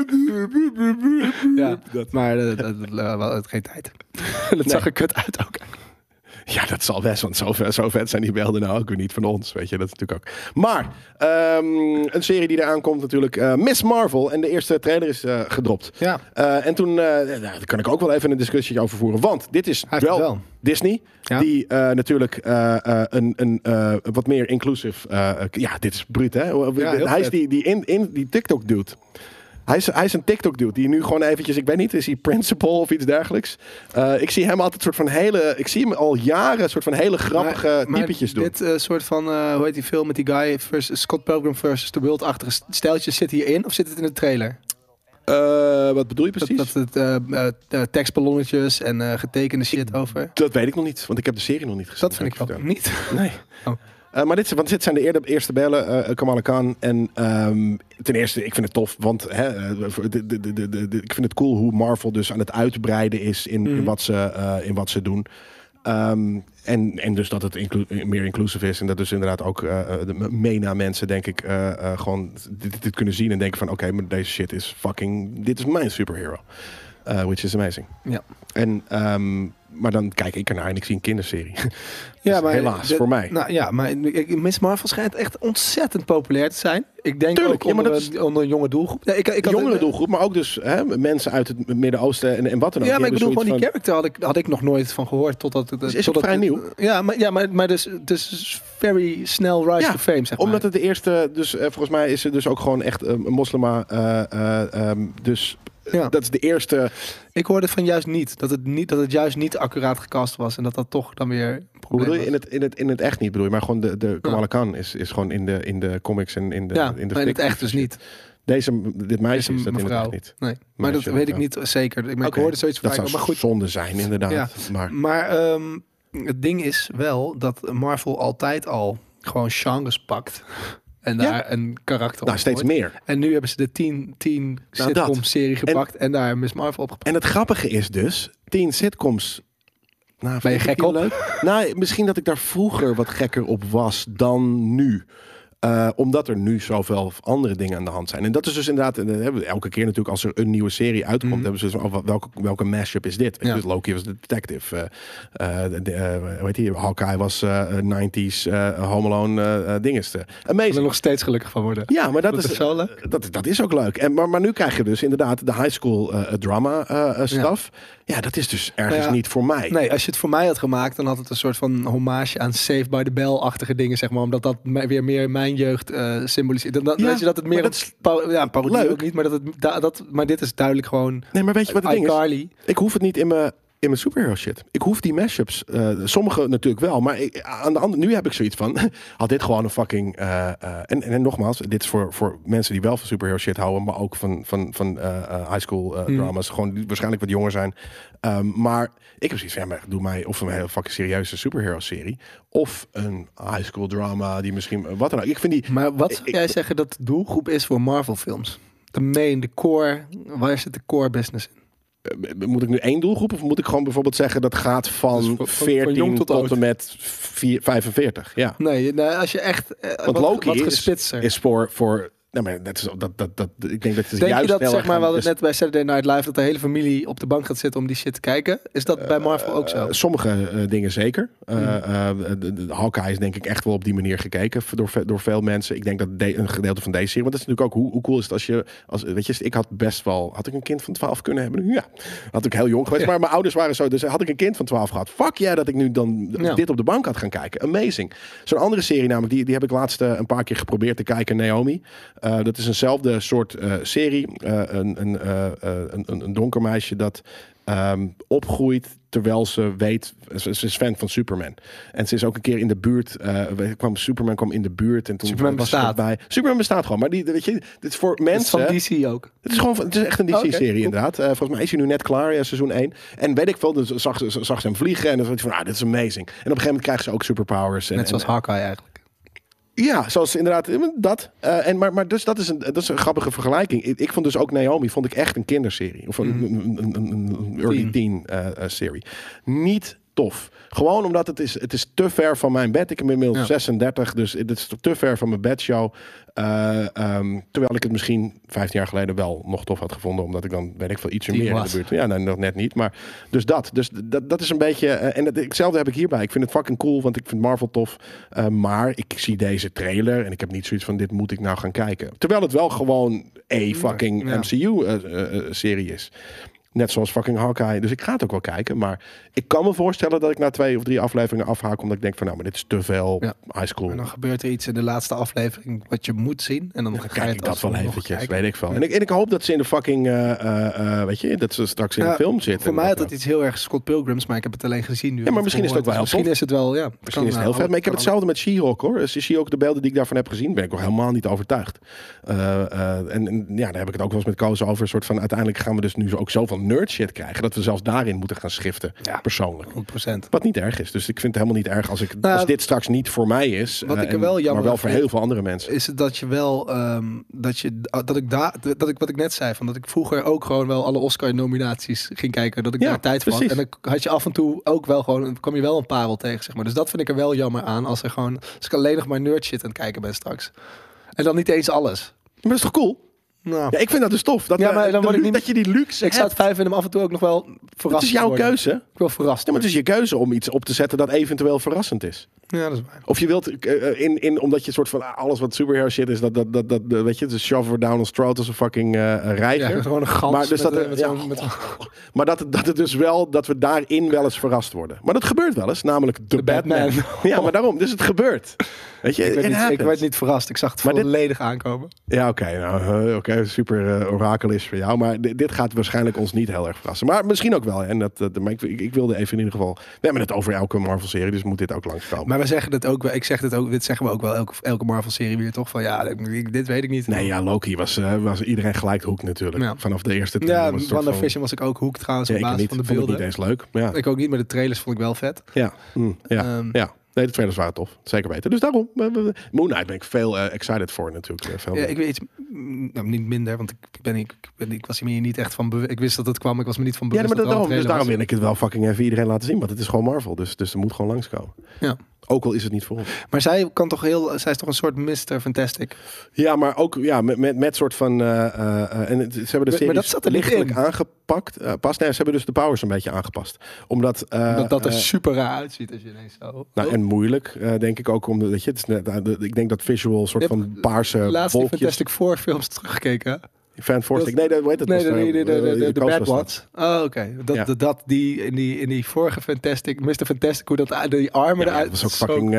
[SPEAKER 3] Ja, maar dat had geen tijd. Dat zag er kut uit ook.
[SPEAKER 2] Ja, dat zal best, want zo vet zijn die beelden nou ook weer niet van ons, weet je, dat is natuurlijk ook. Maar, een serie die eraan komt natuurlijk, Miss Marvel, en de eerste trailer is gedropt.
[SPEAKER 3] Ja.
[SPEAKER 2] En toen, daar kan ik ook wel even een discussie over voeren, want dit is wel Disney, die natuurlijk een wat meer inclusive, dit is bruut, hè? Hij is die TikTok doet. Hij is een TikTok-dude die nu gewoon eventjes... Ik weet niet, is hij principal of iets dergelijks? Ik zie hem altijd soort van ik zie hem al jaren soort van hele grappige typetjes doen.
[SPEAKER 3] Dit soort van... hoe heet die film met die guy? Scott Pilgrim vs. The World-achtige steltjes zit hierin? Of zit het in de trailer?
[SPEAKER 2] Wat bedoel je precies?
[SPEAKER 3] Dat het tekstballonnetjes en getekende shit over.
[SPEAKER 2] Dat weet ik nog niet, want ik heb de serie nog niet gezien.
[SPEAKER 3] Dat vind ik ook niet.
[SPEAKER 2] Nee.
[SPEAKER 3] Oh.
[SPEAKER 2] Maar dit zijn de eerste bellen, Kamala Khan. En ten eerste, ik vind het tof, want ik vind het cool hoe Marvel dus aan het uitbreiden is in wat ze doen. En dus dat het meer inclusive is. En dat dus inderdaad ook de MENA mensen, denk ik, gewoon dit kunnen zien en denken van oké, maar deze shit is dit is mijn superhero. Which is amazing.
[SPEAKER 3] Ja.
[SPEAKER 2] En maar dan kijk ik ernaar en ik zie een kinderserie.
[SPEAKER 3] Ja,
[SPEAKER 2] dus
[SPEAKER 3] maar
[SPEAKER 2] helaas voor mij.
[SPEAKER 3] Nou ja, maar Miss Marvel schijnt echt ontzettend populair te zijn. Ik denk
[SPEAKER 2] Tuurlijk,
[SPEAKER 3] ook onder een jonge doelgroep. Ja, ik
[SPEAKER 2] jongere doelgroep, maar ook dus mensen uit het Midden-Oosten en wat dan ook.
[SPEAKER 3] Ja, maar ik bedoel gewoon die character had ik nog nooit van gehoord totdat het
[SPEAKER 2] is ook vrij nieuw.
[SPEAKER 3] Maar dus very snel rise to fame, zeg maar.
[SPEAKER 2] Omdat het de eerste, dus volgens mij is het dus ook gewoon echt een moslima. Dus
[SPEAKER 3] ja.
[SPEAKER 2] Dat is de eerste.
[SPEAKER 3] Ik hoorde van juist niet dat het juist niet accuraat gecast was en dat toch dan weer een probleem
[SPEAKER 2] bedoel je in het echt niet, bedoel je, maar gewoon de Kamala Khan is gewoon in de comics en in de in de
[SPEAKER 3] in het echt dus niet.
[SPEAKER 2] Dit meisje is dat inderdaad niet.
[SPEAKER 3] Nee, maar dat weet ik niet zeker. Ik hoorde zoiets van.
[SPEAKER 2] Dat zou zonde zijn, inderdaad.
[SPEAKER 3] Ja. Maar het ding is wel dat Marvel altijd al gewoon genres pakt. En daar een karakter op
[SPEAKER 2] steeds meer.
[SPEAKER 3] En nu hebben ze de 10 sitcom-serie gepakt en daar Miss Marvel op gepakt.
[SPEAKER 2] En het grappige is dus, 10 sitcoms. Nou,
[SPEAKER 3] ben je gek op?
[SPEAKER 2] Leuk? Nou, misschien dat ik daar vroeger wat gekker op was dan nu. Omdat er nu zoveel andere dingen aan de hand zijn. En dat is dus inderdaad, elke keer natuurlijk als er een nieuwe serie uitkomt, hebben ze dus welke mashup is dit? Dus Loki was de detective. Weet je, Hawkeye was 90s Home Alone dingeste. Amazing.
[SPEAKER 3] Ik er nog steeds gelukkig van worden.
[SPEAKER 2] Ja, maar dat is zo leuk. Dat is ook leuk. Maar nu krijg je dus inderdaad de high school drama stuff. Ja, dat is dus ergens niet voor mij.
[SPEAKER 3] Nee, als je het voor mij had gemaakt, dan had het een soort van hommage aan Saved by the Bell-achtige dingen, zeg maar. Omdat dat weer meer mijn jeugd symboliseert. Weet je dat het meer een parodie leuk. Ook niet, maar maar dit is duidelijk gewoon.
[SPEAKER 2] Nee, maar weet je wat het ding is? Ik hoef het niet in mijn superhero shit. Ik hoef die mashups. Sommige natuurlijk wel, maar aan de andere, nu heb ik zoiets van, had dit gewoon een fucking en nogmaals, dit is voor mensen die wel van superhero shit houden, maar ook van high school dramas, gewoon die waarschijnlijk wat jonger zijn. Maar ik heb zoiets van, doe mij of een hele fucking serieuze superhero serie of een high school drama die misschien wat dan ook. Ik vind die.
[SPEAKER 3] Maar wat zou jij zeggen dat de doelgroep is voor Marvel films? De core, waar zit de core business in?
[SPEAKER 2] Moet ik nu één doelgroep of moet ik gewoon bijvoorbeeld zeggen dat gaat van 14 tot en met 45? Ja.
[SPEAKER 3] Nee, als je echt
[SPEAKER 2] want Loki is voor nou, maar ik denk dat het
[SPEAKER 3] denk je dat, zeg maar, we hadden net bij Saturday Night Live dat de hele familie op de bank gaat zitten om die shit te kijken? Is dat bij Marvel ook zo?
[SPEAKER 2] Sommige dingen zeker. De Hawkeye is denk ik echt wel op die manier gekeken door veel mensen. Ik denk dat een gedeelte van deze serie, want dat is natuurlijk ook hoe cool is het weet je, ik had best wel, had ik een kind van 12 kunnen hebben? Ja, had ik heel jong geweest, maar mijn ouders waren zo, dus had ik een kind van 12 gehad. Fuck yeah, dat ik nu dan dit op de bank had gaan kijken. Amazing. Zo'n andere serie namelijk, die heb ik laatst een paar keer geprobeerd te kijken, Naomi. Dat is eenzelfde soort serie. Een donker meisje dat opgroeit terwijl ze weet, ze is fan van Superman. En ze is ook een keer in de buurt, Superman kwam in de buurt en toen
[SPEAKER 3] Superman bestaat.
[SPEAKER 2] Superman bestaat gewoon, maar weet je, dit is voor mensen.
[SPEAKER 3] Het is van DC ook.
[SPEAKER 2] Het is echt een DC-serie inderdaad. Volgens mij is hij nu net klaar, seizoen 1. En weet ik veel, dus zag ze hem vliegen en dan dacht ik van, dit is amazing. En op een gegeven moment krijgen ze ook superpowers.
[SPEAKER 3] Net zoals Hawkeye eigenlijk.
[SPEAKER 2] Ja, zoals inderdaad dat. Maar dus dat is een grappige vergelijking. Ik vond dus ook Naomi echt een kinderserie. Of een early teen serie. Niet tof. Gewoon omdat het is te ver van mijn bed. Ik ben inmiddels 36, dus het is te ver van mijn bedshow. Terwijl ik het misschien 15 jaar geleden wel nog tof had gevonden. Omdat ik dan, weet ik veel, iets meer in de buurt. Ja, nog net niet. Maar dus dat is een beetje. En hetzelfde heb ik hierbij. Ik vind het fucking cool, want ik vind Marvel tof. Maar ik zie deze trailer en ik heb niet zoiets van, dit moet ik nou gaan kijken. Terwijl het wel gewoon een fucking MCU-serie is. Net zoals fucking Hawkeye. Dus ik ga het ook wel kijken. Maar ik kan me voorstellen dat ik na 2 of 3 afleveringen afhaak. Omdat ik denk van maar dit is te veel high school.
[SPEAKER 3] En dan gebeurt er iets in de laatste aflevering wat je moet zien. En dan ga je het
[SPEAKER 2] dat wel eventjes, weet ik veel. En ik hoop dat ze in de fucking, weet je, dat ze straks in de film zitten.
[SPEAKER 3] Voor mij had het iets heel erg Scott Pilgrims, maar ik heb het alleen gezien nu.
[SPEAKER 2] Ja, maar misschien is het ook wel heel
[SPEAKER 3] Misschien is het wel,
[SPEAKER 2] Misschien is het heel vet. Maar ik heb hetzelfde met She-Hulk, hoor. She-Hulk, de beelden die ik daarvan heb gezien, ben ik nog helemaal niet overtuigd. En daar heb ik het ook wel eens met Koos over. Een soort van, uiteindelijk gaan we dus nu ook zoveel nerd shit krijgen, dat we zelfs daarin moeten gaan schiften, persoonlijk.
[SPEAKER 3] 100%.
[SPEAKER 2] Wat niet erg is. Dus ik vind het helemaal niet erg als dit straks niet voor mij is.
[SPEAKER 3] Wat ik er wel jammer
[SPEAKER 2] maar wel voor heel veel andere mensen.
[SPEAKER 3] Is het dat je wel, wat ik net zei, van dat ik vroeger ook gewoon wel alle Oscar-nominaties ging kijken, dat ik daar tijd voor had. En dan had je af en toe ook wel gewoon, kwam je wel een parel tegen, zeg maar. Dus dat vind ik er wel jammer aan, als ik alleen nog maar nerd shit aan het kijken ben straks. En dan niet eens alles.
[SPEAKER 2] Maar dat is toch cool?
[SPEAKER 3] Nou.
[SPEAKER 2] Ja, ik vind dat dus tof. Maar dan word ik niet dat je die luxe
[SPEAKER 3] Ik zou het fijn vinden, hem af en toe ook nog wel verrast.
[SPEAKER 2] Het is jouw keuze.
[SPEAKER 3] Ik wil verrast.
[SPEAKER 2] Ja, maar het is je keuze om iets op te zetten dat eventueel verrassend is.
[SPEAKER 3] Ja, dat is waar.
[SPEAKER 2] Of je wilt omdat je een soort van alles wat superhero shit is, dat weet je, de shove down ons throat als een fucking reiger.
[SPEAKER 3] Ja, gewoon een gans.
[SPEAKER 2] Maar dus maar dat het dus wel dat we daarin wel eens verrast worden. Maar dat gebeurt wel eens, namelijk de Batman. Ja, maar daarom. Dus het gebeurt. Weet je,
[SPEAKER 3] ik werd niet verrast. Ik zag het volledig aankomen.
[SPEAKER 2] Ja, oké, super orakel is voor jou. Maar dit gaat waarschijnlijk ons niet heel erg verrassen. Maar misschien ook wel. En maar ik wilde even in ieder geval. We hebben het over elke Marvel-serie, dus moet dit ook langskomen.
[SPEAKER 3] Maar we zeggen het ook wel. Ik zeg het ook. Dit zeggen we ook wel elke Marvel-serie weer toch van dit weet ik niet.
[SPEAKER 2] Nee, ja, Loki was iedereen gelijk hoek natuurlijk. Ja. Vanaf de eerste.
[SPEAKER 3] Ja, WandaVision was ik ook hoek trouwens op basis van de beelden.
[SPEAKER 2] Vond ik niet eens leuk. Ja.
[SPEAKER 3] Ik ook niet, maar de trailers vond ik wel vet.
[SPEAKER 2] Ja. Ja. Nee, de trailers waren tof. Zeker weten. Dus daarom. Moon Knight ben ik veel excited voor natuurlijk.
[SPEAKER 3] Ik weet iets, niet minder, want ik was hier niet echt van ik wist dat het kwam, ik was me niet van bewust.
[SPEAKER 2] Ja, maar daarom wil ik het wel fucking even iedereen laten zien. Want het is gewoon Marvel. Dus er moet gewoon langskomen. Ja. Ook al is het niet voor ons.
[SPEAKER 3] Maar zij is toch een soort Mr. Fantastic?
[SPEAKER 2] Ja, maar ook met soort van en ze hebben de serie lichtelijk aangepakt. Ze hebben dus de powers een beetje aangepast. Omdat
[SPEAKER 3] dat er super raar uitziet als je ineens zo.
[SPEAKER 2] En moeilijk, denk ik ook. Omdat weet je, het is ik denk dat visual soort van paarse
[SPEAKER 3] laatste
[SPEAKER 2] wolkjes.
[SPEAKER 3] Fantastic Four films teruggekeken.
[SPEAKER 2] Fantastic. Nee, hoe heet het?
[SPEAKER 3] De Bad Ones. Oh, oké. Die in die vorige Fantastic, Mr. Fantastic, hoe dat die armen eruit.
[SPEAKER 2] Dat was ook fucking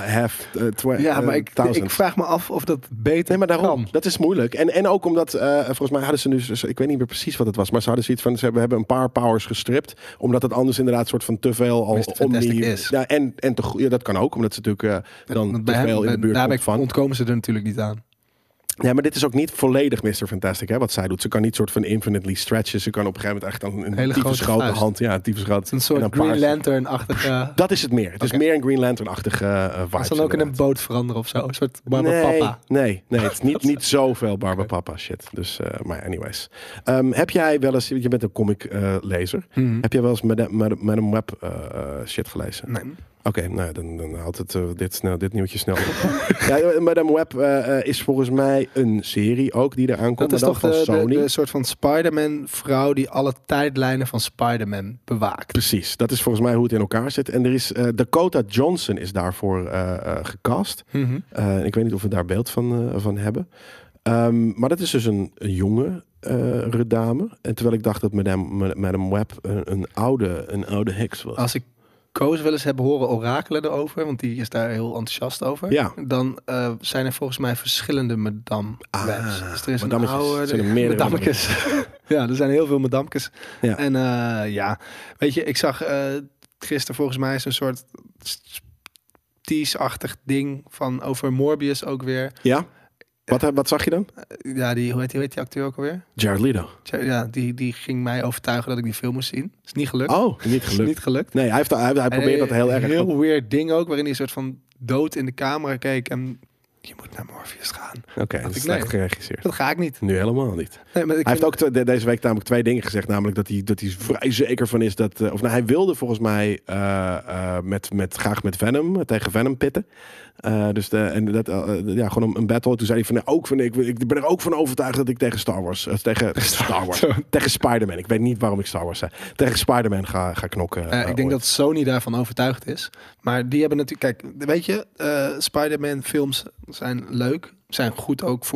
[SPEAKER 3] ja, maar ik vraag me af of dat beter
[SPEAKER 2] Nee, maar daarom.
[SPEAKER 3] kan.
[SPEAKER 2] Dat is moeilijk. En ook omdat, volgens mij hadden ze nu, ik weet niet meer precies wat het was, maar ze hadden zoiets van, we hebben een paar powers gestript, omdat het anders inderdaad soort van te veel al om die
[SPEAKER 3] is.
[SPEAKER 2] Ja, en dat kan ook, omdat ze natuurlijk dan te veel in de buurt komt van.
[SPEAKER 3] Ontkomen ze er natuurlijk niet aan.
[SPEAKER 2] Ja, maar dit is ook niet volledig Mr. Fantastic, hè, wat zij doet. Ze kan niet soort van infinitely stretchen. Ze kan op een gegeven moment echt dan een hele grote hand. Ja, tyfus groot.
[SPEAKER 3] Een soort Green Lantern-achtige.
[SPEAKER 2] Dat is het meer. Het is meer een Green Lantern-achtige vibe.
[SPEAKER 3] Ze dan ook in een boot veranderen of zo. Een soort Barbapapa.
[SPEAKER 2] Nee, het is niet zoveel Barbapapa shit. Dus, maar anyways. Heb jij wel eens, je bent een comic lezer. Heb jij wel eens Madame Web shit gelezen?
[SPEAKER 3] Nee.
[SPEAKER 2] Oké, nou dan houdt het dit nieuwtje snel op. Ja, Madame Web is volgens mij een serie ook die er aankomt.
[SPEAKER 3] Dat is toch de soort van Spider-Man vrouw die alle tijdlijnen van Spider-Man bewaakt.
[SPEAKER 2] Precies, dat is volgens mij hoe het in elkaar zit. En er is Dakota Johnson is daarvoor gecast. Ik weet niet of we daar beeld van hebben. Maar dat is dus een jonge dame. En terwijl ik dacht dat Madame Web een oude heks was.
[SPEAKER 3] Als ik Koos wel eens hebben horen orakelen erover, want die is daar heel enthousiast over.
[SPEAKER 2] Ja.
[SPEAKER 3] Dan zijn er volgens mij verschillende Madame Webs. Dus er is een oude
[SPEAKER 2] madamekes.
[SPEAKER 3] Ja, er zijn heel veel madamekes.
[SPEAKER 2] Ja.
[SPEAKER 3] En weet je, ik zag gisteren volgens mij zo'n soort tease-achtig ding van over Morbius ook weer.
[SPEAKER 2] Ja. Wat zag je dan?
[SPEAKER 3] Ja, hoe heet die acteur ook alweer?
[SPEAKER 2] Jared Leto.
[SPEAKER 3] Ja, die ging mij overtuigen dat ik die film moest zien. Is niet gelukt.
[SPEAKER 2] Oh, niet gelukt. Nee, hij probeert dat heel erg.
[SPEAKER 3] Een heel weird ding ook, waarin hij een soort van dood in de camera keek en je moet naar Morpheus gaan.
[SPEAKER 2] Oké, dat is slecht geregisseerd.
[SPEAKER 3] Dat ga ik niet.
[SPEAKER 2] Nu helemaal niet.
[SPEAKER 3] Nee, maar
[SPEAKER 2] hij heeft ook deze week namelijk 2 dingen gezegd. Namelijk dat hij vrij zeker van is dat... hij wilde volgens mij graag met Venom, tegen Venom pitten. Gewoon een battle. Toen zei hij ik ben er ook van overtuigd dat ik tegen Star Wars, tegen Spider-Man. Ik weet niet waarom ik Star Wars zei. Tegen Spider-Man ga knokken.
[SPEAKER 3] Ik denk dat Sony daarvan overtuigd is. Maar die hebben natuurlijk, kijk, weet je, Spider-Man films zijn leuk, zijn goed ook voor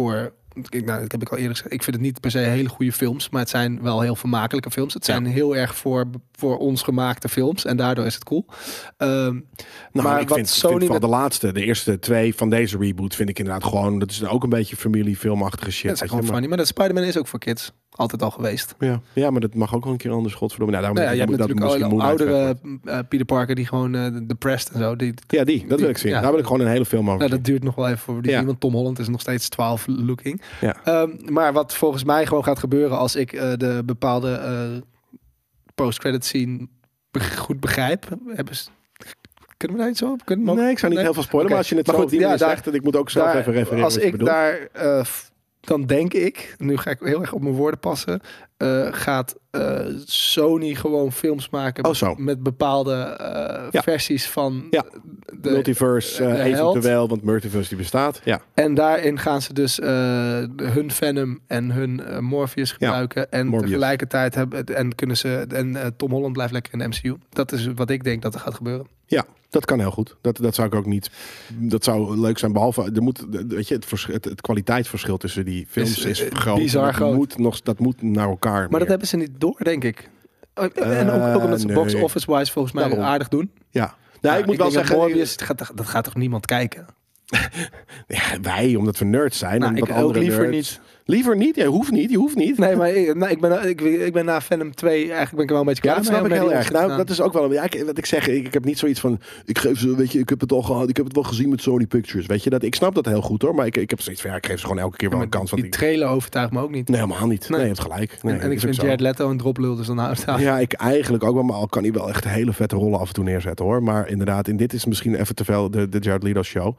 [SPEAKER 3] dat heb ik al eerder gezegd. Ik vind het niet per se hele goede films, maar het zijn wel heel vermakelijke films. Het zijn heel erg voor ons gemaakte films en daardoor is het cool.
[SPEAKER 2] Maar ik vind van de eerste 2 van deze reboot vind ik inderdaad gewoon, dat is ook een beetje familiefilmachtige shit.
[SPEAKER 3] Dat is gewoon funny, maar dat Spider-Man is ook voor kids. Altijd al geweest.
[SPEAKER 2] Ja, maar dat mag ook wel een keer anders, godverdomme. Nou,
[SPEAKER 3] je hebt natuurlijk al oudere Peter Parker die gewoon depressed en zo.
[SPEAKER 2] Dat wil ik zien. Daar wil ik gewoon een hele film over.
[SPEAKER 3] Nou, dat duurt nog wel even voor die want Tom Holland is nog steeds 12 looking. Ja. Maar wat volgens mij gewoon gaat gebeuren als ik de bepaalde post-credit scene goed begrijp, kunnen we daar iets op?
[SPEAKER 2] Nee, ik zou niet heel veel spoilen, maar als je het zo zegt, en ik moet ook zelf even refereren.
[SPEAKER 3] Als ik daar dan denk ik, nu ga ik heel erg op mijn woorden passen, gaat Sony gewoon films maken met bepaalde versies van
[SPEAKER 2] de multiverse eventueel, want multiverse die bestaat. Ja.
[SPEAKER 3] En daarin gaan ze dus hun Venom en hun Morpheus gebruiken en tegelijkertijd kunnen ze Tom Holland blijft lekker in de MCU. Dat is wat ik denk dat er gaat gebeuren.
[SPEAKER 2] Ja, dat kan heel goed. Dat zou ik ook niet. Dat zou leuk zijn. Behalve, er moet, weet je, het kwaliteitsverschil tussen die films is groot.
[SPEAKER 3] Bizar groot.
[SPEAKER 2] Dat moet naar elkaar.
[SPEAKER 3] Maar dat hebben ze niet door, denk ik. En ook omdat ze box office-wise volgens mij aardig doen.
[SPEAKER 2] Ja. Nou, ik moet wel zeggen,
[SPEAKER 3] Morbius, dat gaat toch niemand kijken?
[SPEAKER 2] Ja, wij, omdat we nerds zijn.
[SPEAKER 3] Nou, ik ook liever nerds. Niet.
[SPEAKER 2] Liever niet? Je hoeft niet.
[SPEAKER 3] Nee, maar ik ben na Venom 2 eigenlijk ben ik er wel een beetje klaar.
[SPEAKER 2] Ja, dat snap ik heel erg. Nou, dat is ook wel. Wat ik zeg, ik heb niet zoiets van. Ik geef ze, weet je, ik heb het al gehad. Ik heb het wel gezien met Sony Pictures. Weet je dat? Ik snap dat heel goed hoor. Maar ik heb zoiets van. Ja, ik geef ze gewoon elke keer wel een kans.
[SPEAKER 3] Die trailer overtuigt me ook niet.
[SPEAKER 2] Nee, helemaal niet. Nee, je hebt gelijk. Nee,
[SPEAKER 3] en ik vind Jared Leto een droplul, dus dan houdt het.
[SPEAKER 2] Ja, ik eigenlijk ook wel. Maar al kan hij wel echt hele vette rollen af en toe neerzetten hoor. Maar inderdaad, in dit is misschien even te veel de Jared Leto show.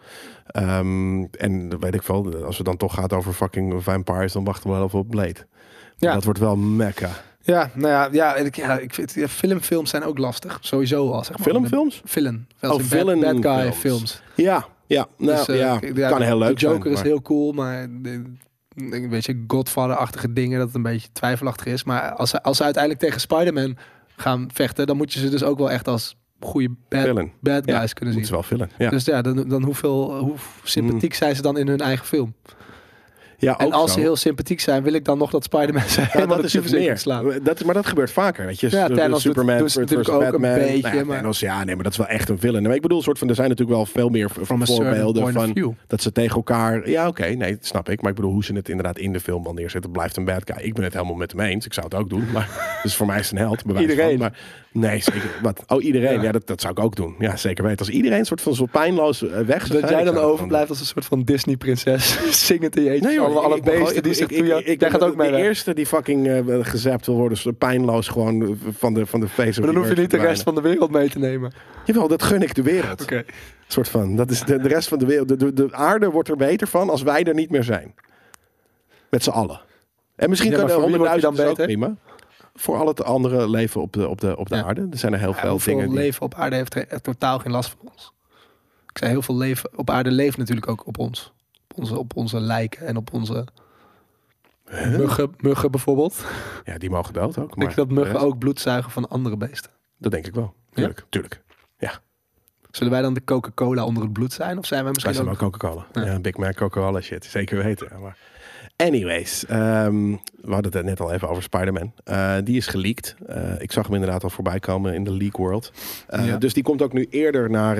[SPEAKER 2] En weet ik veel, als het dan toch gaat over fucking vampires, dan wachten we wel even op Blade. Ja. Dat wordt wel mekka.
[SPEAKER 3] Ja, nou ja, ik vind films zijn ook lastig. Sowieso al, zeg maar.
[SPEAKER 2] Filmfilms?
[SPEAKER 3] Bad guy films.
[SPEAKER 2] Ja, nou, dus, kan heel leuk
[SPEAKER 3] zijn.
[SPEAKER 2] De
[SPEAKER 3] Joker is heel cool, maar weet je, Godfather-achtige dingen, dat het een beetje twijfelachtig is. Maar als ze uiteindelijk tegen Spider-Man gaan vechten, dan moet je ze dus ook wel echt als goede bad guys kunnen zien.
[SPEAKER 2] Wel villain. Ja.
[SPEAKER 3] Dus ja, dan hoe sympathiek zijn ze dan in hun eigen film?
[SPEAKER 2] Ja,
[SPEAKER 3] en als ze heel sympathiek zijn, wil ik dan nog dat Spider-Man zijn.
[SPEAKER 2] Ja, dat is het meer. Maar dat gebeurt vaker, weet je.
[SPEAKER 3] Ja, Thanos
[SPEAKER 2] Superman
[SPEAKER 3] doet natuurlijk ook Batman, een beetje. Maar
[SPEAKER 2] Thanos, maar dat is wel echt een villain. Maar ik bedoel, soort van, er zijn natuurlijk wel veel meer voorbeelden van dat ze tegen elkaar. Ja, oké, nee, dat snap ik. Maar ik bedoel, hoe ze het inderdaad in de film wel neerzetten, blijft een bad guy. Ik ben het helemaal met hem eens. Ik zou het ook doen. Maar dus voor mij is het een held.
[SPEAKER 3] Iedereen.
[SPEAKER 2] Maar nee, zeker. Wat? Oh, iedereen. Ja, dat zou ik ook doen. Ja, zeker weten. Als iedereen soort van zo pijnloos weg zou
[SPEAKER 3] dat jij dan overblijft als een soort van Disney-prinses, zingend in je eentje. Alle beesten die
[SPEAKER 2] ik gaat ook de eerste die fucking gezapt wil worden, zo pijnloos gewoon van de face.
[SPEAKER 3] Maar dan hoef je niet de rest van de wereld mee te nemen.
[SPEAKER 2] Jawel, dat gun ik de wereld.
[SPEAKER 3] Okay.
[SPEAKER 2] Soort van, dat is de rest van de wereld. De aarde wordt er beter van als wij er niet meer zijn. Met z'n allen. En misschien kunnen 100.000 dan beter. Ook prima. Voor al het andere leven op de aarde. Er zijn er heel veel dingen.
[SPEAKER 3] Veel leven op aarde heeft totaal geen last van ons. Ik zei heel veel leven op aarde leeft natuurlijk ook op ons. Op onze lijken en op onze muggen bijvoorbeeld.
[SPEAKER 2] Ja, die mogen dood ook.
[SPEAKER 3] Denk je dat muggen ook bloed zuigen van andere beesten?
[SPEAKER 2] Dat denk ik wel. Tuurlijk. Ja.
[SPEAKER 3] Zullen wij dan de Coca-Cola onder het bloed zijn? Of zijn wij misschien
[SPEAKER 2] ook wel Coca-Cola. Ja, Big Mac Coca-Cola shit. Zeker weten. Maar anyways, we hadden het net al even over Spider-Man. Die is geleakt. Ik zag hem inderdaad al voorbij komen in de leak world. Dus die komt ook nu eerder naar...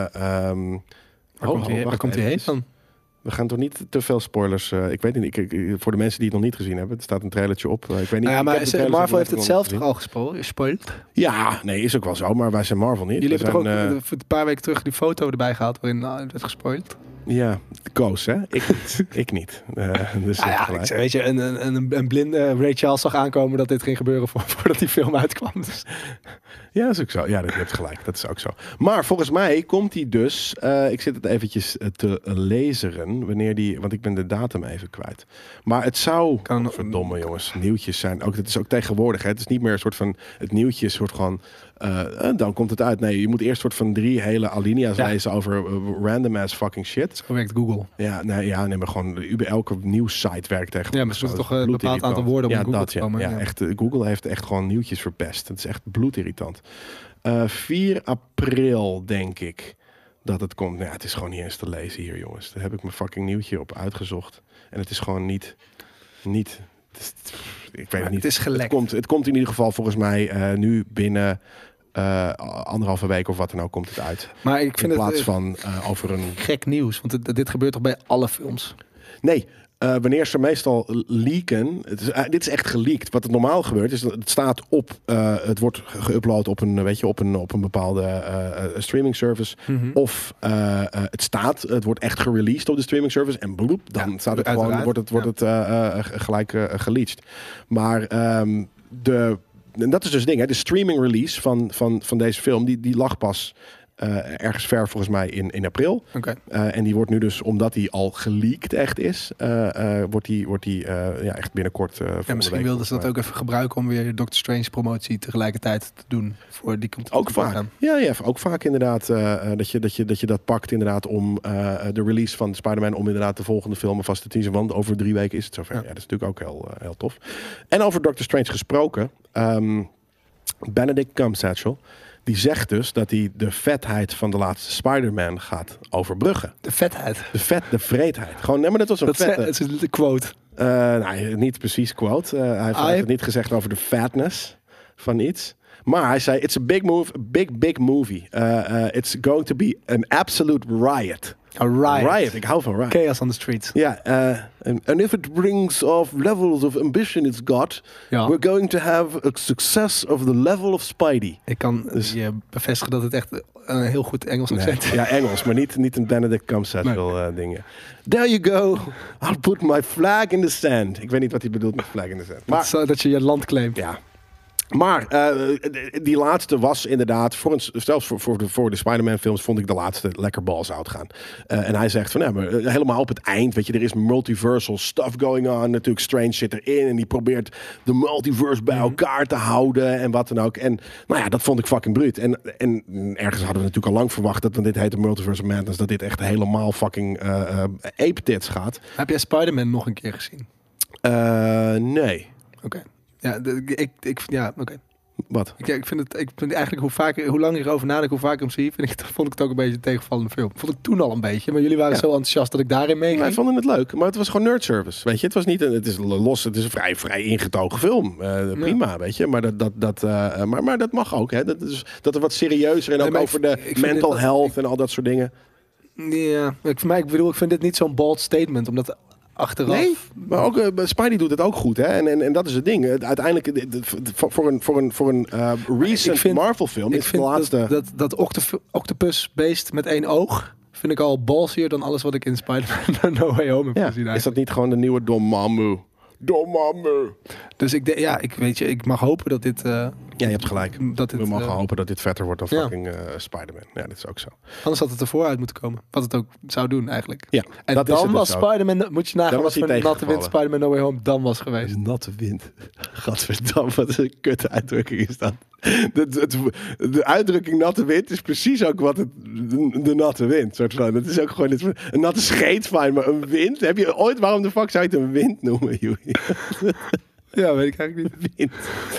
[SPEAKER 3] waar komt hij heen dan?
[SPEAKER 2] We gaan toch niet te veel spoilers. Ik weet niet. Voor de mensen die het nog niet gezien hebben, er staat een trailertje op. Ik weet niet.
[SPEAKER 3] Maar Marvel heeft het zelf toch al gespoild?
[SPEAKER 2] Ja, nee, is ook wel zo. Maar wij zijn Marvel niet.
[SPEAKER 3] Jullie hebben toch ook een paar weken terug die foto erbij gehaald waarin het werd gespoild?
[SPEAKER 2] Ja, Koos, hè? Ik niet. Dus
[SPEAKER 3] weet je, een blinde Ray Charles zag aankomen dat dit ging gebeuren voordat die film uitkwam. Dus.
[SPEAKER 2] Ja, dat is ook zo. Ja, dat hebt gelijk. Dat is ook zo. Maar volgens mij komt hij dus... ik zit het eventjes te lezen wanneer die... Want ik ben de datum even kwijt. Maar het zou... verdomme jongens, nieuwtjes zijn. Ook, dat is ook tegenwoordig. Hè? Het is niet meer een soort van... Het nieuwtje is soort gewoon... dan komt het uit. Nee, je moet eerst soort van 3 hele alinea's lezen over random ass fucking shit.
[SPEAKER 3] Zo werkt Google.
[SPEAKER 2] Ja, nee, maar gewoon elke nieuwssite werkt tegen.
[SPEAKER 3] Ja, maar ze moeten toch een bepaald aantal woorden op Google te komen.
[SPEAKER 2] Ja, echt. Google heeft echt gewoon nieuwtjes verpest. Het is echt bloedirritant. 4 april, denk ik, dat het komt. Nou ja, het is gewoon niet eens te lezen hier, jongens. Daar heb ik mijn fucking nieuwtje op uitgezocht. En het is gewoon niet ik weet het niet.
[SPEAKER 3] Het is gelekt.
[SPEAKER 2] Het komt in ieder geval volgens mij nu binnen 1,5 week of wat dan ook komt het uit.
[SPEAKER 3] Maar ik vind
[SPEAKER 2] in plaats van over een...
[SPEAKER 3] Gek nieuws, want dit gebeurt toch bij alle films?
[SPEAKER 2] Nee. Wanneer ze meestal leaken, dit is echt geleakt. Wat er normaal gebeurt is dat het staat op, het wordt geüpload op een bepaalde streaming service. Mm-hmm. Of het wordt echt gereleased op de streaming service en bloep, dan staat het gewoon, wordt het gelijk geleased. Maar en dat is dus het ding, hè, de streaming release van deze film, die lag pas ergens ver volgens mij in april.
[SPEAKER 3] Okay.
[SPEAKER 2] En die wordt nu dus, omdat die al geleakt echt is, wordt die echt binnenkort.
[SPEAKER 3] Misschien wilden ze dat ook even gebruiken om weer Doctor Strange promotie tegelijkertijd te doen. Voor die komt
[SPEAKER 2] ook vaak. Ja, ook vaak inderdaad dat je dat pakt inderdaad om de release van Spider-Man om inderdaad de volgende film vast te teasen. Want over 3 weken is het zover. Ja, dat is natuurlijk ook heel tof. En over Doctor Strange gesproken, Benedict Cumberbatch. Die zegt dus dat hij de vetheid van de laatste Spider-Man gaat overbruggen.
[SPEAKER 3] De vetheid?
[SPEAKER 2] De vreedheid. Gewoon, nee, maar dat was een vette...
[SPEAKER 3] Dat is een quote.
[SPEAKER 2] Niet precies quote. Hij heeft het niet gezegd over de fatness van iets. Maar hij zei, it's a big move, big movie. It's going to be an absolute riot.
[SPEAKER 3] A riot.
[SPEAKER 2] Ik hou van riot.
[SPEAKER 3] Chaos on the streets.
[SPEAKER 2] Ja, and if it brings of levels of ambition it's got, we're going to have a success of the level of Spidey.
[SPEAKER 3] Ik kan je bevestigen dat het echt een heel goed Engels accent is.
[SPEAKER 2] Ja, Engels, maar niet een Benedict Cumberbatch dingen. There you go. I'll put my flag in the sand. Ik weet niet wat hij bedoelt met flag in the sand.
[SPEAKER 3] Maar dat je land claimt.
[SPEAKER 2] Ja. Maar die laatste was inderdaad, zelfs voor de Spider-Man films vond ik de laatste lekker balls uitgaan. En hij zegt van, maar helemaal op het eind, weet je, er is multiversal stuff going on. Natuurlijk, Strange zit erin en die probeert de multiverse bij elkaar te houden en wat dan ook. En nou ja, dat vond ik fucking bruut. En ergens hadden we natuurlijk al lang verwacht dat, want dit heet de Multiverse of Madness, dat dit echt helemaal fucking ape-tits gaat.
[SPEAKER 3] Heb jij Spider-Man nog een keer gezien?
[SPEAKER 2] Nee.
[SPEAKER 3] Oké. Ja, oké.
[SPEAKER 2] Wat?
[SPEAKER 3] Ik vind eigenlijk hoe langer ik erover nadenk, hoe vaker ik hem zie, vond ik het ook een beetje een tegenvallende film. Vond ik toen al een beetje, maar jullie waren zo enthousiast dat ik daarin meeging.
[SPEAKER 2] Wij vonden het leuk, maar het was gewoon nerd service, weet je. Het was niet, het is los, het is een vrij ingetogen film. Prima, weet je. Maar maar dat mag ook, hè. Dat er wat serieuzer en ook over de mental health en al dat soort dingen.
[SPEAKER 3] Ja, ik vind dit niet zo'n bold statement, omdat achteraf.
[SPEAKER 2] Nee, maar ook Spidey doet het ook goed, hè? En dat is het ding. Uiteindelijk voor een recent Marvel film is het laatste.
[SPEAKER 3] Dat octopus beest met 1 oog vind ik al ballsier dan alles wat ik in Spider-Man No Way Home heb gezien.
[SPEAKER 2] Is dat niet gewoon de nieuwe Dormammu?
[SPEAKER 3] Dus ik mag hopen dat dit...
[SPEAKER 2] ja, je hebt gelijk. We mogen hopen dat dit vetter wordt dan fucking Spider-Man. Ja, dat is ook zo.
[SPEAKER 3] Anders had het ervoor uit moeten komen. Wat het ook zou doen eigenlijk.
[SPEAKER 2] Ja,
[SPEAKER 3] en
[SPEAKER 2] dat
[SPEAKER 3] dan was Spider-Man... Moet je nagaan wat voor natte wind Spider-Man No Way Home dan was geweest.
[SPEAKER 2] Natte wind. Gadverdamme, wat een kutte uitdrukking is dat. De uitdrukking natte wind is precies ook wat de natte wind. Soort van. Het is ook gewoon een natte scheet van, maar een wind. Heb je ooit, waarom de fuck zou je het een wind noemen, Joey?
[SPEAKER 3] Ja, weet ik eigenlijk niet.
[SPEAKER 2] Wind.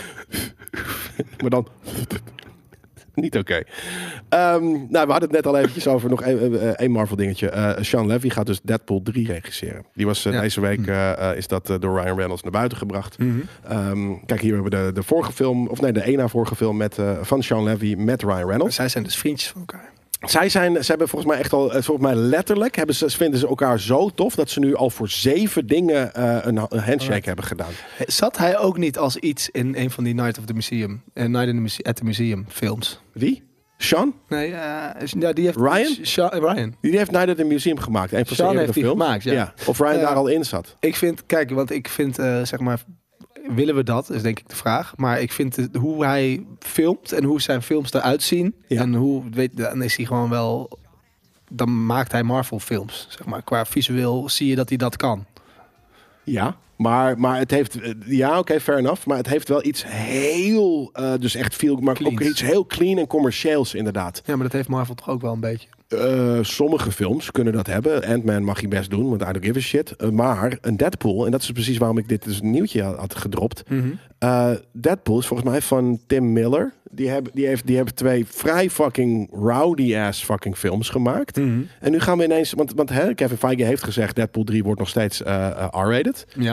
[SPEAKER 2] Maar dan... Niet oké. Nou, we hadden het net al eventjes over nog één Marvel dingetje. Sean Levy gaat dus Deadpool 3 regisseren. Die was deze week is dat door Ryan Reynolds naar buiten gebracht. Mm-hmm. Kijk, hier hebben we de vorige film, of nee, de één na vorige film van Sean Levy met Ryan Reynolds.
[SPEAKER 3] Zij zijn dus vriendjes van elkaar.
[SPEAKER 2] Ze hebben volgens mij echt al, volgens mij letterlijk, vinden ze elkaar zo tof dat ze nu al voor 7 dingen een handshake hebben gedaan.
[SPEAKER 3] Zat hij ook niet als iets in een van die Night at the Museum films?
[SPEAKER 2] Wie? Sean?
[SPEAKER 3] Nee, die heeft...
[SPEAKER 2] Ryan? Die heeft Night at the Museum gemaakt. Een van
[SPEAKER 3] Sean heeft die gemaakt, ja.
[SPEAKER 2] Of Ryan daar al in zat.
[SPEAKER 3] Ik vind, zeg maar... Willen we dat, is denk ik de vraag. Maar ik vind hoe hij filmt en hoe zijn films eruit zien. Ja. En dan is hij gewoon wel... Dan maakt hij Marvel films, zeg maar. Qua visueel zie je dat hij dat kan.
[SPEAKER 2] Ja, maar het heeft... Ja, oké, fair enough. Maar het heeft wel iets heel... dus echt veel... Maar ook iets heel clean en commercieels, inderdaad.
[SPEAKER 3] Ja, maar dat heeft Marvel toch ook wel een beetje.
[SPEAKER 2] Sommige films kunnen dat hebben. Ant-Man mag je best doen, want I don't give a shit. Maar een Deadpool, en dat is precies waarom ik dit dus een nieuwtje had gedropt. Deadpool is volgens mij van Tim Miller. Die hebben 2 vrij fucking rowdy-ass fucking films gemaakt. En nu gaan we ineens... Want Kevin Feige heeft gezegd... Deadpool 3 wordt nog steeds R-rated.
[SPEAKER 3] Ja.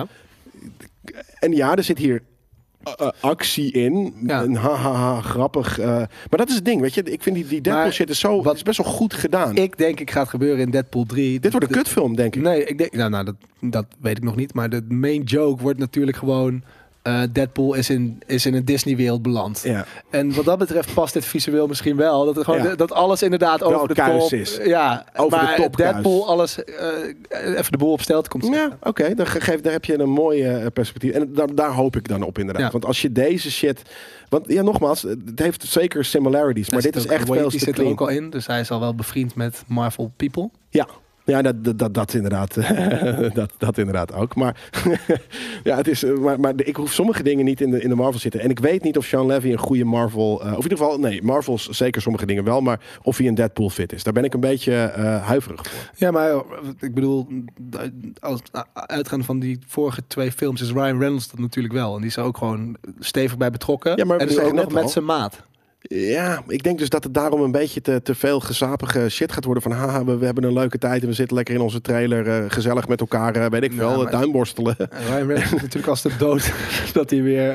[SPEAKER 2] En ja, er zit hier... actie in. Ja. En grappig. Maar dat is het ding, weet je. Ik vind die Deadpool shit is is best wel goed gedaan.
[SPEAKER 3] Ik denk, ik gaat gebeuren in Deadpool 3.
[SPEAKER 2] Dit wordt een kutfilm, denk ik.
[SPEAKER 3] Nee, ik denk, dat weet ik nog niet. Maar de main joke wordt natuurlijk gewoon... Deadpool is in een Disney-wereld beland. Ja. En wat dat betreft past dit visueel misschien wel. Dat, het gewoon, dat alles inderdaad over de top
[SPEAKER 2] is.
[SPEAKER 3] Ja,
[SPEAKER 2] over
[SPEAKER 3] maar
[SPEAKER 2] de top
[SPEAKER 3] Deadpool alles even de boel op stelte komt.
[SPEAKER 2] Ja, oké. Daar heb je een mooie perspectief. En daar hoop ik dan op inderdaad. Ja. Want als je deze shit... Want ja, nogmaals, het heeft zeker similarities. Maar dit is echt veel te
[SPEAKER 3] zit er ook al in. Dus hij is al wel bevriend met Marvel People.
[SPEAKER 2] Ja. Ja, dat inderdaad. dat inderdaad ook. Maar ja, het is. Maar ik hoef sommige dingen niet in de Marvel zitten. En ik weet niet of Sean Levy een goede Marvel. Of in ieder geval, nee, Marvels zeker sommige dingen wel. Maar of hij een Deadpool fit is. Daar ben ik een beetje huiverig voor.
[SPEAKER 3] Ja, maar ik bedoel, uitgaande van die vorige 2 films is Ryan Reynolds dat natuurlijk wel. En die is er ook gewoon stevig bij betrokken. Ja, maar en dus ook nog met zijn maat.
[SPEAKER 2] Ja, ik denk dus dat het daarom een beetje te veel gezapige shit gaat worden. Van haha, we hebben een leuke tijd en we zitten lekker in onze trailer. Gezellig met elkaar, weet ik veel, duimborstelen.
[SPEAKER 3] Ryan Reynolds natuurlijk als de dood. Dat hij weer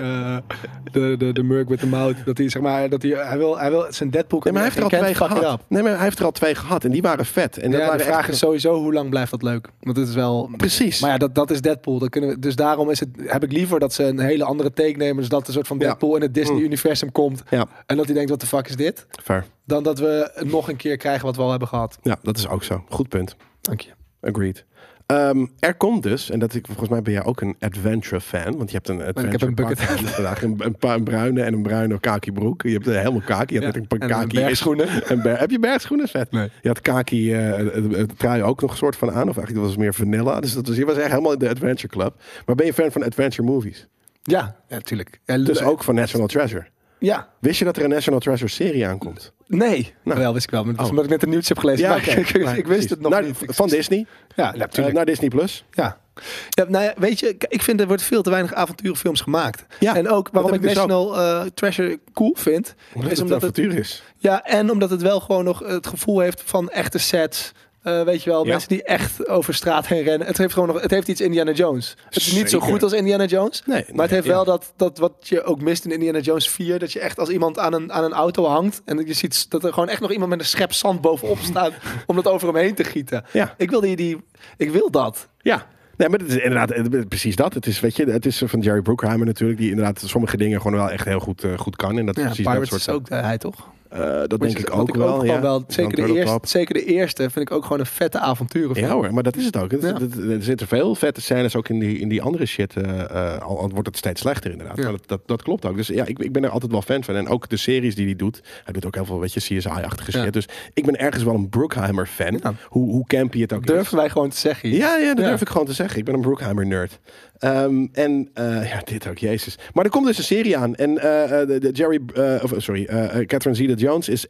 [SPEAKER 3] de Merc with the Mouth. Dat hij zeg maar, hij wil zijn Deadpool.
[SPEAKER 2] Nee, maar hij heeft er al 2 gehad. Nee, maar hij heeft er al 2 gehad en die waren vet. En
[SPEAKER 3] de vraag is sowieso hoe lang blijft dat leuk? Want het is wel...
[SPEAKER 2] Precies.
[SPEAKER 3] Maar ja, dat is Deadpool. Dat kunnen we, dus daarom heb ik liever dat ze een hele andere take nemen. Dus dat een soort van Deadpool in het Disney-universum komt. Ja. En dat hij denkt, wat de fuck is dit?
[SPEAKER 2] Fair.
[SPEAKER 3] Dan dat we nog een keer krijgen wat we al hebben gehad.
[SPEAKER 2] Ja, dat is ook zo. Goed punt.
[SPEAKER 3] Dank je.
[SPEAKER 2] Agreed. Er komt dus, en volgens mij ben jij ook een adventure fan, want je hebt een adventure.
[SPEAKER 3] Ik heb een bucket
[SPEAKER 2] vandaag een bruine en een bruine kaki broek. Je hebt helemaal kaki. Je hebt een kaki
[SPEAKER 3] bergschoenen.
[SPEAKER 2] Heb je bergschoenen? Vet. Nee. Je had kaki trui ook nog een soort van aan, of eigenlijk was het meer vanilla. Dus je was echt helemaal in de adventure club. Maar ben je fan van adventure movies?
[SPEAKER 3] Ja, natuurlijk. Ja,
[SPEAKER 2] dus ook van National Treasure.
[SPEAKER 3] Ja.
[SPEAKER 2] Wist je dat er een National Treasure serie aankomt?
[SPEAKER 3] Nee. Nou, wel wist ik wel. Maar dat is omdat ik net een nieuws heb gelezen.
[SPEAKER 2] Ja,
[SPEAKER 3] ik wist het nog niet.
[SPEAKER 2] Van Disney.
[SPEAKER 3] Ja, natuurlijk.
[SPEAKER 2] Naar Disney Plus.
[SPEAKER 3] Ja. Ja, nou ja, weet je, ik vind er wordt veel te weinig avonturenfilms gemaakt.
[SPEAKER 2] Ja,
[SPEAKER 3] en ook waarom ik National Treasure cool vind,
[SPEAKER 2] is omdat het avontuur is.
[SPEAKER 3] Ja, en omdat het wel gewoon nog het gevoel heeft van echte sets. Weet je wel, mensen die echt over straat heen rennen. Het heeft iets Indiana Jones. Het is niet zo goed als Indiana Jones. Nee, maar het heeft wel dat wat je ook mist in Indiana Jones 4. Dat je echt als iemand aan een auto hangt. En je ziet dat er gewoon echt nog iemand met een schep zand bovenop staat. om dat over hem heen te gieten. Ja. Ik wil dat.
[SPEAKER 2] Ja. Nee, maar het is inderdaad precies dat. Het is van Jerry Bruckheimer natuurlijk. Die inderdaad sommige dingen gewoon wel echt heel goed kan. En dat is precies
[SPEAKER 3] Pirates
[SPEAKER 2] dat soort
[SPEAKER 3] is ook hij toch?
[SPEAKER 2] Dat denk ik ook wel. Ja.
[SPEAKER 3] Zeker de eerste vind ik ook gewoon een vette avonturenfilm.
[SPEAKER 2] Ja hoor, maar dat is het ook. Er zitten veel vette scènes ook in die andere shit. Al wordt het steeds slechter inderdaad. Ja. Maar dat klopt ook. Dus ja, ik ben er altijd wel fan van. En ook de series die hij doet. Hij doet ook heel veel CSI-achtige shit. Dus ik ben ergens wel een Bruckheimer fan. Ja. Hoe campy het ook
[SPEAKER 3] Durven wij gewoon te zeggen.
[SPEAKER 2] Ja, dat durf ik gewoon te zeggen. Ik ben een Bruckheimer nerd. Dit ook, jezus. Maar er komt dus een serie aan. En Catherine Zeta-Jones is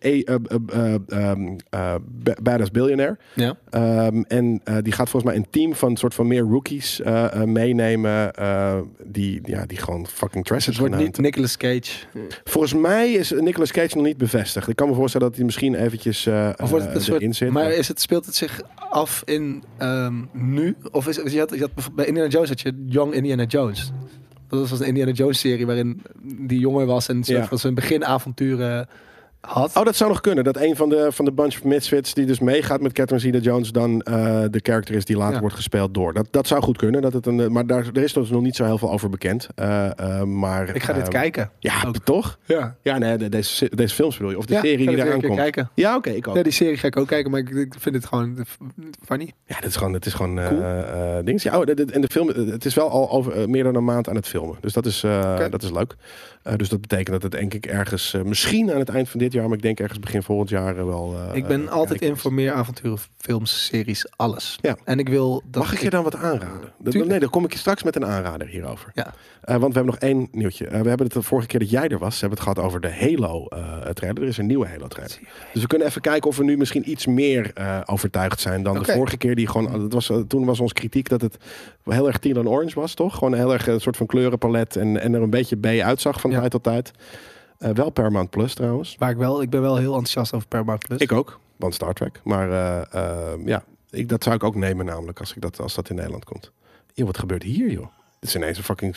[SPEAKER 2] badass billionaire. Ja. En die gaat volgens mij een team van soort van meer rookies meenemen. Die gewoon fucking trash is.
[SPEAKER 3] Het wordt niet Nicolas Cage.
[SPEAKER 2] Volgens mij is Nicolas Cage nog niet bevestigd. Ik kan me voorstellen dat hij misschien eventjes erin zit.
[SPEAKER 3] Maar speelt het zich af in nu? Of je had bij Indiana Jones had je Young Indiana Jones. Dat was een Indiana Jones serie waarin die jongen was en soort van zijn beginavonturen had.
[SPEAKER 2] Oh, dat zou nog kunnen. Dat een van de bunch of misfits die dus meegaat met Catherine Zeta-Jones dan de character is die later wordt gespeeld door. Dat zou goed kunnen. Maar er is dus nog niet zo heel veel over bekend. Maar
[SPEAKER 3] ik ga dit kijken.
[SPEAKER 2] Ja, ook. Toch?
[SPEAKER 3] Ja.
[SPEAKER 2] Ja, nee, deze films bedoel je? Of de serie die eraan komt?
[SPEAKER 3] Kijken.
[SPEAKER 2] Ja, oké, ik ook.
[SPEAKER 3] Ja, die serie ga ik ook kijken, maar ik vind het gewoon funny.
[SPEAKER 2] Ja, het is gewoon
[SPEAKER 3] cool.
[SPEAKER 2] dings. Ja, en de film, het is wel al over meer dan een maand aan het filmen. Dus dat is leuk. Dus dat betekent dat het denk ik ergens misschien aan het eind van dit dit jaar, maar ik denk ergens begin volgend jaar wel.
[SPEAKER 3] Ik ben altijd in voor meer avonturenfilms, series, alles.
[SPEAKER 2] Ja.
[SPEAKER 3] En ik wil...
[SPEAKER 2] Mag ik je dan wat aanraden? Nee, dan kom ik je straks met een aanrader hierover.
[SPEAKER 3] Ja.
[SPEAKER 2] Want we hebben nog één nieuwtje. We hebben het de vorige keer dat jij er was, hebben het gehad over de Halo trailer. Er is een nieuwe Halo trailer. Dus we kunnen even kijken of we nu misschien iets meer overtuigd zijn dan de vorige keer. Die gewoon, toen was ons kritiek dat het heel erg teal en orange was, toch? Gewoon een heel erg een soort van kleurenpalet en er een beetje B uitzag van tijd tot tijd. Wel Paramount Plus trouwens.
[SPEAKER 3] Maar ik ben wel heel enthousiast over Paramount Plus.
[SPEAKER 2] Ik ook, want Star Trek. Maar dat zou ik ook nemen namelijk als dat in Nederland komt. Yo, wat gebeurt hier, joh? Dit is ineens een fucking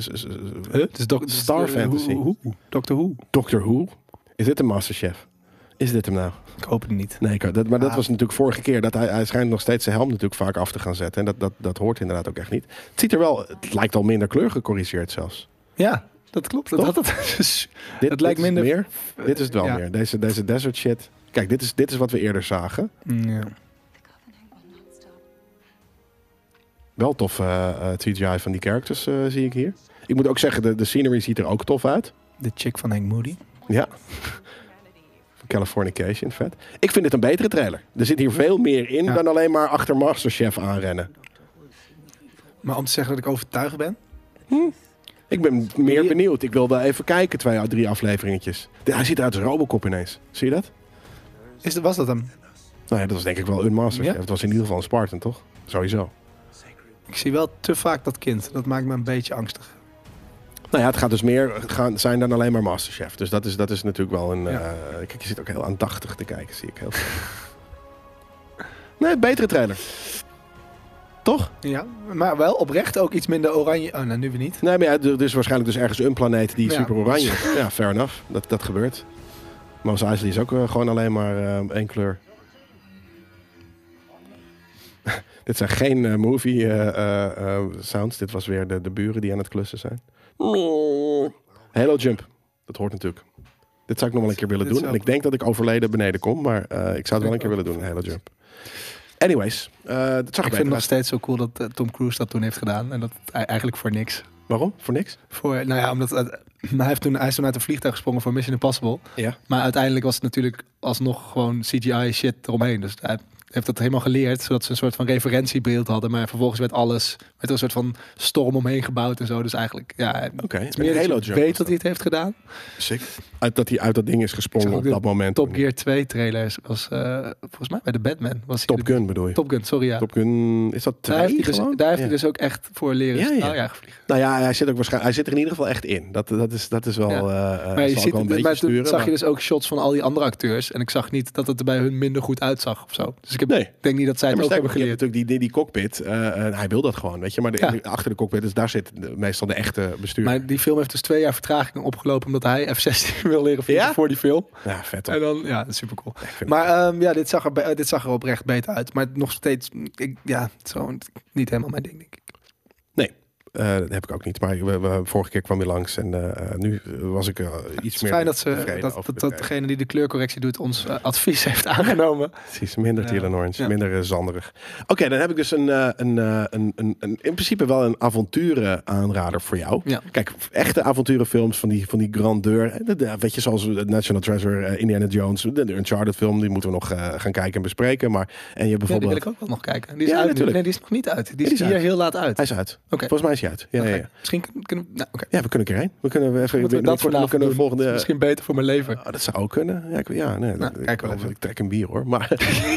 [SPEAKER 2] Star Fantasy.
[SPEAKER 3] Doctor Who.
[SPEAKER 2] Doctor Who? Is dit een Masterchef? Is dit hem nou?
[SPEAKER 3] Ik hoop het niet.
[SPEAKER 2] Nee, dat was natuurlijk vorige keer. Dat hij schijnt nog steeds zijn helm natuurlijk vaak af te gaan zetten. En dat hoort inderdaad ook echt niet. Het ziet er wel... Het lijkt al minder kleur gecorrigeerd zelfs.
[SPEAKER 3] Ja, dat klopt. Het lijkt minder...
[SPEAKER 2] Meer. Dit is het wel meer. Deze desert shit. Kijk, dit is wat we eerder zagen.
[SPEAKER 3] Ja.
[SPEAKER 2] Wel tof CGI van die characters zie ik hier. Ik moet ook zeggen, de scenery ziet er ook tof uit.
[SPEAKER 3] De chick van Hank Moody.
[SPEAKER 2] Ja. Californication, vet. Ik vind dit een betere trailer. Er zit hier veel meer in dan alleen maar achter Masterchef aanrennen.
[SPEAKER 3] Maar om te zeggen dat ik overtuigd ben?
[SPEAKER 2] Ik ben meer benieuwd. Ik wilde even kijken, 2 à 3 afleveringetjes. Hij ziet eruit als Robocop ineens. Zie je dat?
[SPEAKER 3] Was dat hem?
[SPEAKER 2] Nou ja, dat was denk ik wel een Masterchef. Het was in ieder geval een Spartan, toch? Sowieso.
[SPEAKER 3] Ik zie wel te vaak dat kind. Dat maakt me een beetje angstig.
[SPEAKER 2] Nou ja, het gaat dus meer zijn dan alleen maar Masterchef. Dus dat is natuurlijk wel een... kijk, je zit ook heel aandachtig te kijken, zie ik heel veel. Nee, betere trailer. Toch?
[SPEAKER 3] Ja, maar wel oprecht ook iets minder oranje. Oh, nou, nu weer niet.
[SPEAKER 2] Nee, maar er is waarschijnlijk dus ergens een planeet die super oranje is. Ja, fair enough. Dat gebeurt. Mos Eisley is ook gewoon alleen maar 1 kleur. Dit zijn geen movie sounds. Dit was weer de buren die aan het klussen zijn. Halo Jump. Dat hoort natuurlijk. Dit zou ik nog wel een keer willen doen. En ik denk dat ik overleden beneden kom. Maar ik zou het wel een keer willen doen. Halo Jump. Anyways. Dat zag
[SPEAKER 3] ik vind het nog steeds zo cool dat Tom Cruise dat toen heeft gedaan. En dat eigenlijk voor niks.
[SPEAKER 2] Waarom? Voor niks?
[SPEAKER 3] Omdat hij is toen uit een vliegtuig gesprongen voor Mission Impossible.
[SPEAKER 2] Ja.
[SPEAKER 3] Maar uiteindelijk was het natuurlijk alsnog gewoon CGI shit eromheen. Dus hij heeft dat helemaal geleerd, zodat ze een soort van referentiebeeld hadden. Maar vervolgens werd een soort van storm omheen gebouwd en zo. Dus eigenlijk, het is meer dat je weet dat hij het heeft gedaan.
[SPEAKER 2] Sick. Dat hij uit dat ding is gesprongen op dat moment.
[SPEAKER 3] Top Gear 2 trailer was volgens mij bij de Batman.
[SPEAKER 2] Top Gun bedoel je?
[SPEAKER 3] Top Gun, sorry ja.
[SPEAKER 2] Top Gun, is dat 2
[SPEAKER 3] Daar heeft hij dus ook echt voor leren vliegen.
[SPEAKER 2] Nou ja, hij zit er in ieder geval echt in. Dat is wel...
[SPEAKER 3] maar je ziet, toen zag je dus ook shots van al die andere acteurs. En ik zag niet dat het er bij hun minder goed uitzag of zo. Dus ik denk niet dat zij het ook hebben geleerd.
[SPEAKER 2] Natuurlijk die cockpit. Hij wil dat gewoon, weet je. Maar achter de cockpit, dus daar zit meestal de echte bestuurder.
[SPEAKER 3] Maar die film heeft dus 2 jaar vertraging opgelopen omdat hij F-16 wil leren vliegen voor die film.
[SPEAKER 2] Ja, vet toch.
[SPEAKER 3] En dan, dat is super cool. Maar dit zag er oprecht beter uit. Maar nog steeds, niet helemaal mijn ding, denk ik.
[SPEAKER 2] Nee. Dat heb ik ook niet. Maar vorige keer kwam je langs en nu was ik iets meer.
[SPEAKER 3] Fijn dat degene die de kleurcorrectie doet ons advies heeft aangenomen.
[SPEAKER 2] Precies, minder teal en orange, minder zanderig. Oké, dan heb ik dus in principe wel een avonturen aanrader voor jou. Ja. Kijk, echte avonturenfilms van die grandeur. Weet je, zoals National Treasure, Indiana Jones, de Uncharted film, die moeten we nog gaan kijken en bespreken. Maar en je bijvoorbeeld.
[SPEAKER 3] Die wil ik ook wel nog kijken. Die is uit natuurlijk. Nee, die is nog niet uit. Die is hier heel laat uit.
[SPEAKER 2] Hij is uit. Volgens mij is hij uit. Ja.
[SPEAKER 3] Misschien kunnen we...
[SPEAKER 2] Ja, we kunnen erheen. We kunnen even... We kunnen volgende...
[SPEAKER 3] Misschien beter voor mijn leven.
[SPEAKER 2] Dat zou ook kunnen. Ik trek een bier hoor. Maar...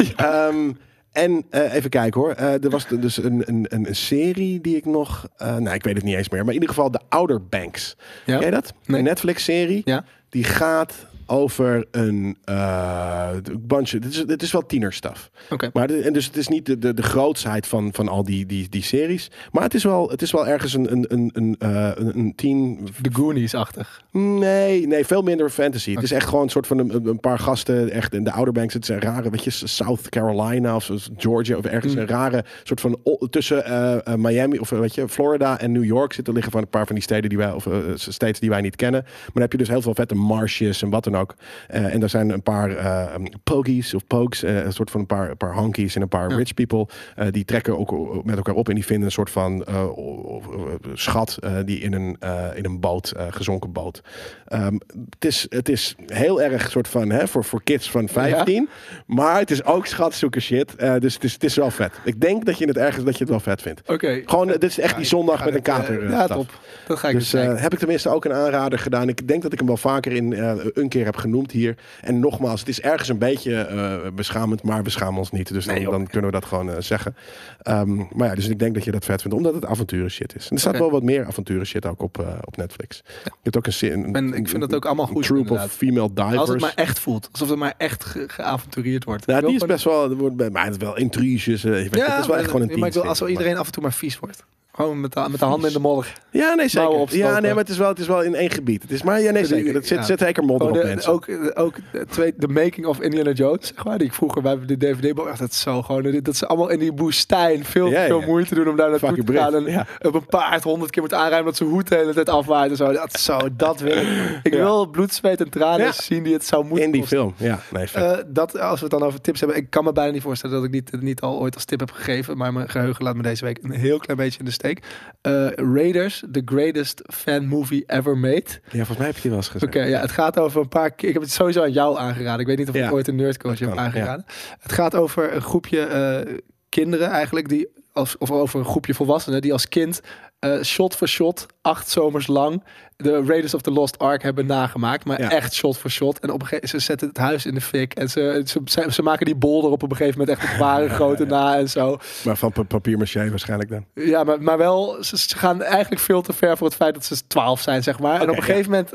[SPEAKER 2] even kijken hoor. Er was dus een serie die ik nog... ik weet het niet eens meer. Maar in ieder geval de Outer Banks. Ken je dat? Nee. Een Netflix-serie. Ja. Die gaat over een bandje. Dit is wel tienerstuff.
[SPEAKER 3] Okay.
[SPEAKER 2] Maar dus het is niet de grootsheid van al die series. Maar het is wel ergens een teen...
[SPEAKER 3] The Goonies-achtig.
[SPEAKER 2] Nee, veel minder fantasy. Okay. Het is echt gewoon een soort van een paar gasten. Echt in de Outer Banks. Het is een rare, weet je, South Carolina of Georgia of ergens een rare soort van tussen Miami of weet je, Florida en New York liggen van een paar van die steden die wij states die wij niet kennen. Maar dan heb je dus heel veel vette marshes en wat dan dan ook. En daar zijn een paar pogies of pogues, een soort van een paar honkies en een paar rich people. Die trekken ook met elkaar op en die vinden een soort van schat die in een boot, gezonken boot. Het is heel erg soort van voor kids van 15, maar het is ook schatzoeker shit. Dus het is wel vet. Ik denk dat je het wel vet vindt.
[SPEAKER 3] Oké.
[SPEAKER 2] Gewoon, dit is echt die zondag met een kater.
[SPEAKER 3] Top. Dat ga ik
[SPEAKER 2] dus heb ik tenminste ook een aanrader gedaan. Ik denk dat ik hem wel vaker een keer heb genoemd hier. En nogmaals, het is ergens een beetje beschamend, maar we schamen ons niet. Dus dan kunnen we dat gewoon zeggen. Maar ja, dus ik denk dat je dat vet vindt, omdat het avonturen shit is. En er staat wel wat meer avonturen shit ook op Netflix. Ja. Je hebt ook
[SPEAKER 3] ik vind dat ook allemaal goed.
[SPEAKER 2] Een troop of female divers.
[SPEAKER 3] Als het maar echt voelt. Alsof het maar echt geavontureerd wordt.
[SPEAKER 2] Ja, die is best wel, maar het is wel intriges. Het is wel echt gewoon een team.
[SPEAKER 3] Maar ik wil als iedereen af en toe maar vies wordt. Gewoon met de handen in de modder.
[SPEAKER 2] Ja, nee, zeker. Ja, nee, maar het is wel in één gebied. Het is, maar ja, nee, zeker. Het zit zeker modder op mensen.
[SPEAKER 3] Ook de making of Indiana Jones, zeg maar, die ik vroeger bij de DVD-box, dat is zo gewoon, dat ze allemaal in die woestijn veel moeite doen om daar naartoe te gaan. En op een paard 100 keer moet aanrijden, dat zijn hoed de hele tijd afwaait en zo. Dat wil ik. Ik wil bloed, zweet en tranen zien die het zou moeten
[SPEAKER 2] in die film. Ja, nee,
[SPEAKER 3] dat, als we het dan over tips hebben, ik kan me bijna niet voorstellen dat ik niet al ooit als tip heb gegeven, maar mijn geheugen laat me deze week een heel klein beetje in de steek. Raiders, the greatest fan movie ever made.
[SPEAKER 2] Ja, volgens mij heb je die wel eens gezegd.
[SPEAKER 3] Oké, ja, het gaat over een paar... Ik heb het sowieso aan jou aangeraden. Ik weet niet of ik ooit een nerdcoach heb aangeraden. Ja. Het gaat over een groepje kinderen eigenlijk, die of over een groepje volwassenen die als kind shot voor shot 8 zomers lang de Raiders of the Lost Ark hebben nagemaakt. Maar echt shot voor shot. En op een gegeven moment, ze zetten het huis in de fik. En ze maken die bolder op een gegeven moment echt op ware grootte na en zo.
[SPEAKER 2] Maar van papier-maché waarschijnlijk dan.
[SPEAKER 3] Ja, maar wel, ze gaan eigenlijk veel te ver voor het feit dat ze 12 zijn, zeg maar. En op een gegeven moment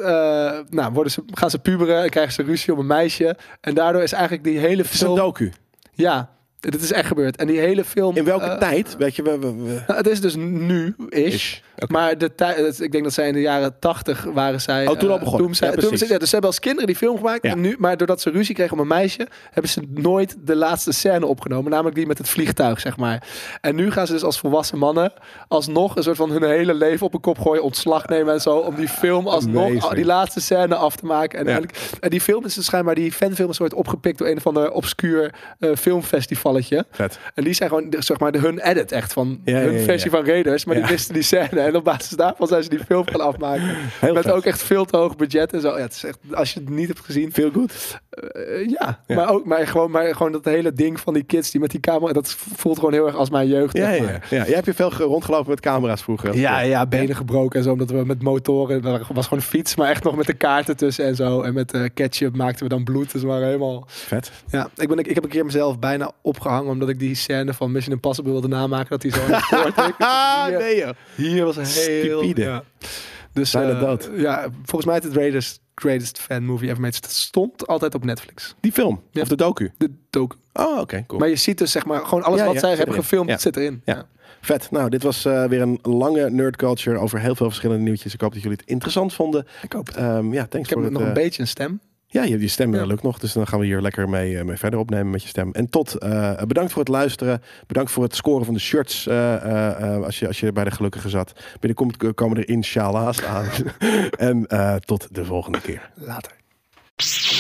[SPEAKER 3] gaan ze puberen en krijgen ze ruzie op een meisje. En daardoor is eigenlijk die hele film...
[SPEAKER 2] Het is een docu.
[SPEAKER 3] Ja. Dit is echt gebeurd. En die hele film...
[SPEAKER 2] In welke tijd? Weet je,
[SPEAKER 3] het is dus nu-ish. Okay. Maar de tijd, ik denk dat zij in de jaren 80 waren zij...
[SPEAKER 2] toen al begonnen.
[SPEAKER 3] Dus ze hebben als kinderen die film gemaakt. Ja. En nu, maar doordat ze ruzie kregen om een meisje, hebben ze nooit de laatste scène opgenomen. Namelijk die met het vliegtuig, zeg maar. En nu gaan ze dus als volwassen mannen alsnog een soort van hun hele leven op een kop gooien, ontslag nemen en zo. Om die film alsnog, die laatste scène af te maken. En, en die film is dus schijnbaar, die fanfilm is ooit opgepikt door een of ander obscuur filmfestival.
[SPEAKER 2] Vet.
[SPEAKER 3] En die zijn gewoon, zeg maar, hun edit echt van hun versie van Raiders. Maar die wisten die scène. En op basis daarvan zijn ze die film gaan afmaken. Heel met vet. Ook echt veel te hoog budget en zo. Ja, het is echt, als je het niet hebt gezien.
[SPEAKER 2] Veel goed.
[SPEAKER 3] Maar gewoon dat hele ding van die kids die met die camera. Dat voelt gewoon heel erg als mijn jeugd.
[SPEAKER 2] Ja. Jij hebt je veel rondgelopen met camera's vroeger.
[SPEAKER 3] Ja, benen gebroken en zo. Omdat we met motoren. Dat was gewoon een fiets, maar echt nog met de kaarten tussen en zo. En met ketchup maakten we dan bloed. Dus we waren helemaal.
[SPEAKER 2] Vet.
[SPEAKER 3] Ja, ik heb een keer mezelf bijna opgehangen omdat ik die scène van Mission Impossible wilde namaken, dat hij zo aan het koord hier was een heel
[SPEAKER 2] stupide. Ja.
[SPEAKER 3] Dus dood. Ja, volgens mij is het greatest fan movie ever made. Het stond altijd op Netflix.
[SPEAKER 2] Die film? Ja. Of de docu?
[SPEAKER 3] De docu.
[SPEAKER 2] Oh, oké, cool.
[SPEAKER 3] Maar je ziet dus zeg maar gewoon alles wat zij hebben gefilmd zit erin.
[SPEAKER 2] Ja. Vet. Nou, dit was weer een lange nerd culture over heel veel verschillende nieuwtjes. Ik hoop dat jullie het interessant vonden.
[SPEAKER 3] Ik hoop het.
[SPEAKER 2] Thanks
[SPEAKER 3] ik heb nog een beetje een stem.
[SPEAKER 2] Ja, je stem lukt nog. Dus dan gaan we hier lekker mee verder opnemen met je stem. En bedankt voor het luisteren. Bedankt voor het scoren van de shirts. Als je bij de gelukkigen zat. Binnenkort komen er inshallah's aan. En tot de volgende keer.
[SPEAKER 3] Later.